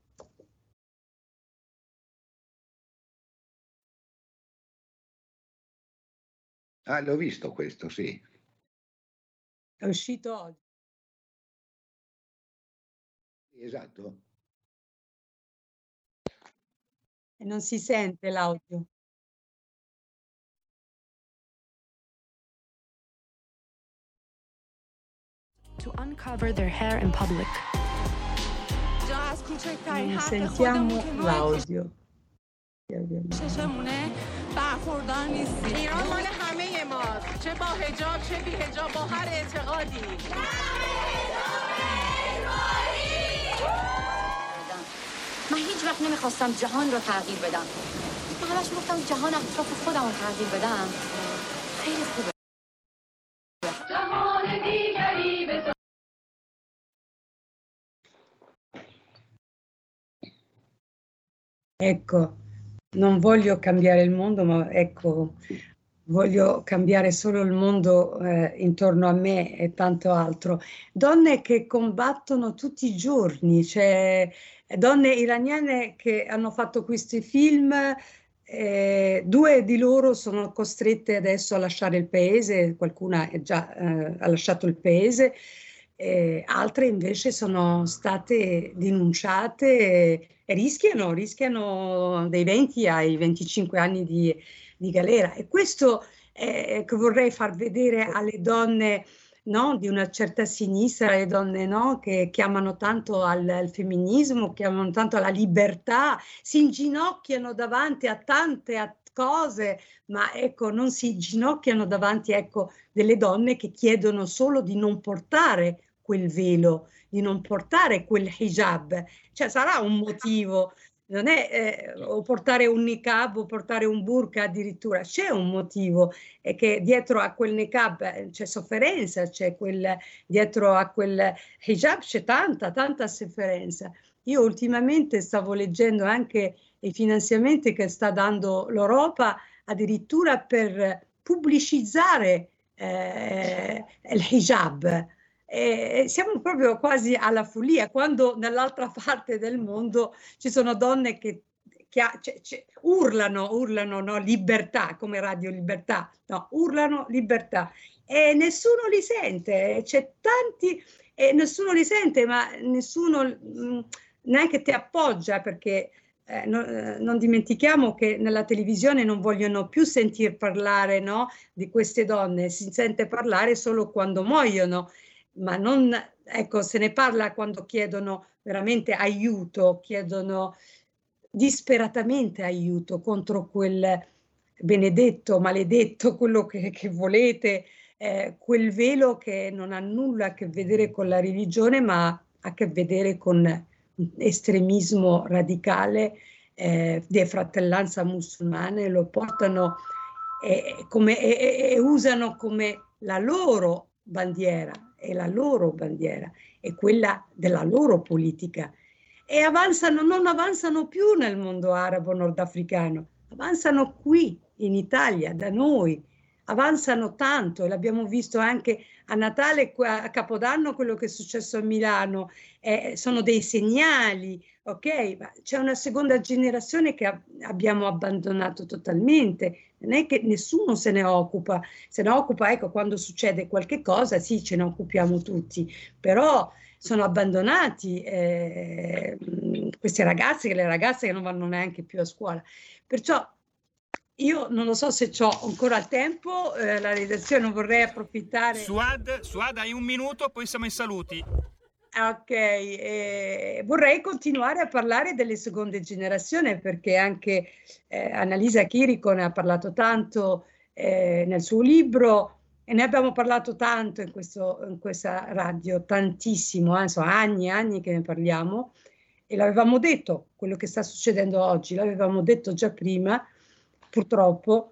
Ah, l'ho visto questo, sì. È uscito oggi. Esatto. E non si sente l'audio. To uncover their hair in public. Non sentiamo l'audio. چشمونه برخوردار نیستی. ایران مال همه ماست، چه با حجاب چه بی حجاب، با هر اعتقادی. من هیچ وقت نمیخواستم جهان رو تغییر بدم. من همش گفتم جهان اطراف خودم رو تغییر بدم. خیلی خوبه. جهان دیگری به Ecco, non voglio cambiare il mondo, ma ecco, voglio cambiare solo il mondo eh, intorno a me e tanto altro. Donne che combattono tutti i giorni, cioè donne iraniane che hanno fatto questi film, eh, due di loro sono costrette adesso a lasciare il paese, qualcuna è già eh, ha lasciato il paese, eh, altre invece sono state denunciate e, e rischiano, rischiano dai venti ai venticinque anni di, di galera. E questo eh, che vorrei far vedere alle donne, no, di una certa sinistra, le donne, no, che chiamano tanto al, al femminismo, chiamano tanto alla libertà, si inginocchiano davanti a tante a cose, ma ecco, non si inginocchiano davanti, ecco, delle donne che chiedono solo di non portare quel velo, di non portare quel hijab. Cioè sarà un motivo, non è eh, o portare un niqab o portare un burqa, addirittura c'è un motivo, è che dietro a quel niqab c'è sofferenza, c'è quel, dietro a quel hijab c'è tanta, tanta sofferenza. Io ultimamente stavo leggendo anche i finanziamenti che sta dando l'Europa addirittura per pubblicizzare eh, il hijab. Eh, siamo proprio quasi alla follia, quando nell'altra parte del mondo ci sono donne che, che ha, c- c- urlano, urlano no, libertà, come Radio Libertà, no, urlano libertà e nessuno li sente, c'è tanti e nessuno li sente, ma nessuno mh, neanche ti appoggia, perché eh, no, eh, non dimentichiamo che nella televisione non vogliono più sentir parlare, no, di queste donne, si sente parlare solo quando muoiono. Ma non, ecco, se ne parla quando chiedono veramente aiuto, chiedono disperatamente aiuto contro quel benedetto, maledetto, quello che, che volete, eh, quel velo che non ha nulla a che vedere con la religione, ma ha a che vedere con estremismo radicale eh, di fratellanza musulmane, lo portano eh, come, e, e usano come la loro bandiera. È la loro bandiera, è quella della loro politica, e avanzano, non avanzano più nel mondo arabo nordafricano, avanzano qui in Italia, da noi, avanzano tanto, e l'abbiamo visto anche a Natale, a Capodanno, quello che è successo a Milano, eh, sono dei segnali, ok? Ma c'è una seconda generazione che a- abbiamo abbandonato totalmente, non è che nessuno se ne occupa, se ne occupa, ecco, quando succede qualche cosa, sì, ce ne occupiamo tutti, però sono abbandonati eh, questi ragazzi, le ragazze che non vanno neanche più a scuola. Perciò io non lo so se ho ancora il tempo, eh, la redazione, non vorrei approfittare. Suad, Suad, hai un minuto, poi siamo ai saluti. Ok, eh, vorrei continuare a parlare delle seconde generazioni, perché anche eh, Annalisa Chirico ne ha parlato tanto eh, nel suo libro, e ne abbiamo parlato tanto in, questo, in questa radio, tantissimo, eh, sono anni e anni che ne parliamo, e l'avevamo detto, quello che sta succedendo oggi, l'avevamo detto già prima, purtroppo,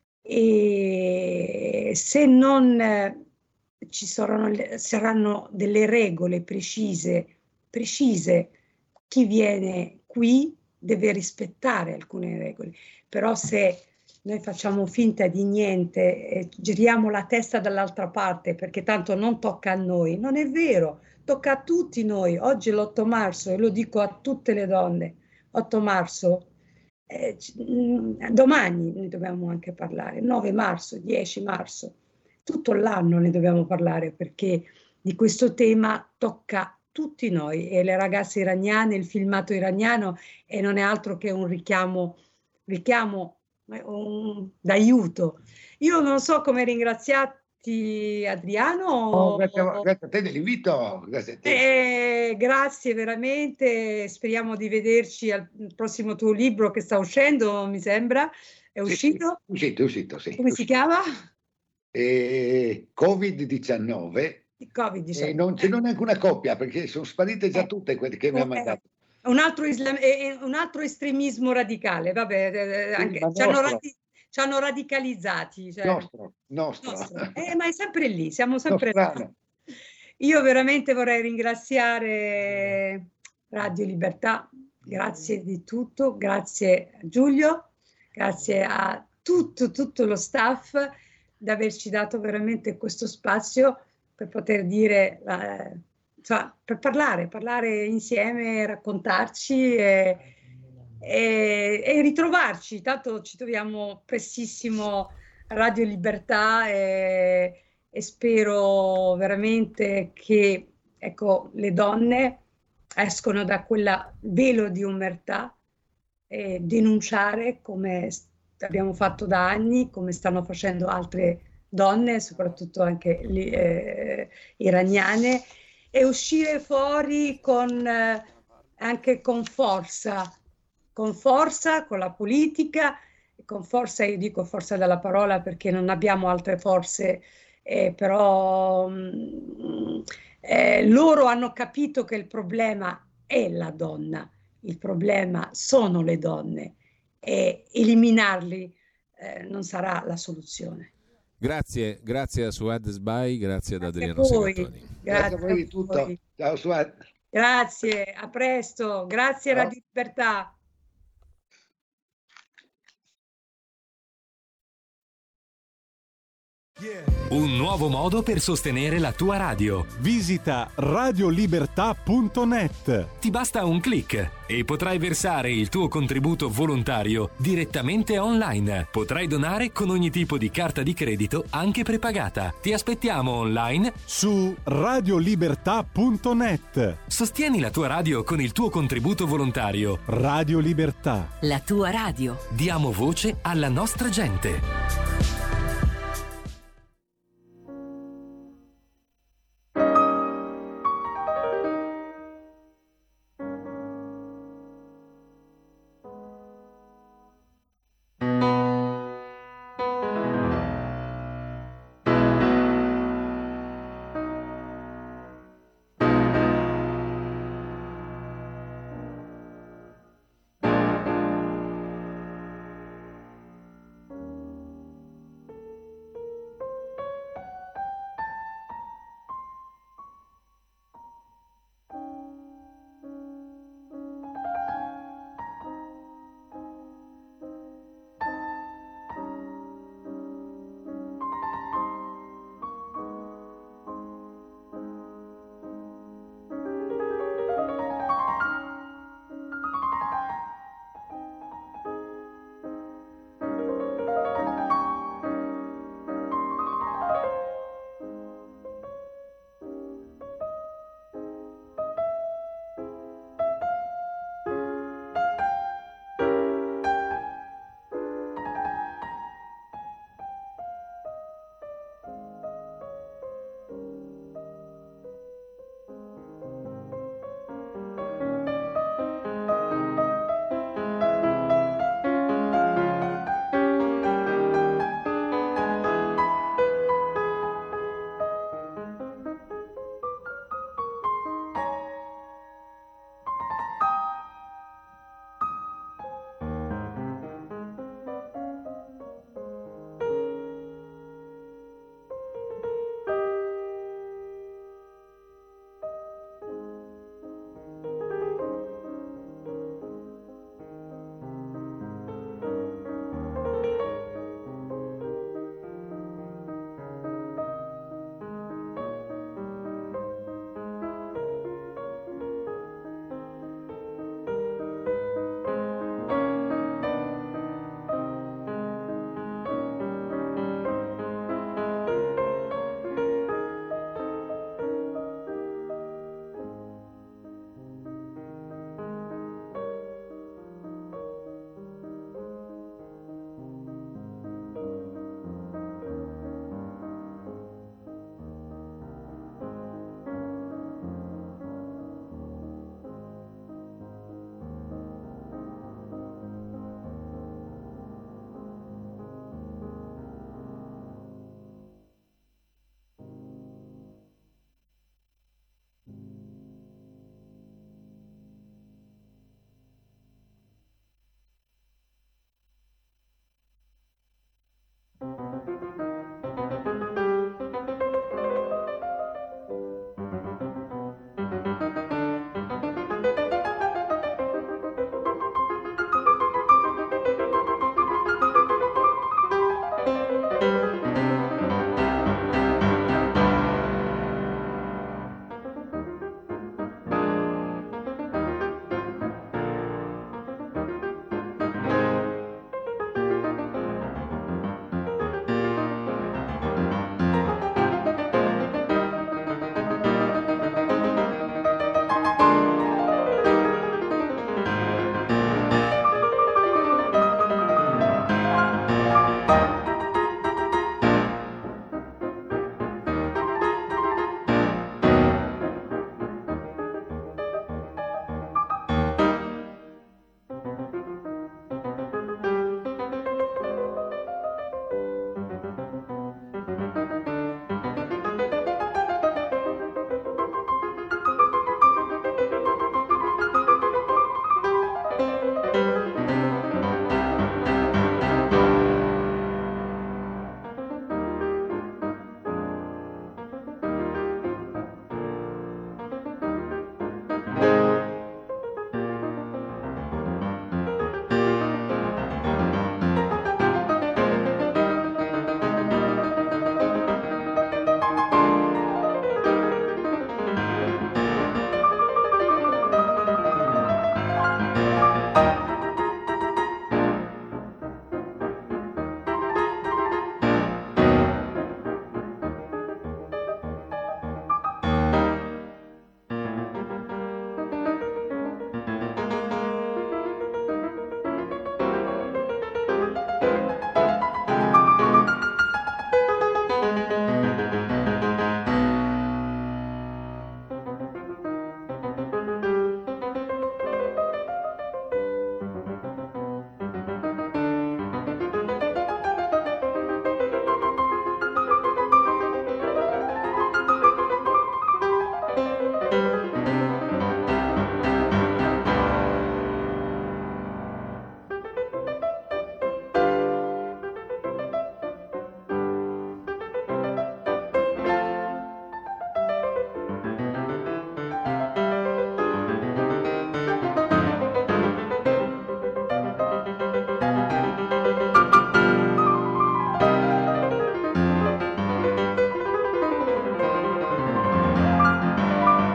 e se non eh, ci saranno, saranno delle regole precise, precise, chi viene qui deve rispettare alcune regole, però se noi facciamo finta di niente e giriamo la testa dall'altra parte perché tanto non tocca a noi, non è vero, tocca a tutti noi. Oggi è l'otto marzo e lo dico a tutte le donne, otto marzo, eh, domani ne dobbiamo anche parlare, nove marzo, dieci marzo, tutto l'anno ne dobbiamo parlare perché di questo tema tocca tutti noi e le ragazze iraniane, il filmato iraniano e non è altro che un richiamo, richiamo un, d'aiuto. Io non so come ringraziarti, Adriano. Oh, grazie, a, grazie a te dell'invito. Grazie, a te. Eh, grazie veramente. Speriamo di vederci al prossimo tuo libro che sta uscendo, mi sembra. È uscito? Sì, sì, uscito, è uscito, sì. Come uscito. si chiama? Eh, covid diciannove. covid diciannove. E non c'è neanche una coppia perché sono sparite già tutte quelle che mi ha mandato. Un altro, islam, eh, un altro estremismo radicale, vabbè, eh, anche, sì, ci, hanno radi, ci hanno radicalizzati. Cioè, nostro, nostro. nostro. Eh, ma è sempre lì, siamo sempre lì. Io veramente vorrei ringraziare Radio Libertà, grazie di tutto, grazie a Giulio, grazie a tutto, tutto lo staff di averci dato veramente questo spazio per poter dire... Eh, Cioè, per parlare, parlare insieme, raccontarci e, e, e ritrovarci. Tanto ci troviamo prestissimo a Radio Libertà e, e spero veramente che ecco, le donne escono da quel velo di omertà e denunciare come abbiamo fatto da anni, come stanno facendo altre donne, soprattutto anche eh, iraniane, e uscire fuori con, eh, anche con forza, con forza, con la politica, con forza, io dico forza della parola perché non abbiamo altre forze, eh, però mh, eh, loro hanno capito che il problema è la donna, il problema sono le donne e eliminarli eh, non sarà la soluzione. Grazie, grazie a Suad Sbai, grazie ad Grazie Adriano a voi. Segatoni. Grazie, grazie a voi di tutto. Voi. Ciao Suad. Grazie, a presto. Grazie Ciao. Radio Libertà. Un nuovo modo per sostenere la tua radio. Visita radiolibertà punto net. Ti basta un click e potrai versare il tuo contributo volontario direttamente online. Potrai donare con ogni tipo di carta di credito, anche prepagata. Ti aspettiamo online su radiolibertà punto net. Sostieni la tua radio con il tuo contributo volontario. Radio Libertà. La tua radio. Diamo voce alla nostra gente.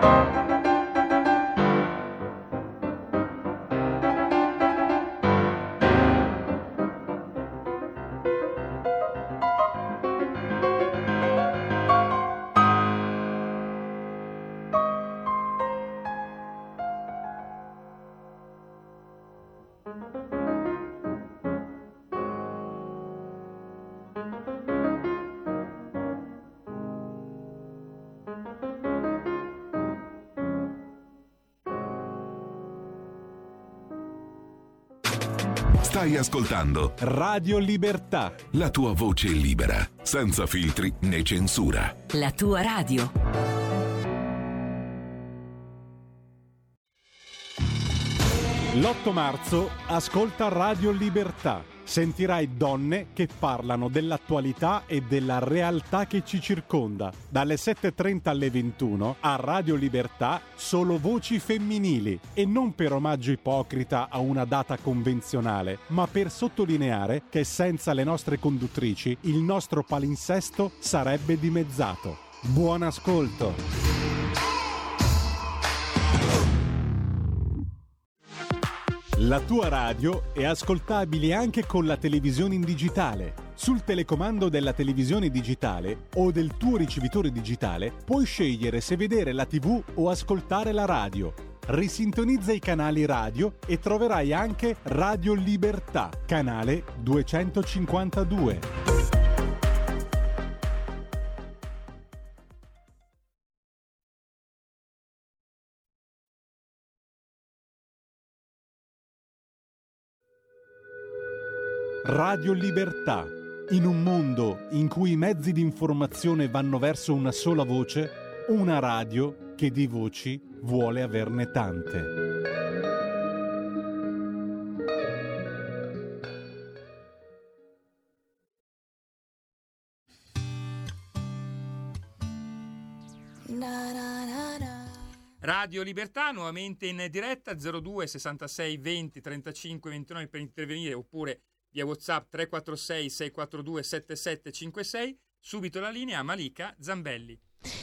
Stai ascoltando Radio Libertà. La tua voce libera, senza filtri né censura. La tua radio. L'otto marzo ascolta Radio Libertà. Sentirai donne che parlano dell'attualità e della realtà che ci circonda. Dalle sette e trenta alle ventuno a Radio Libertà solo voci femminili, e non per omaggio ipocrita a una data convenzionale, ma per sottolineare che senza le nostre conduttrici il nostro palinsesto sarebbe dimezzato. Buon ascolto! La tua radio è ascoltabile anche con la televisione in digitale. Sul telecomando della televisione digitale o del tuo ricevitore digitale puoi scegliere se vedere la tivù o ascoltare la radio. Risintonizza i canali radio e troverai anche Radio Libertà, canale duecentocinquantadue. Radio Libertà. In un mondo in cui i mezzi di informazione vanno verso una sola voce, una radio che di voci vuole averne tante. Radio Libertà nuovamente in diretta zero due sessantasei venti trentacinque ventinove per intervenire, oppure via WhatsApp tre quattro sei sei quattro due sette sette cinque sei. Subito la linea a Malika Zambelli.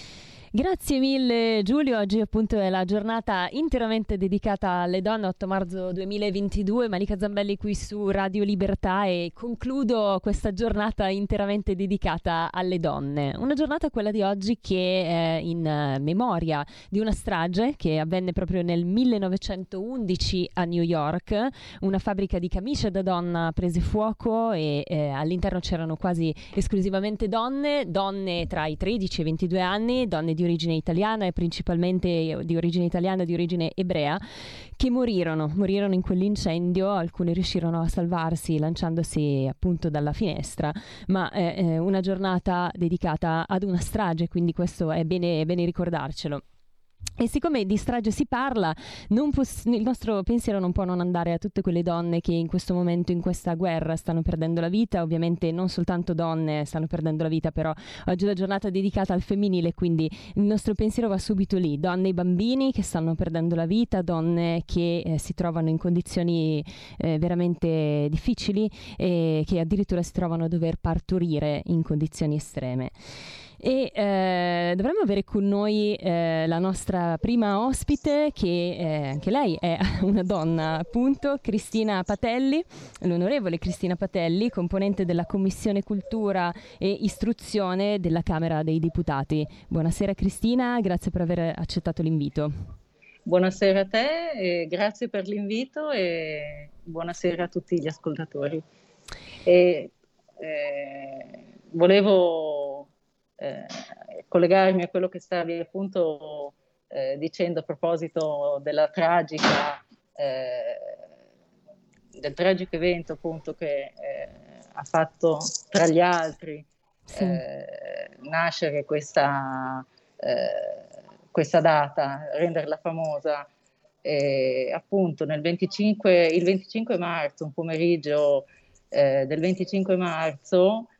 Grazie mille Giulio, oggi appunto è la giornata interamente dedicata alle donne, otto marzo duemilaventidue, Malika Zambelli qui su Radio Libertà, e concludo questa giornata interamente dedicata alle donne. Una giornata, quella di oggi, che è in memoria di una strage che avvenne proprio nel millenovecentoundici a New York. Una fabbrica di camicie da donna prese fuoco e eh, all'interno c'erano quasi esclusivamente donne, donne tra i tredici e i ventidue anni, donne di origine italiana e principalmente di origine italiana e di origine ebrea, che morirono, morirono in quell'incendio. Alcune riuscirono a salvarsi lanciandosi appunto dalla finestra, ma è eh, una giornata dedicata ad una strage, quindi questo è bene, è bene ricordarcelo. E siccome di strage si parla, non poss- il nostro pensiero non può non andare a tutte quelle donne che in questo momento, in questa guerra, stanno perdendo la vita. Ovviamente non soltanto donne stanno perdendo la vita, però oggi è la giornata dedicata al femminile, quindi il nostro pensiero va subito lì. Donne e bambini che stanno perdendo la vita, donne che eh, si trovano in condizioni eh, veramente difficili e che addirittura si trovano a dover partorire in condizioni estreme. E eh, dovremmo avere con noi eh, la nostra prima ospite, che eh, anche lei è una donna, appunto, Cristina Patelli, l'onorevole Cristina Patelli, componente della Commissione Cultura e Istruzione della Camera dei Deputati. Buonasera Cristina, grazie per aver accettato l'invito. Buonasera a te, e grazie per l'invito e buonasera a tutti gli ascoltatori. E, eh, volevo Eh, collegarmi a quello che stavi appunto eh, dicendo a proposito della tragica eh, del tragico evento appunto che eh, ha fatto tra gli altri sì. eh, nascere questa, eh, questa data, renderla famosa. E appunto nel venticinque, il venticinque marzo, un pomeriggio eh, del venticinque marzo,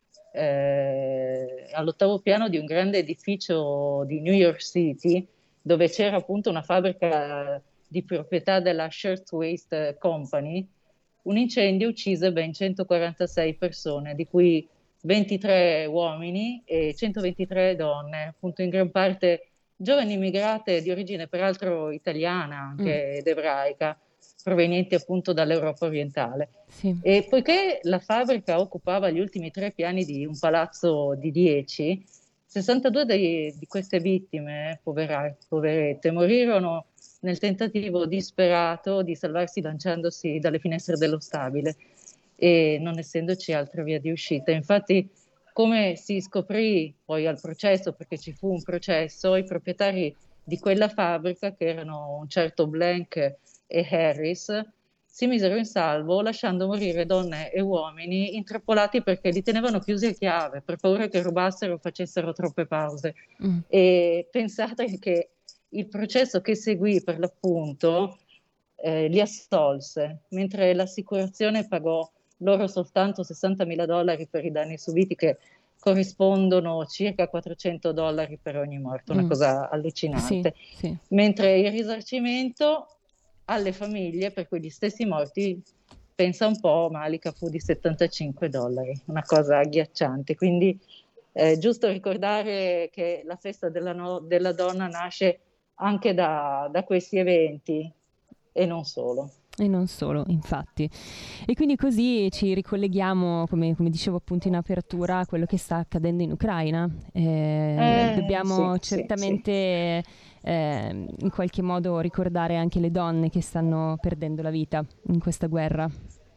Eh, all'ottavo piano di un grande edificio di New York City, dove c'era appunto una fabbrica di proprietà della Shirtwaist Company, un incendio uccise ben centoquarantasei persone, di cui ventitré uomini e centoventitré donne, appunto in gran parte giovani immigrate di origine peraltro italiana anche Mm. ed ebraica, provenienti appunto dall'Europa orientale. Sì. E poiché la fabbrica occupava gli ultimi tre piani di un palazzo di dieci, sessantadue di, di queste vittime, povera- poverette, morirono nel tentativo disperato di salvarsi lanciandosi dalle finestre dello stabile e non essendoci altra via di uscita. Infatti, come si scoprì poi al processo, perché ci fu un processo, i proprietari di quella fabbrica, che erano un certo Blank e Harris, si misero in salvo lasciando morire donne e uomini intrappolati perché li tenevano chiusi a chiave per paura che rubassero o facessero troppe pause. Mm. E pensate che il processo che seguì per l'appunto eh, li assolse, mentre l'assicurazione pagò loro soltanto sessantamila dollari per i danni subiti, che corrispondono circa quattrocento dollari per ogni morto, una Mm. cosa allucinante. Sì, sì. Mentre il risarcimento alle famiglie per quegli stessi morti, pensa un po', Malika, fu di settantacinque dollari, una cosa agghiacciante. Quindi è giusto ricordare che la festa della, no- della donna nasce anche da, da questi eventi e non solo. E non solo, infatti. E quindi così ci ricolleghiamo, come, come dicevo appunto in apertura, a quello che sta accadendo in Ucraina. Eh, Eh, dobbiamo sì, sì, certamente eh, in qualche modo ricordare anche le donne che stanno perdendo la vita in questa guerra.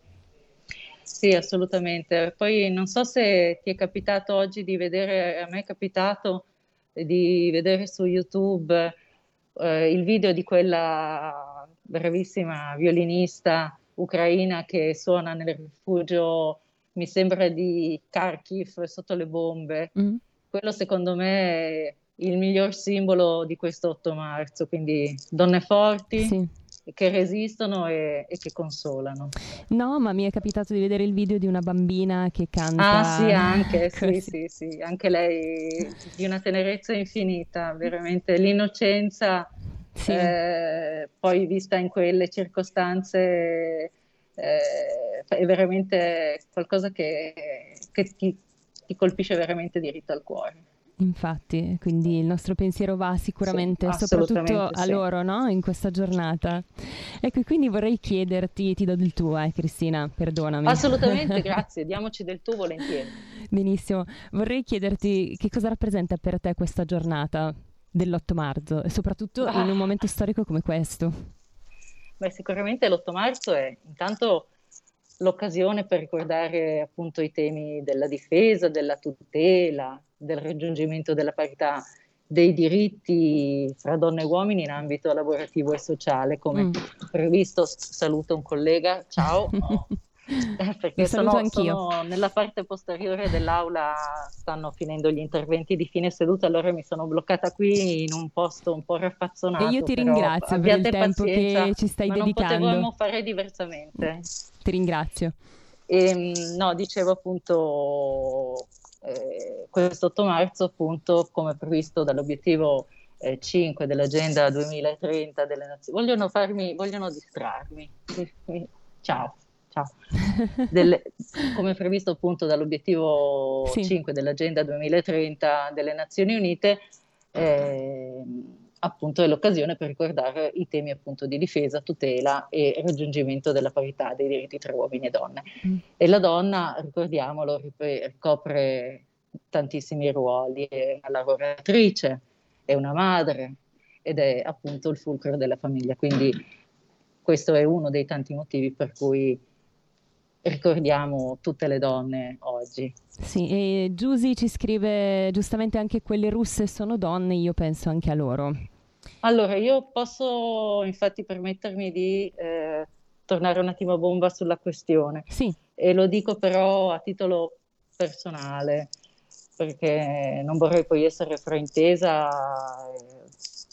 Sì, assolutamente. Poi non so se ti è capitato oggi di vedere, a me è capitato di vedere su YouTube eh, il video di quella bravissima violinista ucraina che suona nel rifugio, mi sembra di Kharkiv, sotto le bombe. Mm. Quello secondo me è il miglior simbolo di questo otto marzo, quindi donne forti, Sì. che resistono e, e che consolano. No, ma mi è capitato di vedere il video di una bambina che canta. Ah sì, anche, sì, così. sì, sì, anche lei di una tenerezza infinita, veramente l'innocenza, Sì. eh, poi vista in quelle circostanze, eh, è veramente qualcosa che, che ti, ti colpisce veramente diritto al cuore. Infatti, quindi il nostro pensiero va sicuramente, Sì, soprattutto assolutamente a sì. loro, no? In questa giornata. Ecco, e quindi vorrei chiederti, ti do del tuo, eh, Cristina, perdonami. Assolutamente, grazie, diamoci del tu volentieri. Benissimo. Vorrei chiederti che cosa rappresenta per te questa giornata dell'otto marzo, e soprattutto Ah. in un momento storico come questo. Beh, sicuramente l'otto marzo è intanto l'occasione per ricordare appunto i temi della difesa, della tutela, del raggiungimento della parità dei diritti fra donne e uomini in ambito lavorativo e sociale, come Mm. previsto. Saluto un collega, ciao. Eh, perché Lo saluto sono, anch'io. sono nella parte posteriore dell'aula, stanno finendo gli interventi di fine seduta, allora mi sono bloccata qui in un posto un po' raffazzonato. E io ti però ringrazio per il abbiate tempo pazienza, che ci stai ma dedicando. non potevamo fare diversamente. Ti ringrazio. E, no, dicevo appunto, eh, questo otto marzo, appunto, come previsto dall'obiettivo eh, cinque dell'Agenda duemilatrenta delle Nazioni, vogliono farmi, vogliono distrarmi. Ciao. Ciao. Delle, come previsto appunto dall'obiettivo Sì. cinque dell'Agenda duemilatrenta delle Nazioni Unite, eh, appunto è l'occasione per ricordare i temi appunto di difesa, tutela e raggiungimento della parità dei diritti tra uomini e donne. Mm. E la donna, ricordiamolo, rip- ricopre tantissimi ruoli: è una lavoratrice, è una madre ed è appunto il fulcro della famiglia. Quindi questo è uno dei tanti motivi per cui ricordiamo tutte le donne oggi. Sì, e Giusy ci scrive giustamente anche quelle russe sono donne, io penso anche a loro. Allora, io posso infatti permettermi di eh, tornare un attimo a bomba sulla questione. Sì. E lo dico però a titolo personale, perché non vorrei poi essere fraintesa eh,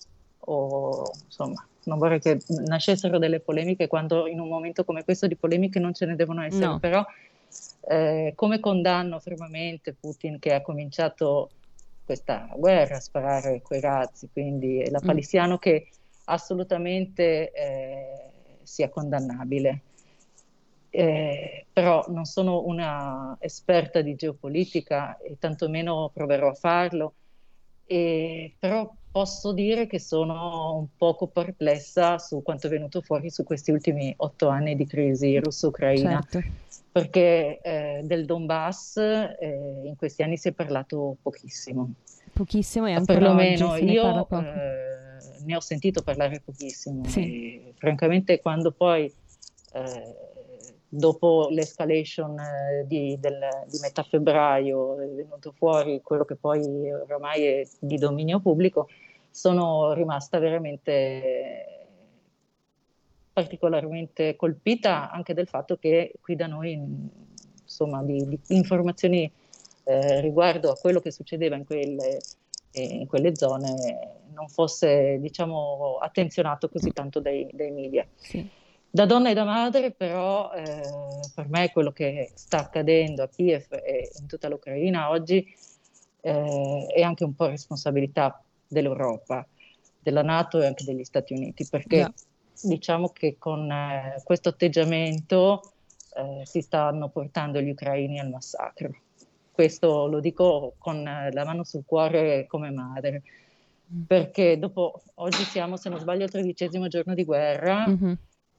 o insomma non vorrei che nascessero delle polemiche, quando in un momento come questo di polemiche non ce ne devono essere. No. Però eh, come condanno fermamente Putin, che ha cominciato questa guerra a sparare quei razzi, quindi è lapalissiano Mm. che assolutamente eh, sia condannabile. Eh, però non sono una esperta di geopolitica e tantomeno proverò a farlo, e, però posso dire che sono un poco perplessa su quanto è venuto fuori su questi ultimi otto anni di crisi russo-ucraina, Certo. perché eh, del Donbass eh, in questi anni si è parlato pochissimo. Pochissimo e ancora Perlomeno oggi se ne io parla poco. eh, ne ho sentito parlare pochissimo. Sì. E, francamente, quando poi eh, dopo l'escalation eh, di, del, di metà febbraio è venuto fuori quello che poi oramai è di dominio pubblico, sono rimasta veramente particolarmente colpita anche del fatto che qui da noi, insomma, di, di informazioni eh, riguardo a quello che succedeva in quelle, eh, in quelle zone non fosse, diciamo, attenzionato così tanto dai, dai media. Sì. Da donna e da madre, però, eh, per me quello che sta accadendo a Kiev e in tutta l'Ucraina oggi eh, è anche un po' responsabilità dell'Europa, della NATO e anche degli Stati Uniti, perché Yeah. diciamo che con eh, questo atteggiamento eh, si stanno portando gli ucraini al massacro. Questo lo dico con eh, la mano sul cuore come madre, perché dopo, oggi siamo, se non sbaglio, al tredicesimo giorno di guerra, Mhm.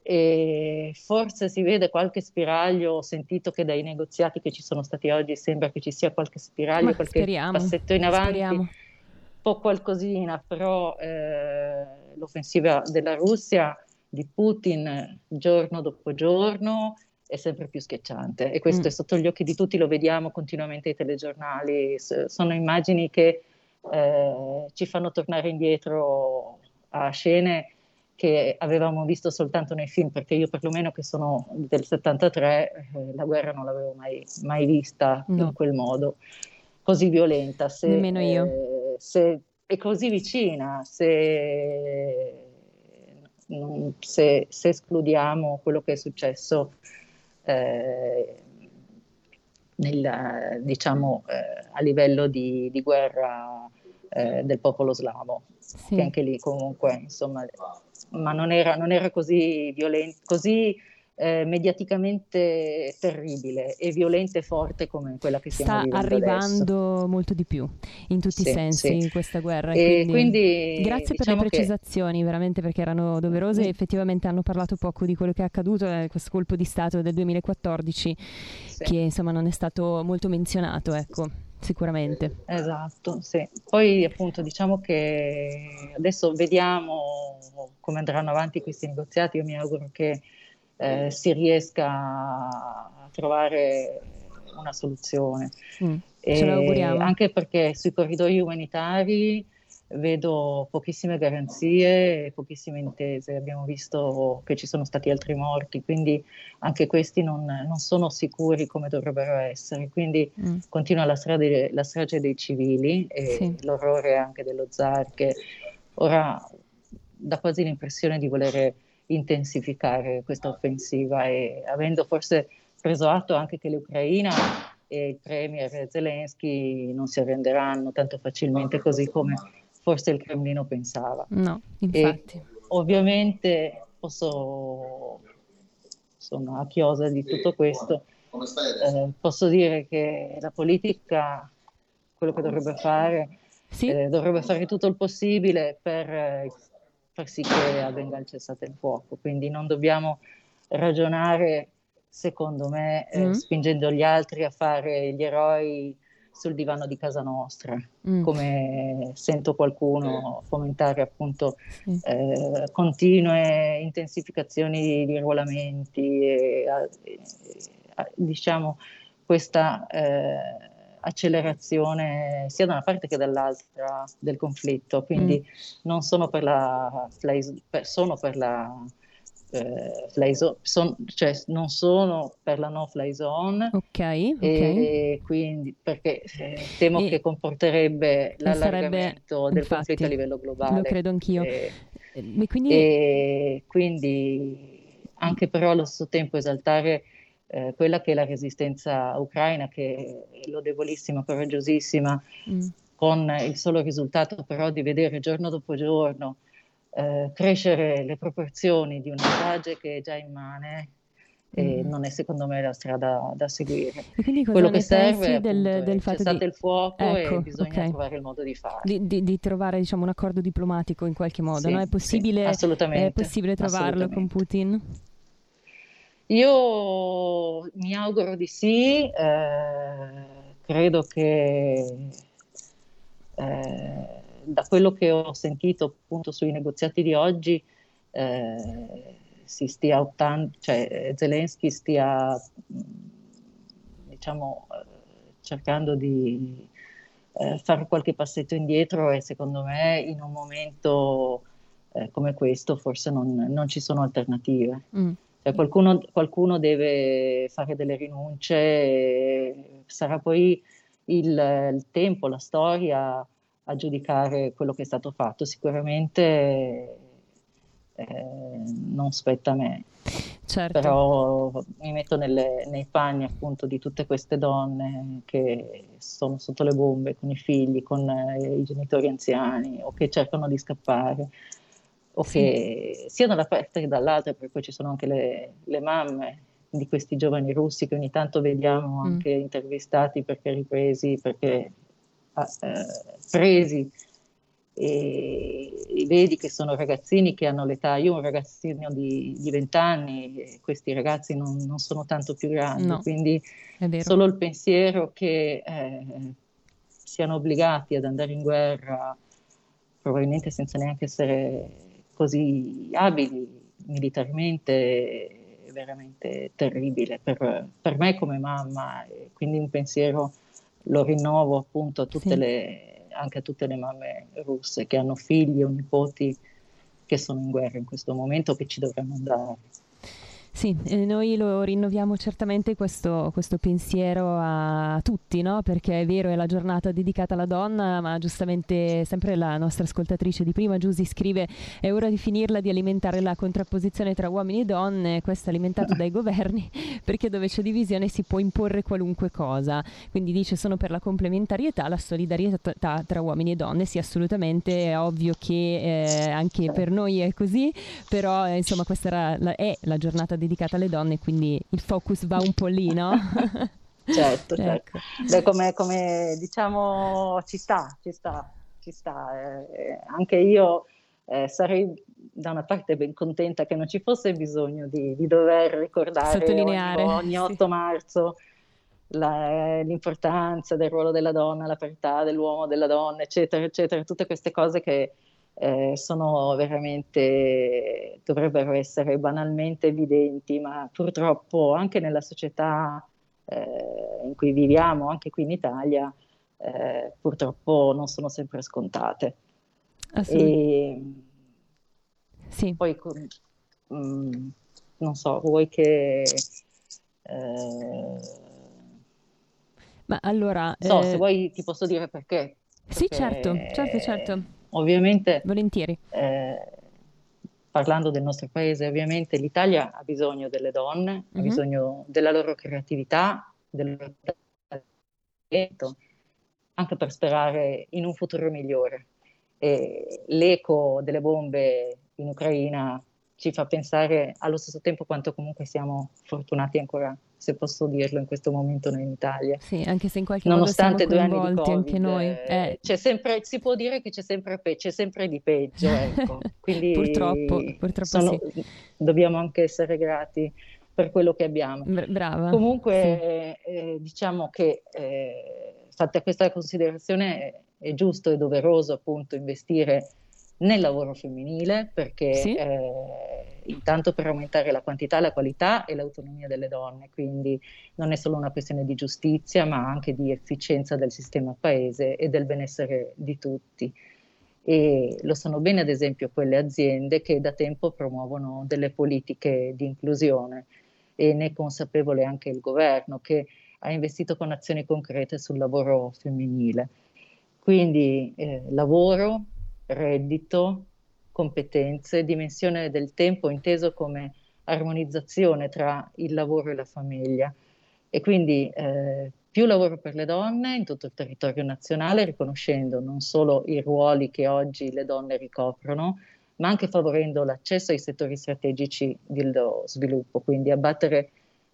e forse si vede qualche spiraglio. Ho sentito che dai negoziati che ci sono stati oggi sembra che ci sia qualche spiraglio, Ma qualche speriamo, passetto in avanti, speriamo. un po' qualcosina, però eh, l'offensiva della Russia, di Putin, giorno dopo giorno, è sempre più schiacciante, e questo Mm. è sotto gli occhi di tutti, lo vediamo continuamente ai telegiornali. S- sono immagini che eh, ci fanno tornare indietro a scene che avevamo visto soltanto nei film, perché io perlomeno, che sono del settantatré, eh, la guerra non l'avevo mai, mai vista No. in quel modo, così violenta, se, Nemmeno io. eh, se è così vicina, se, non- se, se escludiamo quello che è successo eh, nel, diciamo, eh, a livello di, di guerra eh, del popolo slavo, Sì. che anche lì comunque, insomma, ma non era, non era così violento, così eh, mediaticamente terribile e violenta e forte come quella che stiamo Sta vivendo arrivando adesso. molto di più in tutti Sì, i sensi sì. questa guerra. E Quindi, quindi, grazie per diciamo le che- precisazioni, veramente, perché erano doverose e effettivamente hanno parlato poco di quello che è accaduto, eh, questo colpo di Stato del duemilaquattordici, che insomma non è stato molto menzionato, ecco, sicuramente. Esatto, sì. Poi appunto diciamo che adesso vediamo come andranno avanti questi negoziati. Io mi auguro che eh, si riesca a trovare una soluzione. Mm, E ce lo auguriamo. anche perché sui corridoi umanitari vedo pochissime garanzie e pochissime intese. Abbiamo visto che ci sono stati altri morti, quindi anche questi non, non sono sicuri come dovrebbero essere. Quindi Mm. continua la strage, la strage dei civili e Sì. l'orrore anche dello zar, che ora dà quasi l'impressione di voler intensificare questa offensiva, e avendo forse preso atto anche che l'Ucraina e il premier Zelensky non si arrenderanno tanto facilmente, così come forse il Cremlino pensava. No, E infatti. ovviamente posso, insomma, a chiosa di tutto questo, eh, posso dire che la politica, quello che dovrebbe fare, eh, dovrebbe fare tutto il possibile per eh, far sì che avvenga il cessate il fuoco. Quindi non dobbiamo ragionare, secondo me, eh, Mm. spingendo gli altri a fare gli eroi sul divano di casa nostra, Mm. come sento qualcuno fomentare, appunto, Sì. eh, continue intensificazioni di ruolamenti e, e, e, diciamo, questa eh, accelerazione sia da una parte che dall'altra del conflitto. Quindi non sono per la fly, per, sono per la eh, fly zone, son, cioè non sono per la no fly zone, Ok, ok. e quindi perché eh, temo E- che comporterebbe e sarebbe, l'allargamento del infatti, conflitto a livello globale. lo credo anch'io. E, E quindi e quindi anche però allo stesso tempo esaltare eh, quella che è la resistenza ucraina, che è lodevolissima, coraggiosissima, mm, con il solo risultato però di vedere giorno dopo giorno eh, crescere le proporzioni di una strage che è già immane, e Mm. non è secondo me la strada da seguire. E quindi cosa Quello ne che serve pensi appunto del, è del fatto cessate di... il fuoco Ecco, e bisogna ok. trovare il modo di farlo. Di, di- di trovare, diciamo, un accordo diplomatico in qualche modo, Sì, no? È sì, possibile, è assolutamente, possibile trovarlo con assolutamente. Putin? Io mi auguro di sì, eh, credo che eh, da quello che ho sentito appunto sui negoziati di oggi eh, si stia ottando, cioè Zelensky stia mh, diciamo eh, cercando di eh, fare qualche passetto indietro e secondo me in un momento eh, come questo forse non, non ci sono alternative. Mm. Cioè, qualcuno, qualcuno deve fare delle rinunce, e sarà poi il, il tempo, la storia a giudicare quello che è stato fatto. Sicuramente eh, non spetta a me, Certo. però mi metto nelle- nei panni appunto di tutte queste donne che sono sotto le bombe con i figli, con eh, i genitori anziani o che cercano di scappare o Sì. che sia da una parte che dall'altra, perché poi ci sono anche le, le mamme di questi giovani russi che ogni tanto vediamo Mm. anche intervistati perché ripresi, perché ah, eh, presi e, e vedi che sono ragazzini che hanno l'età, io ho un ragazzino di, di venti anni e questi ragazzi non, non sono tanto più grandi, No, quindi è vero. solo il pensiero che eh, siano obbligati ad andare in guerra probabilmente senza neanche essere così abili militarmente è veramente terribile per, per me come mamma, e quindi un pensiero lo rinnovo appunto a tutte Sì. le, anche a tutte le mamme russe che hanno figli o nipoti che sono in guerra in questo momento, che ci dovranno andare. Sì, eh, noi lo rinnoviamo certamente questo, questo pensiero a tutti, no? Perché è vero, è la giornata dedicata alla donna, ma giustamente sempre la nostra ascoltatrice di prima, Giusy, scrive: è ora di finirla di alimentare la contrapposizione tra uomini e donne, questo è alimentato dai governi, perché dove c'è divisione si può imporre qualunque cosa. Quindi dice: sono per la complementarietà, la solidarietà tra uomini e donne. Sì, assolutamente, è ovvio che eh, anche per noi è così, però eh, insomma questa era la, è la giornata dedicata alle donne, quindi il focus va un po' lì, no? Certo, certo. Ecco. Beh, come, come diciamo ci sta, ci sta, ci sta. Eh, anche io eh, sarei da una parte ben contenta che non ci fosse bisogno di, di dover ricordare Sottolineare, ogni, ogni sì. otto marzo la- l'importanza del ruolo della donna, la parità dell'uomo, della donna, eccetera, eccetera, tutte queste cose che eh, sono veramente, dovrebbero essere banalmente evidenti, ma purtroppo anche nella società eh, in cui viviamo, anche qui in Italia, eh, purtroppo non sono sempre scontate. E sì. poi, con- mm, non so, vuoi che... eh, Ma allora... so, eh, se vuoi ti posso dire perché. Sì, Perché, certo, certo, certo. Ovviamente, volentieri. eh, parlando del nostro paese, ovviamente l'Italia ha bisogno delle donne, ha Mhm. bisogno della loro creatività, del loro talento, anche per sperare in un futuro migliore. E l'eco delle bombe in Ucraina ci fa pensare allo stesso tempo quanto comunque siamo fortunati ancora, se posso dirlo, in questo momento noi in Italia. Sì, anche se in qualche Nonostante modo due siamo anni di coinvolti anche Covid, noi. eh, Eh, c'è sempre, si può dire che c'è sempre, pe- c'è sempre di peggio, ecco. Quindi Purtroppo, purtroppo sono- dobbiamo anche essere grati per quello che abbiamo. Br- brava. Comunque, eh, diciamo che eh, fatta questa considerazione è, è giusto e doveroso appunto investire nel lavoro femminile perché Sì. eh, intanto per aumentare la quantità, la qualità e l'autonomia delle donne, quindi non è solo una questione di giustizia ma anche di efficienza del sistema paese e del benessere di tutti. E lo sanno bene ad esempio quelle aziende che da tempo promuovono delle politiche di inclusione e ne è consapevole anche il governo che ha investito con azioni concrete sul lavoro femminile. Quindi eh, lavoro, reddito, competenze, dimensione del tempo inteso come armonizzazione tra il lavoro e la famiglia. E quindi eh, più lavoro per le donne in tutto il territorio nazionale, riconoscendo non solo i ruoli che oggi le donne ricoprono, ma anche favorendo l'accesso ai settori strategici dello sviluppo, quindi abbattere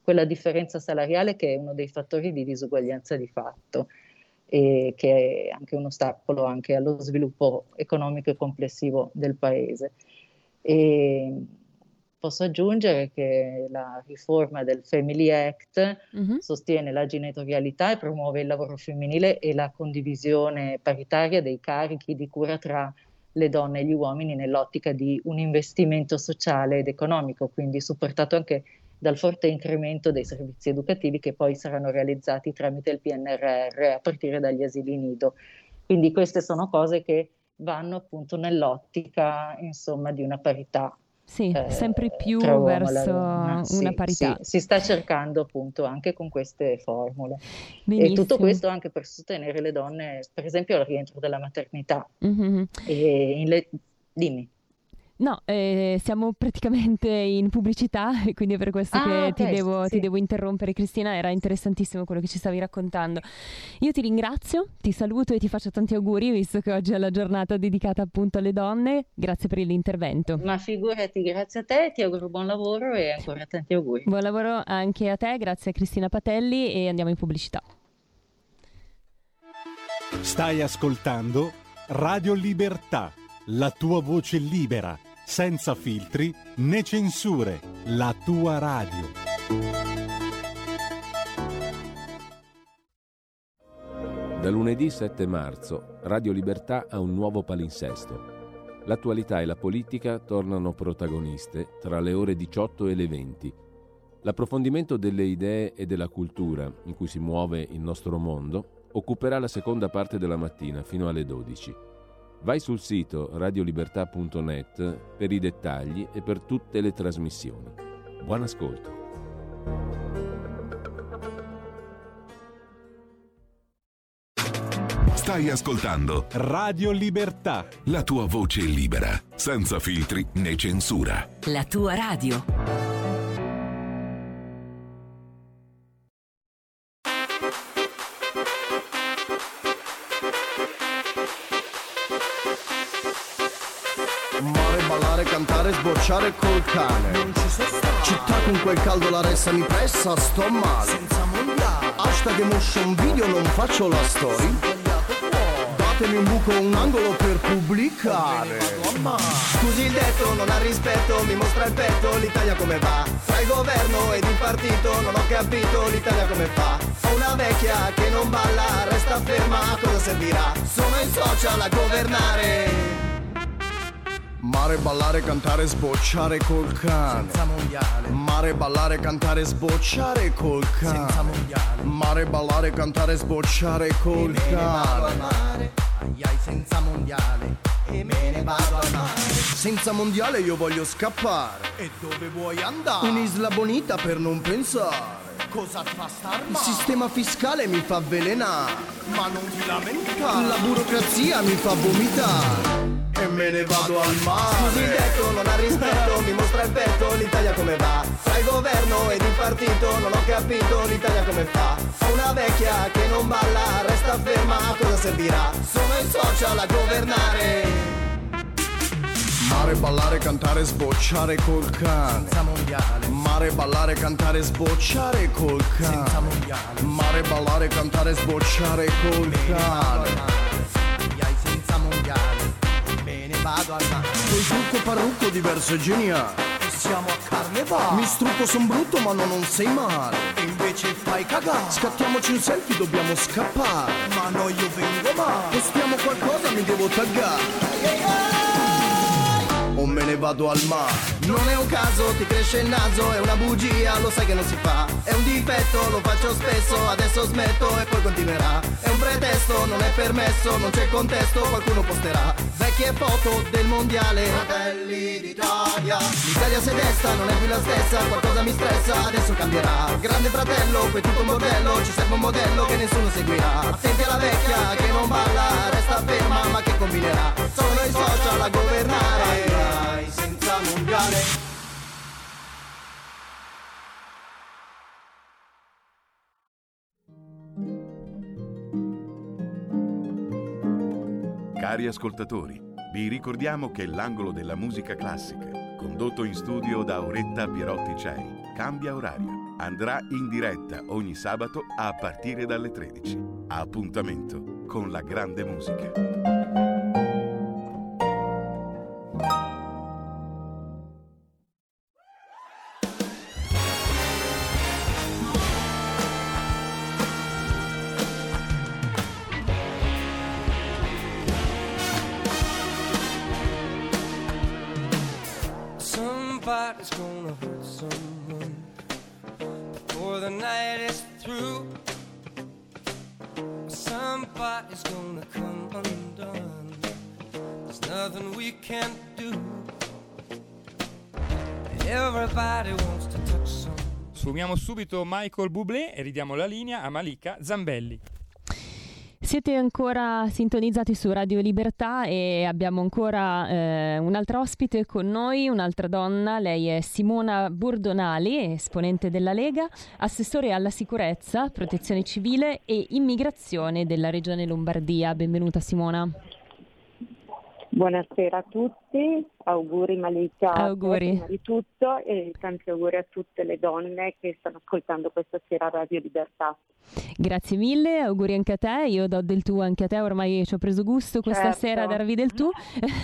quella differenza salariale che è uno dei fattori di disuguaglianza di fatto e che è anche un ostacolo anche allo sviluppo economico e complessivo del paese. E posso aggiungere che la riforma del Family Act mm-hmm. sostiene la genitorialità e promuove il lavoro femminile e la condivisione paritaria dei carichi di cura tra le donne e gli uomini nell'ottica di un investimento sociale ed economico, quindi supportato anche dal forte incremento dei servizi educativi che poi saranno realizzati tramite il P N R R a partire dagli asili nido. Quindi queste sono cose che vanno appunto nell'ottica, insomma, di una parità. Sì, eh, sempre più tra uomo e verso donna. una Sì, parità. sì, si sta cercando appunto anche con queste formule. Benissimo. E tutto questo anche per sostenere le donne, per esempio al rientro della maternità. Mm-hmm. E in le... Dimmi. No, eh, siamo praticamente in pubblicità e quindi è per questo Ah, che ok, ti, devo, sì. ti devo interrompere, Cristina. Era interessantissimo quello che ci stavi raccontando. Io ti ringrazio, ti saluto e ti faccio tanti auguri, visto che oggi è la giornata dedicata appunto alle donne. Grazie per l'intervento. Ma figurati, grazie a te, ti auguro buon lavoro e ancora tanti auguri. Buon lavoro anche a te, grazie a Cristina Patelli e andiamo in pubblicità. Stai ascoltando Radio Libertà, la tua voce libera, senza filtri né censure, la tua radio. Da lunedì sette marzo, Radio Libertà ha un nuovo palinsesto. L'attualità e la politica tornano protagoniste tra le ore diciotto e le venti. L'approfondimento delle idee e della cultura in cui si muove il nostro mondo occuperà la seconda parte della mattina fino alle dodici. Vai sul sito radiolibertà punto net per i dettagli e per tutte le trasmissioni. Buon ascolto. Stai ascoltando Radio Libertà, la tua voce libera, senza filtri né censura. La tua radio. Cantare, sbocciare col cane. Non ci so stare. Città con quel caldo la ressa mi pressa, sto male. Senza mondiale. Hashtag motion video, non faccio la story. Datemi un buco, un angolo per pubblicare. Scusi il detto, non ha rispetto, mi mostra il petto, l'Italia come va? Tra il governo ed il partito, non ho capito l'Italia come fa? Ho una vecchia che non balla, resta ferma, a cosa servirà? Sono in social a governare. Mare, ballare, cantare, sbocciare col cane. Senza mondiale. Mare, ballare, cantare, sbocciare col cane. Senza mondiale. Mare, ballare, cantare, sbocciare col e me cane. Ne vado al mare, ai ai senza mondiale. E me ne vado al mare. Senza mondiale io voglio scappare. E dove vuoi andare? Un'isla bonita per non pensare. Cosa ti fa star male? Il sistema fiscale mi fa avvelenare. Ma non ti lamentare. La burocrazia mi fa vomitare. E me ne vado al mare. Scusi il detto, non ha rispetto, mi mostra il petto, l'Italia come va? Tra il governo ed il partito, non ho capito l'Italia come fa? Ho una vecchia che non balla, resta ferma, a cosa servirà? Sono in social a governare. Mare, ballare, cantare, sbocciare col cane. Senza mondiale. Mare, ballare, cantare, sbocciare col cane. Senza mondiale. Mare, ballare, cantare, sbocciare col cane. Senza mondiale. Me ne vado al mare. Col trucco parrucco diverso e geniale. E siamo a carnevale. Mi strucco, son brutto ma no, non sei male. E invece fai cagare. Scattiamoci un selfie, dobbiamo scappare. Ma no, io vengo male. Postiamo qualcosa, mi devo taggare. Ai ai ai. O me ne vado al mare. Non è un caso, ti cresce il naso, è una bugia, lo sai che non si fa. È un difetto, lo faccio spesso, adesso smetto e poi continuerà. È un pretesto, non è permesso, non c'è contesto, qualcuno posterà. Vecchie foto del mondiale, Fratelli d'Italia. L'Italia se desta, non è più la stessa, qualcosa mi stressa, adesso cambierà. Grande fratello, qui è tutto un bordello, ci serve un modello che nessuno seguirà. Attenti alla vecchia che non balla, resta ferma ma che combinerà. Sono i social a governare. Senza mondiale. Cari ascoltatori, vi ricordiamo che l'angolo della musica classica, condotto in studio da Auretta Pierotti Cei, cambia orario. andrà in diretta ogni sabato a partire dalle tredici. Appuntamento con la grande musica. Somebody's gonna hurt someone before the night is through. Somebody's gonna come undone. There's nothing we can do. Everybody wants to touch someone. Sfumiamo subito Michael Bublé e ridiamo la linea a Malika Zambelli. Siete ancora sintonizzati su Radio Libertà e abbiamo ancora eh, un'altra ospite con noi, un'altra donna. Lei è Simona Bordonali, esponente della Lega, assessore alla sicurezza, protezione civile e immigrazione della Regione Lombardia. Benvenuta Simona. Buonasera a tutti, auguri Malika, auguri. Prima di tutto, e tanti auguri a tutte le donne che stanno ascoltando questa sera Radio Libertà. Grazie mille, auguri anche a te, io do del tu anche a te, ormai ci ho preso gusto questa Certo. sera a darvi del tu.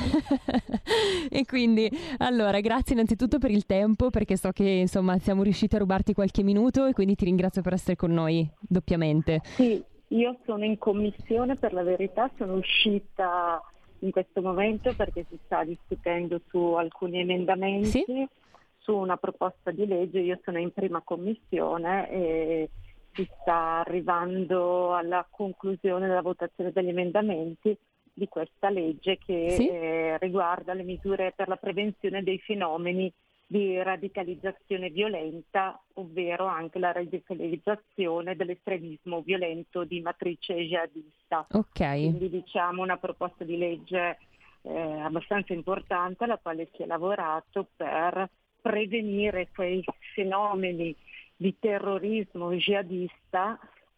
E quindi, allora, grazie innanzitutto per il tempo, perché so che insomma siamo riusciti a rubarti qualche minuto e quindi ti ringrazio per essere con noi doppiamente. Sì, io sono in commissione, per la verità sono uscita in questo momento perché si sta discutendo su alcuni emendamenti, sì? Su una proposta di legge. Io sono in prima commissione e si sta arrivando alla conclusione della votazione degli emendamenti di questa legge che sì? eh, riguarda le misure per la prevenzione dei fenomeni di radicalizzazione violenta, ovvero anche la radicalizzazione dell'estremismo violento di matrice jihadista. Ok. Quindi diciamo una proposta di legge eh, abbastanza importante alla quale si è lavorato per prevenire quei fenomeni di terrorismo jihadista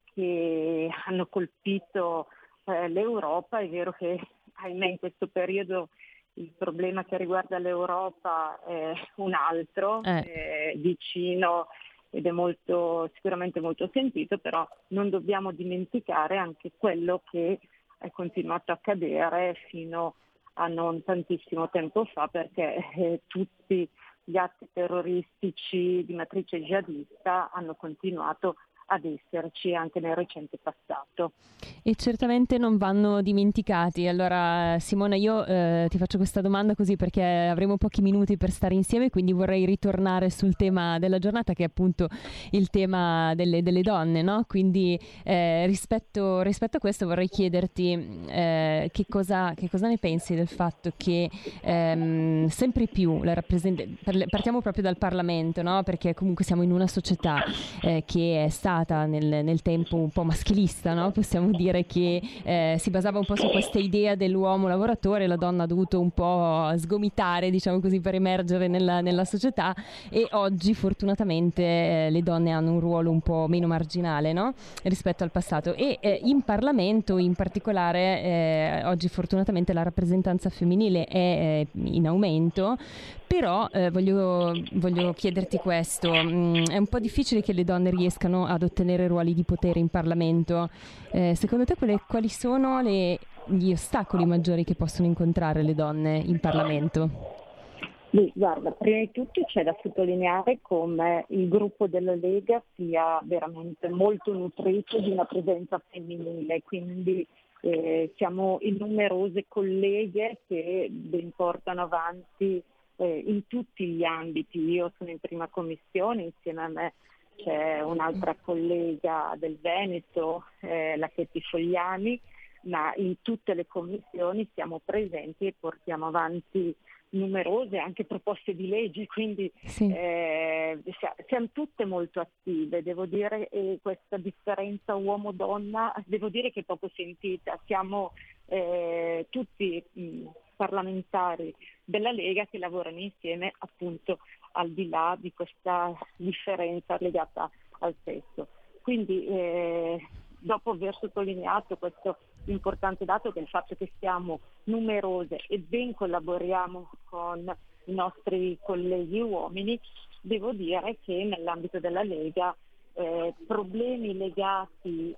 che hanno colpito eh, l'Europa. È vero che ahimè in questo periodo il problema che riguarda l'Europa è un altro, eh. è vicino ed è molto, sicuramente molto sentito, però non dobbiamo dimenticare anche quello che è continuato a accadere fino a non tantissimo tempo fa, perché eh, tutti gli atti terroristici di matrice jihadista hanno continuato ad esserci anche nel recente passato. E certamente non vanno dimenticati. Allora Simona, io eh, ti faccio questa domanda così perché avremo pochi minuti per stare insieme, quindi vorrei ritornare sul tema della giornata, che è appunto il tema delle, delle donne, no? Quindi eh, rispetto, rispetto a questo vorrei chiederti eh, che, cosa, che cosa ne pensi del fatto che ehm, sempre più la rappresent- partiamo proprio dal Parlamento, no? Perché comunque siamo in una società eh, che è stata Nel, nel tempo un po' maschilista, no? Possiamo dire che eh, si basava un po' su questa idea dell'uomo lavoratore, la donna ha dovuto un po' sgomitare, diciamo così, per emergere nella, nella società, e oggi fortunatamente eh, le donne hanno un ruolo un po' meno marginale, no? Rispetto al passato, e eh, in Parlamento in particolare eh, oggi fortunatamente la rappresentanza femminile è eh, in aumento. Però eh, voglio, voglio chiederti questo, mm, è un po' difficile che le donne riescano ad ottenere ruoli di potere in Parlamento. Eh, secondo te quali, quali sono le, gli ostacoli maggiori che possono incontrare le donne in Parlamento? Beh, guarda, prima di tutto c'è da sottolineare come il gruppo della Lega sia veramente molto nutrito di una presenza femminile, quindi eh, siamo in numerose colleghe che ben portano avanti Eh, in tutti gli ambiti. Io sono in prima commissione, insieme a me c'è un'altra collega del Veneto, eh, la Chetti Fogliani, ma in tutte le commissioni siamo presenti e portiamo avanti numerose anche proposte di legge, quindi sì. eh, siamo tutte molto attive, devo dire, e questa differenza uomo-donna devo dire che è poco sentita. Siamo eh, tutti mh, parlamentari della Lega che lavorano insieme, appunto, al di là di questa differenza legata al sesso. Quindi eh, dopo aver sottolineato questo importante dato, che è il fatto che siamo numerose e ben collaboriamo con i nostri colleghi uomini, devo dire che nell'ambito della Lega eh, problemi legati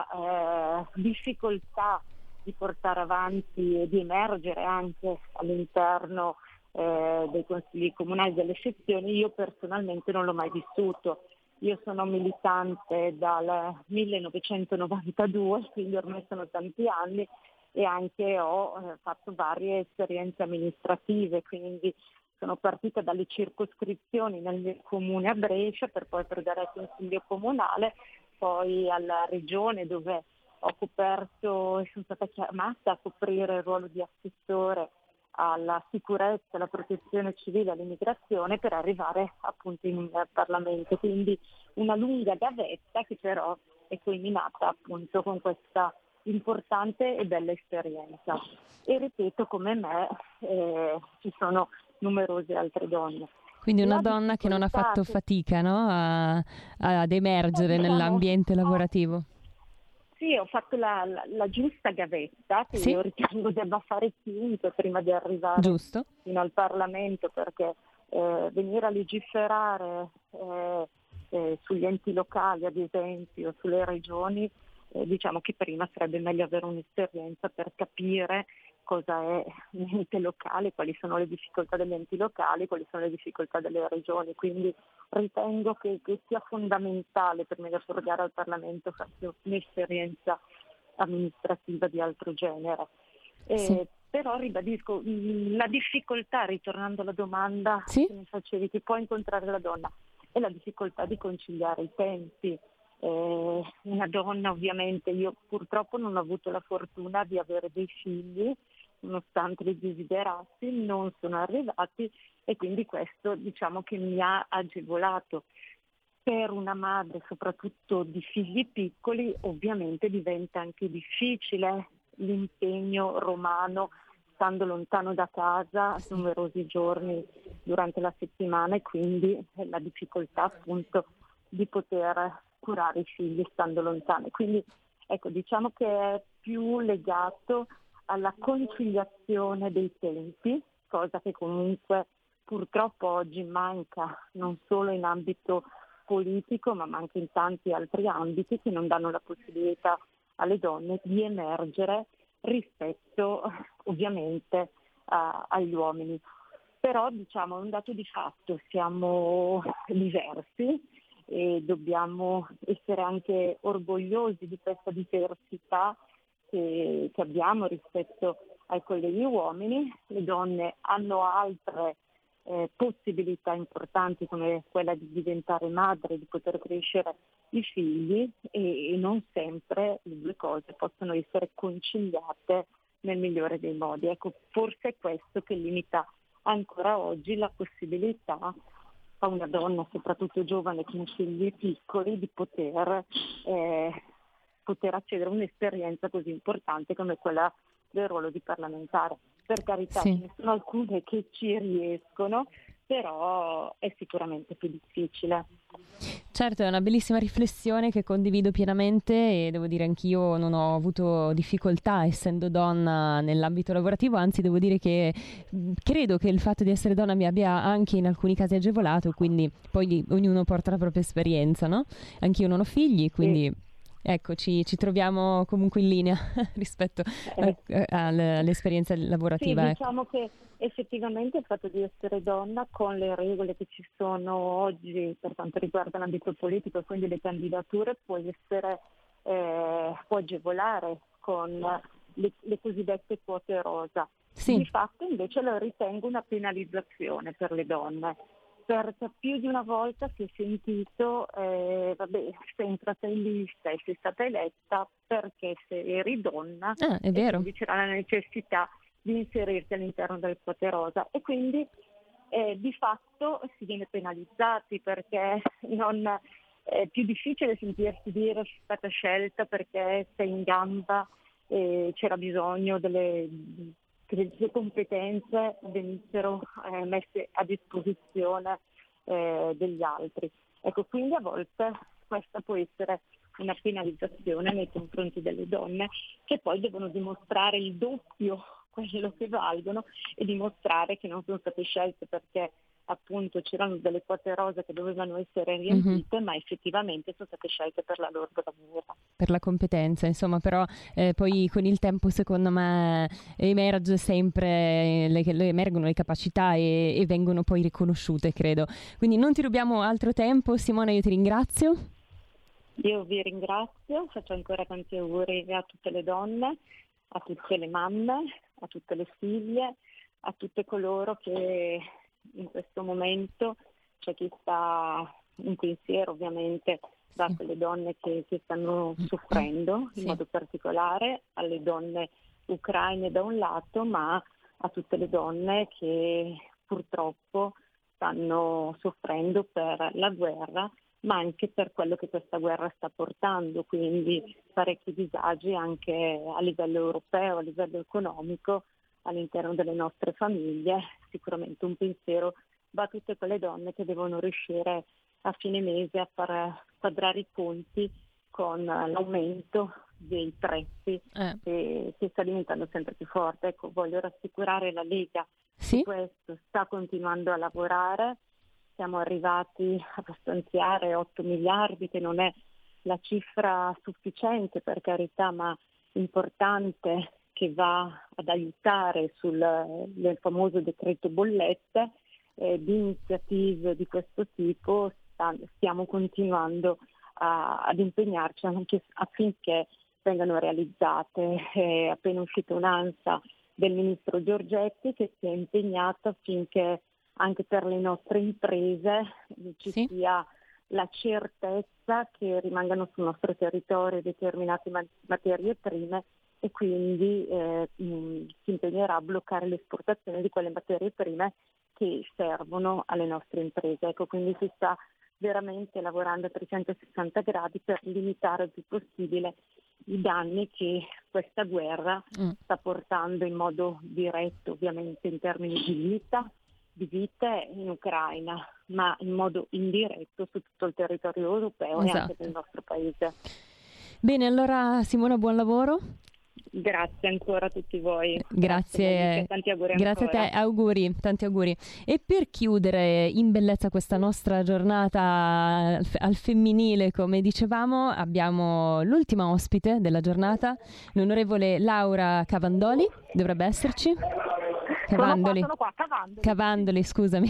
a eh, difficoltà di portare avanti e di emergere anche all'interno eh, dei consigli comunali delle sezioni, io personalmente non l'ho mai vissuto. Io sono militante dal millenovecentonovantadue, quindi ormai sono tanti anni, e anche ho eh, fatto varie esperienze amministrative, quindi sono partita dalle circoscrizioni nel mio comune a Brescia per poi perdere al consiglio comunale, poi alla regione dove ho coperto e sono stata chiamata a coprire il ruolo di assessore alla sicurezza, alla protezione civile, all'immigrazione, per arrivare appunto in Parlamento. Quindi una lunga gavetta che però è culminata appunto con questa importante e bella esperienza. E ripeto, come me eh, ci sono numerose altre donne. Quindi una La donna che non ha fatto difficoltà che- fatica, no? a, ad emergere Diciamo, nell'ambiente lavorativo. Sì, ho fatto la, la- la giusta gavetta che Sì. io ritengo debba fare chiunque prima di arrivare Giusto. fino al Parlamento, perché eh, venire a legiferare eh, eh, sugli enti locali, ad esempio, sulle regioni, eh, diciamo che prima sarebbe meglio avere un'esperienza per capire cosa è un ente locale, quali sono le difficoltà degli enti locali, quali sono le difficoltà delle regioni. Quindi ritengo che, che sia fondamentale per me da approdare al Parlamento fare un'esperienza amministrativa di altro genere. Eh, Sì. Però ribadisco, mh, la difficoltà, ritornando alla domanda Sì? che mi facevi, che può incontrare la donna, è la difficoltà di conciliare i tempi. Eh, una donna, ovviamente, io purtroppo non ho avuto la fortuna di avere dei figli, nonostante li desiderassi, non sono arrivati, e quindi questo diciamo che mi ha agevolato. Per una madre, soprattutto di figli piccoli, ovviamente diventa anche difficile l'impegno romano, stando lontano da casa numerosi giorni durante la settimana, e quindi la difficoltà appunto di poter curare i figli stando lontani. Quindi ecco, diciamo che è più legato alla conciliazione dei tempi, cosa che comunque purtroppo oggi manca non solo in ambito politico, ma anche in tanti altri ambiti che non danno la possibilità alle donne di emergere rispetto ovviamente a- agli uomini. Però diciamo è un dato di fatto, siamo diversi e dobbiamo essere anche orgogliosi di questa diversità che, che abbiamo rispetto ai colleghi uomini. Le donne hanno altre eh, possibilità importanti, come quella di diventare madre, di poter crescere i figli, e, e non sempre le due cose possono essere conciliate nel migliore dei modi. Ecco, forse è questo che limita ancora oggi la possibilità a una donna, soprattutto giovane con figli piccoli, di poter, eh, poter accedere a un'esperienza così importante come quella del ruolo di parlamentare. Per carità, Sì. ce ne sono alcune che ci riescono, però è sicuramente più difficile. Certo, è una bellissima riflessione che condivido pienamente, e devo dire anch'io non ho avuto difficoltà essendo donna nell'ambito lavorativo, anzi devo dire che mh, credo che il fatto di essere donna mi abbia anche in alcuni casi agevolato, quindi poi ognuno porta la propria esperienza, no? Anch'io non ho figli, quindi ecco, ci, ci troviamo comunque in linea rispetto a- a- alle- all'esperienza lavorativa. Sì, ecco. diciamo che effettivamente il fatto di essere donna, con le regole che ci sono oggi per quanto riguarda l'ambito politico e quindi le candidature, può essere eh, può agevolare con le, le cosiddette quote rosa. Sì. Di fatto invece lo ritengo una penalizzazione per le donne, perché più di una volta si è sentito eh, vabbè, sei entrata in lista e sei stata eletta perché se eri donna, Ah, è e vero. quindi c'era la necessità di inserirti all'interno del quote rosa, e quindi eh, di fatto si viene penalizzati, perché non, è più difficile sentirsi dire sei stata scelta perché sei in gamba e c'era bisogno delle, che le tue competenze venissero eh, messe a disposizione eh, degli altri. Ecco, quindi a volte questa può essere una penalizzazione nei confronti delle donne, che poi devono dimostrare il doppio quello che valgono e dimostrare che non sono state scelte perché appunto c'erano delle quote rosa che dovevano essere riempite, mm-hmm. ma effettivamente sono state scelte per la loro bravura. Per la competenza, insomma, però eh, poi con il tempo secondo me emerge sempre, le, le emergono le capacità e, e vengono poi riconosciute, credo. Quindi non ti rubiamo altro tempo, Simona, io ti ringrazio. Io vi ringrazio, faccio ancora tanti auguri a tutte le donne, a tutte le mamme, a tutte le figlie, a tutte coloro che in questo momento c'è chi sta in pensiero ovviamente da sì. quelle donne che, che stanno soffrendo sì. in modo particolare, alle donne ucraine da un lato, ma a tutte le donne che purtroppo stanno soffrendo per la guerra, ma anche per quello che questa guerra sta portando, quindi parecchi disagi anche a livello europeo, a livello economico, all'interno delle nostre famiglie. Sicuramente un pensiero va a tutte quelle donne che devono riuscire a fine mese a far quadrare i conti con l'aumento dei prezzi eh. che, che sta diventando sempre più forte. Ecco, voglio rassicurare la Lega sì? su questo, sta continuando a lavorare, siamo arrivati a stanziare otto miliardi, che non è la cifra sufficiente per carità, ma importante, che va ad aiutare sul nel famoso decreto bollette. Eh, di iniziative di questo tipo sta, stiamo continuando a, ad impegnarci anche affinché vengano realizzate. È appena uscita un'ANSA del ministro Giorgetti che si è impegnata affinché anche per le nostre imprese ci sì. sia la certezza che rimangano sul nostro territorio determinate ma- materie prime e quindi eh, mh, si impegnerà a bloccare l'esportazione di quelle materie prime che servono alle nostre imprese. Ecco, quindi si sta veramente lavorando a trecentosessanta gradi per limitare il più possibile i danni che questa guerra mm. sta portando in modo diretto, ovviamente in termini di vita, di vite in Ucraina, ma in modo indiretto su tutto il territorio europeo esatto. e anche del nostro paese. Bene, allora Simona, buon lavoro. Grazie ancora a tutti voi. Grazie, grazie, tanti auguri grazie a te, auguri, tanti auguri. E per chiudere in bellezza questa nostra giornata al, al femminile, come dicevamo, abbiamo l'ultima ospite della giornata, l'onorevole Laura Cavandoli, dovrebbe esserci. Cavandoli. Sono qua, sono qua, Cavandoli. Cavandoli, scusami.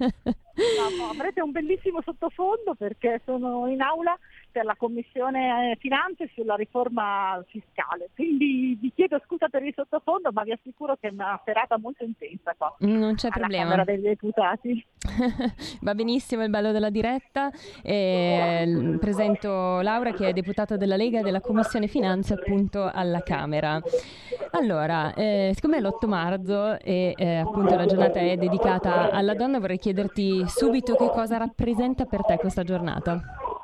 No, no, avrete un bellissimo sottofondo perché sono in aula per la Commissione Finanze sulla riforma fiscale, quindi vi chiedo scusa per il sottofondo, ma vi assicuro che è una serata molto intensa qua. Non c'è alla problema. Camera dei Deputati. Va benissimo, il bello della diretta. Eh, presento Laura che è deputata della Lega e della Commissione Finanze appunto alla Camera. Allora, eh, siccome è l'otto marzo e eh, appunto la giornata è dedicata alla donna, vorrei chiederti subito che cosa rappresenta per te questa giornata.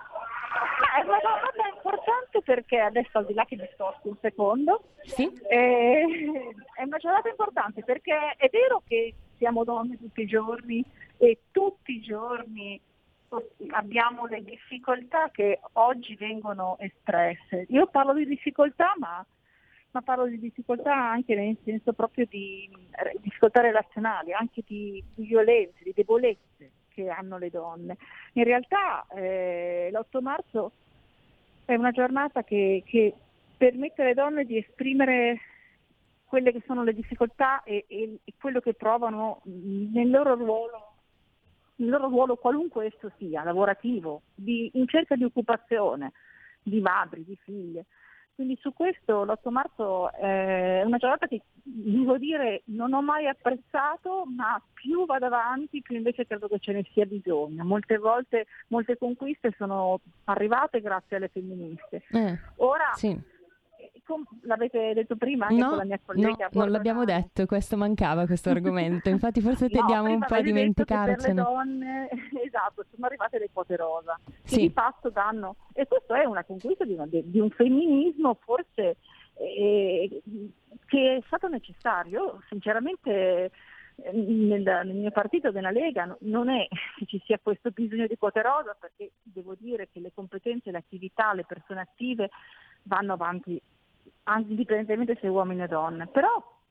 È una giornata importante perché adesso, al di là che mi sposto un secondo, sì? eh, è una giornata importante perché è vero che siamo donne tutti i giorni e tutti i giorni abbiamo le difficoltà che oggi vengono espresse. Io parlo di difficoltà, ma, ma parlo di difficoltà anche nel senso proprio di eh, difficoltà relazionali, anche di, di violenze, di debolezze che hanno le donne. In realtà eh, l'otto marzo è una giornata che, che permette alle donne di esprimere quelle che sono le difficoltà e, e, e quello che provano nel loro ruolo, nel loro ruolo qualunque esso sia, lavorativo, di, in cerca di occupazione, di madri, di figlie. Quindi su questo l'otto marzo è una giornata che, devo dire, non ho mai apprezzato, ma più vado avanti, più invece credo che ce ne sia bisogno. Molte volte, molte conquiste sono arrivate grazie alle femministe. Eh, Ora, sì. com- l'avete detto prima anche no, con la mia collega. No, non l'abbiamo detto, questo mancava, questo argomento. Infatti forse tendiamo no, un po' a dimenticarcene. Per le donne, esatto, sono arrivate le quote rosa, che sì. di fatto danno, e questo è una conquista di, una, di un femminismo forse eh, che è stato necessario. Sinceramente nel, nel mio partito, della Lega, non è che ci sia questo bisogno di quote rosa, perché devo dire che le competenze, le attività, le persone attive vanno avanti, anche indipendentemente se uomini o donne, però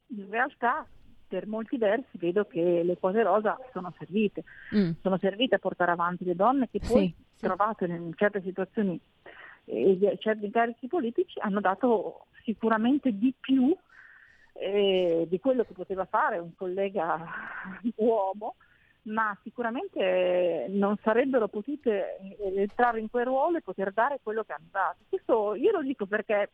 in realtà per molti versi vedo che le quote rosa sono servite, mm. sono servite a portare avanti le donne che poi sì, sì. trovate in certe situazioni e certi incarichi politici hanno dato sicuramente di più eh, di quello che poteva fare un collega uomo, ma sicuramente non sarebbero potute entrare in quel ruolo e poter dare quello che hanno dato. Questo io lo dico perché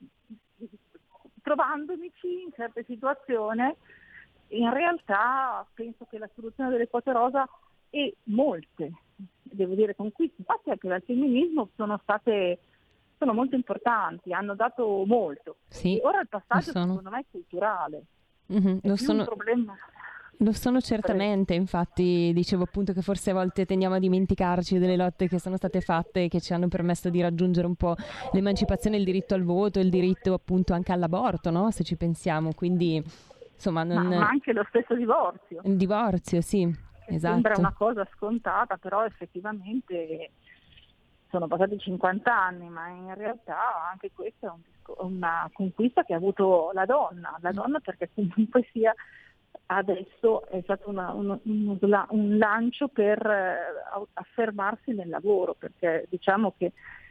trovandomici in certe situazioni, in realtà penso che la soluzione delle quote rosa e molte, devo dire, conquiste, infatti anche dal femminismo sono state sono molto importanti, hanno dato molto. Sì, e ora il passaggio lo sono. secondo me è culturale. Mm-hmm, è lo più sono... un problema. Lo sono certamente, infatti dicevo appunto che forse a volte tendiamo a dimenticarci delle lotte che sono state fatte e che ci hanno permesso di raggiungere un po' l'emancipazione, il diritto al voto, il diritto appunto anche all'aborto, no? Se ci pensiamo, quindi insomma non... Ma, ma anche lo stesso divorzio. Il divorzio, sì, esatto. Sembra una cosa scontata, però effettivamente sono passati cinquanta anni, ma in realtà anche questa è un, una conquista che ha avuto la donna, la donna perché comunque sia adesso è stato una, un, un, un lancio per eh, affermarsi nel lavoro, perché diciamo che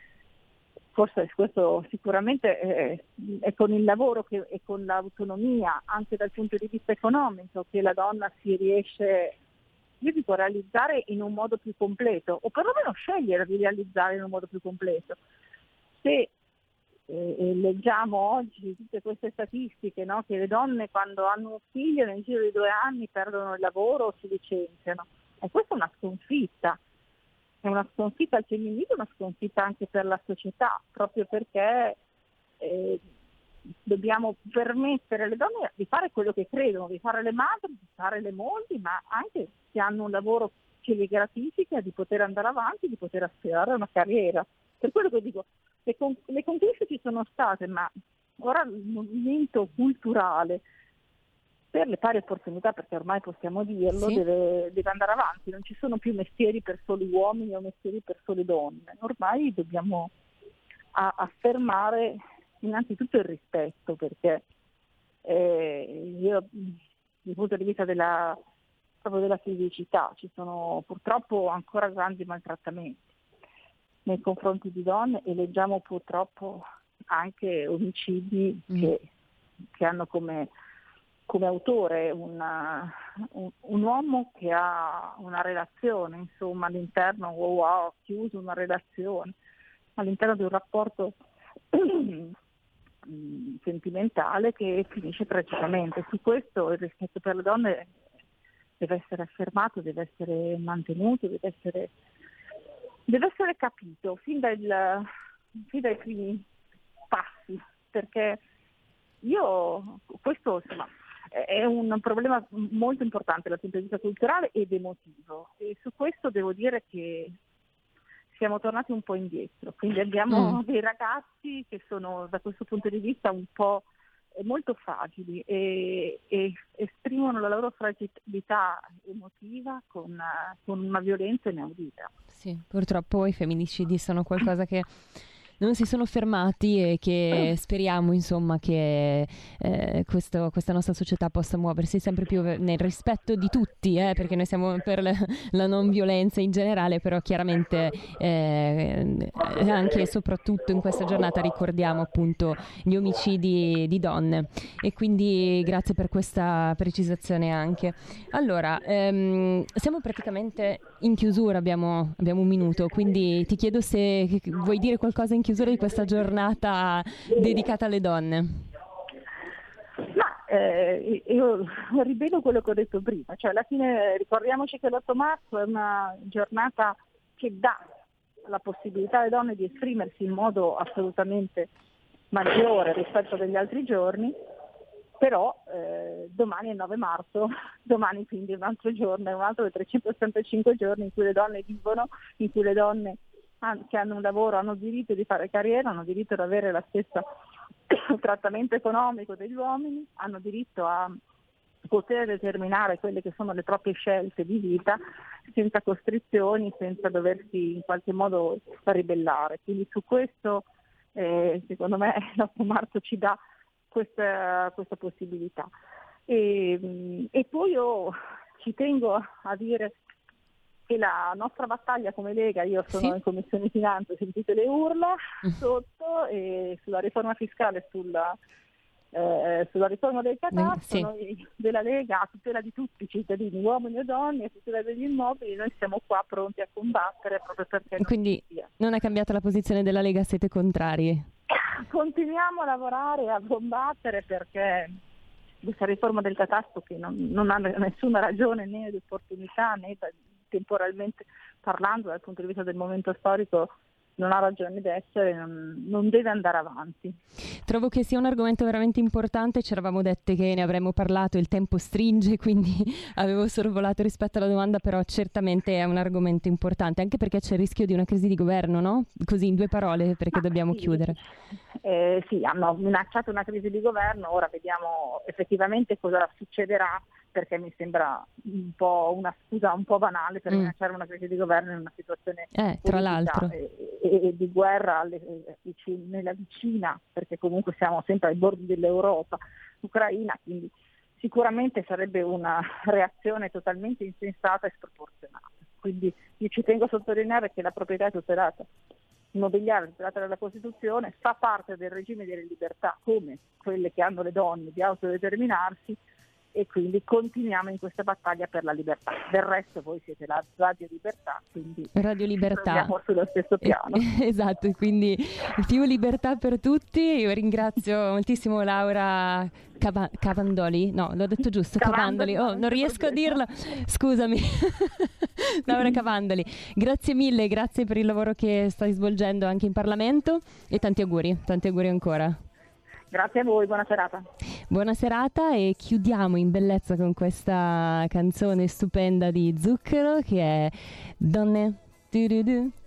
forse questo sicuramente è, è con il lavoro che, e con l'autonomia anche dal punto di vista economico che la donna si riesce, io dico, a realizzare in un modo più completo, o perlomeno scegliere di realizzare in un modo più completo. Se eh, leggiamo oggi tutte queste statistiche, no, che le donne quando hanno un figlio nel giro di due anni perdono il lavoro o si licenziano, e questa è una sconfitta. È una sconfitta al femminile, una sconfitta anche per la società, proprio perché eh, dobbiamo permettere alle donne di fare quello che credono, di fare le madri, di fare le mogli, ma anche se hanno un lavoro che le gratifica, di poter andare avanti, di poter aspirare a una carriera. Per quello che dico, le, con- le conquiste ci sono state, ma ora il movimento culturale per le pari opportunità, perché ormai possiamo dirlo, sì. deve, deve andare avanti, non ci sono più mestieri per soli uomini o mestieri per sole donne, ormai dobbiamo a- affermare innanzitutto il rispetto, perché eh, io dal punto di vista della, proprio della fisicità ci sono purtroppo ancora grandi maltrattamenti nei confronti di donne e leggiamo purtroppo anche omicidi mm. che, che hanno come come autore una, un, un uomo che ha una relazione, insomma, all'interno, o ha chiuso una relazione, all'interno di un rapporto sentimentale che finisce tragicamente. Su questo il rispetto per le donne deve essere affermato, deve essere mantenuto, deve essere, deve essere capito fin, dal, fin dai primi passi, perché io questo insomma è un problema molto importante dal punto di vista culturale ed emotivo, e su questo devo dire che siamo tornati un po' indietro, quindi abbiamo mm. dei ragazzi che sono da questo punto di vista un po' molto fragili e, e esprimono la loro fragilità emotiva con, con una violenza inaudita. Sì, purtroppo i femminicidi sono qualcosa che non si sono fermati e che speriamo insomma che eh, questo, questa nostra società possa muoversi sempre più nel rispetto di tutti, eh, perché noi siamo per la, la non violenza in generale, però chiaramente eh, anche e soprattutto in questa giornata ricordiamo appunto gli omicidi di donne, e quindi grazie per questa precisazione anche. Allora, ehm, siamo praticamente in chiusura, abbiamo, abbiamo un minuto, quindi ti chiedo se vuoi dire qualcosa in chiusura di questa giornata dedicata alle donne. Ma eh, io rivedo quello che ho detto prima, cioè alla fine ricordiamoci che l'otto marzo è una giornata che dà la possibilità alle donne di esprimersi in modo assolutamente maggiore rispetto agli altri giorni, però eh, domani è il nove marzo, domani quindi è un altro giorno, è un altro dei trecentosessantacinque giorni in cui le donne vivono, in cui le donne che hanno un lavoro hanno diritto di fare carriera, hanno diritto ad avere lo stesso trattamento economico degli uomini, hanno diritto a poter determinare quelle che sono le proprie scelte di vita senza costrizioni, senza doversi in qualche modo ribellare. Quindi su questo eh, secondo me l'otto marzo ci dà questa, questa possibilità. E, e poi io ci tengo a dire che la nostra battaglia come Lega, io sono sì. in Commissione Finanza, ho sentito le urla sotto, e sulla riforma fiscale, sulla, eh, sulla riforma del catasto, sì. noi della Lega, a tutela di tutti i cittadini, uomini e donne, a tutela degli immobili, noi siamo qua pronti a combattere proprio perché... Quindi non, non è cambiata la posizione della Lega, siete contrari? Continuiamo a lavorare e a combattere perché questa riforma del catasto, che non, non ha nessuna ragione né di opportunità né temporalmente parlando dal punto di vista del momento storico, non ha ragione d'essere, non, non deve andare avanti. Trovo che sia un argomento veramente importante, ci eravamo dette che ne avremmo parlato, il tempo stringe, quindi avevo sorvolato rispetto alla domanda, però certamente è un argomento importante, anche perché c'è il rischio di una crisi di governo, no? Così in due parole, perché Ma dobbiamo sì, chiudere. Eh, sì, hanno minacciato una crisi di governo, ora vediamo effettivamente cosa succederà, perché mi sembra un po' una scusa un po' banale per mm. minacciare una crisi di governo in una situazione eh, tra l'altro. E, e, e di guerra alle, nella vicina, perché comunque siamo sempre ai bordi dell'Europa, Ucraina, quindi sicuramente sarebbe una reazione totalmente insensata e sproporzionata. Quindi io ci tengo a sottolineare che la proprietà è tutelata, immobiliare tutelata dalla Costituzione, fa parte del regime delle libertà come quelle che hanno le donne di autodeterminarsi, e quindi continuiamo in questa battaglia per la libertà. Del resto voi siete la Radio Libertà, quindi Radio Libertà. Siamo sullo stesso piano. Esatto, quindi più libertà per tutti. Io ringrazio moltissimo Laura Cava- Cavandoli, no, l'ho detto giusto, Cavandoli, Cavandoli. Oh, non riesco a dirlo, scusami. Laura Cavandoli, grazie mille, grazie per il lavoro che stai svolgendo anche in Parlamento e tanti auguri, tanti auguri ancora. Grazie a voi, buona serata. Buona serata, e chiudiamo in bellezza con questa canzone stupenda di Zucchero che è Donne. Du-du-du.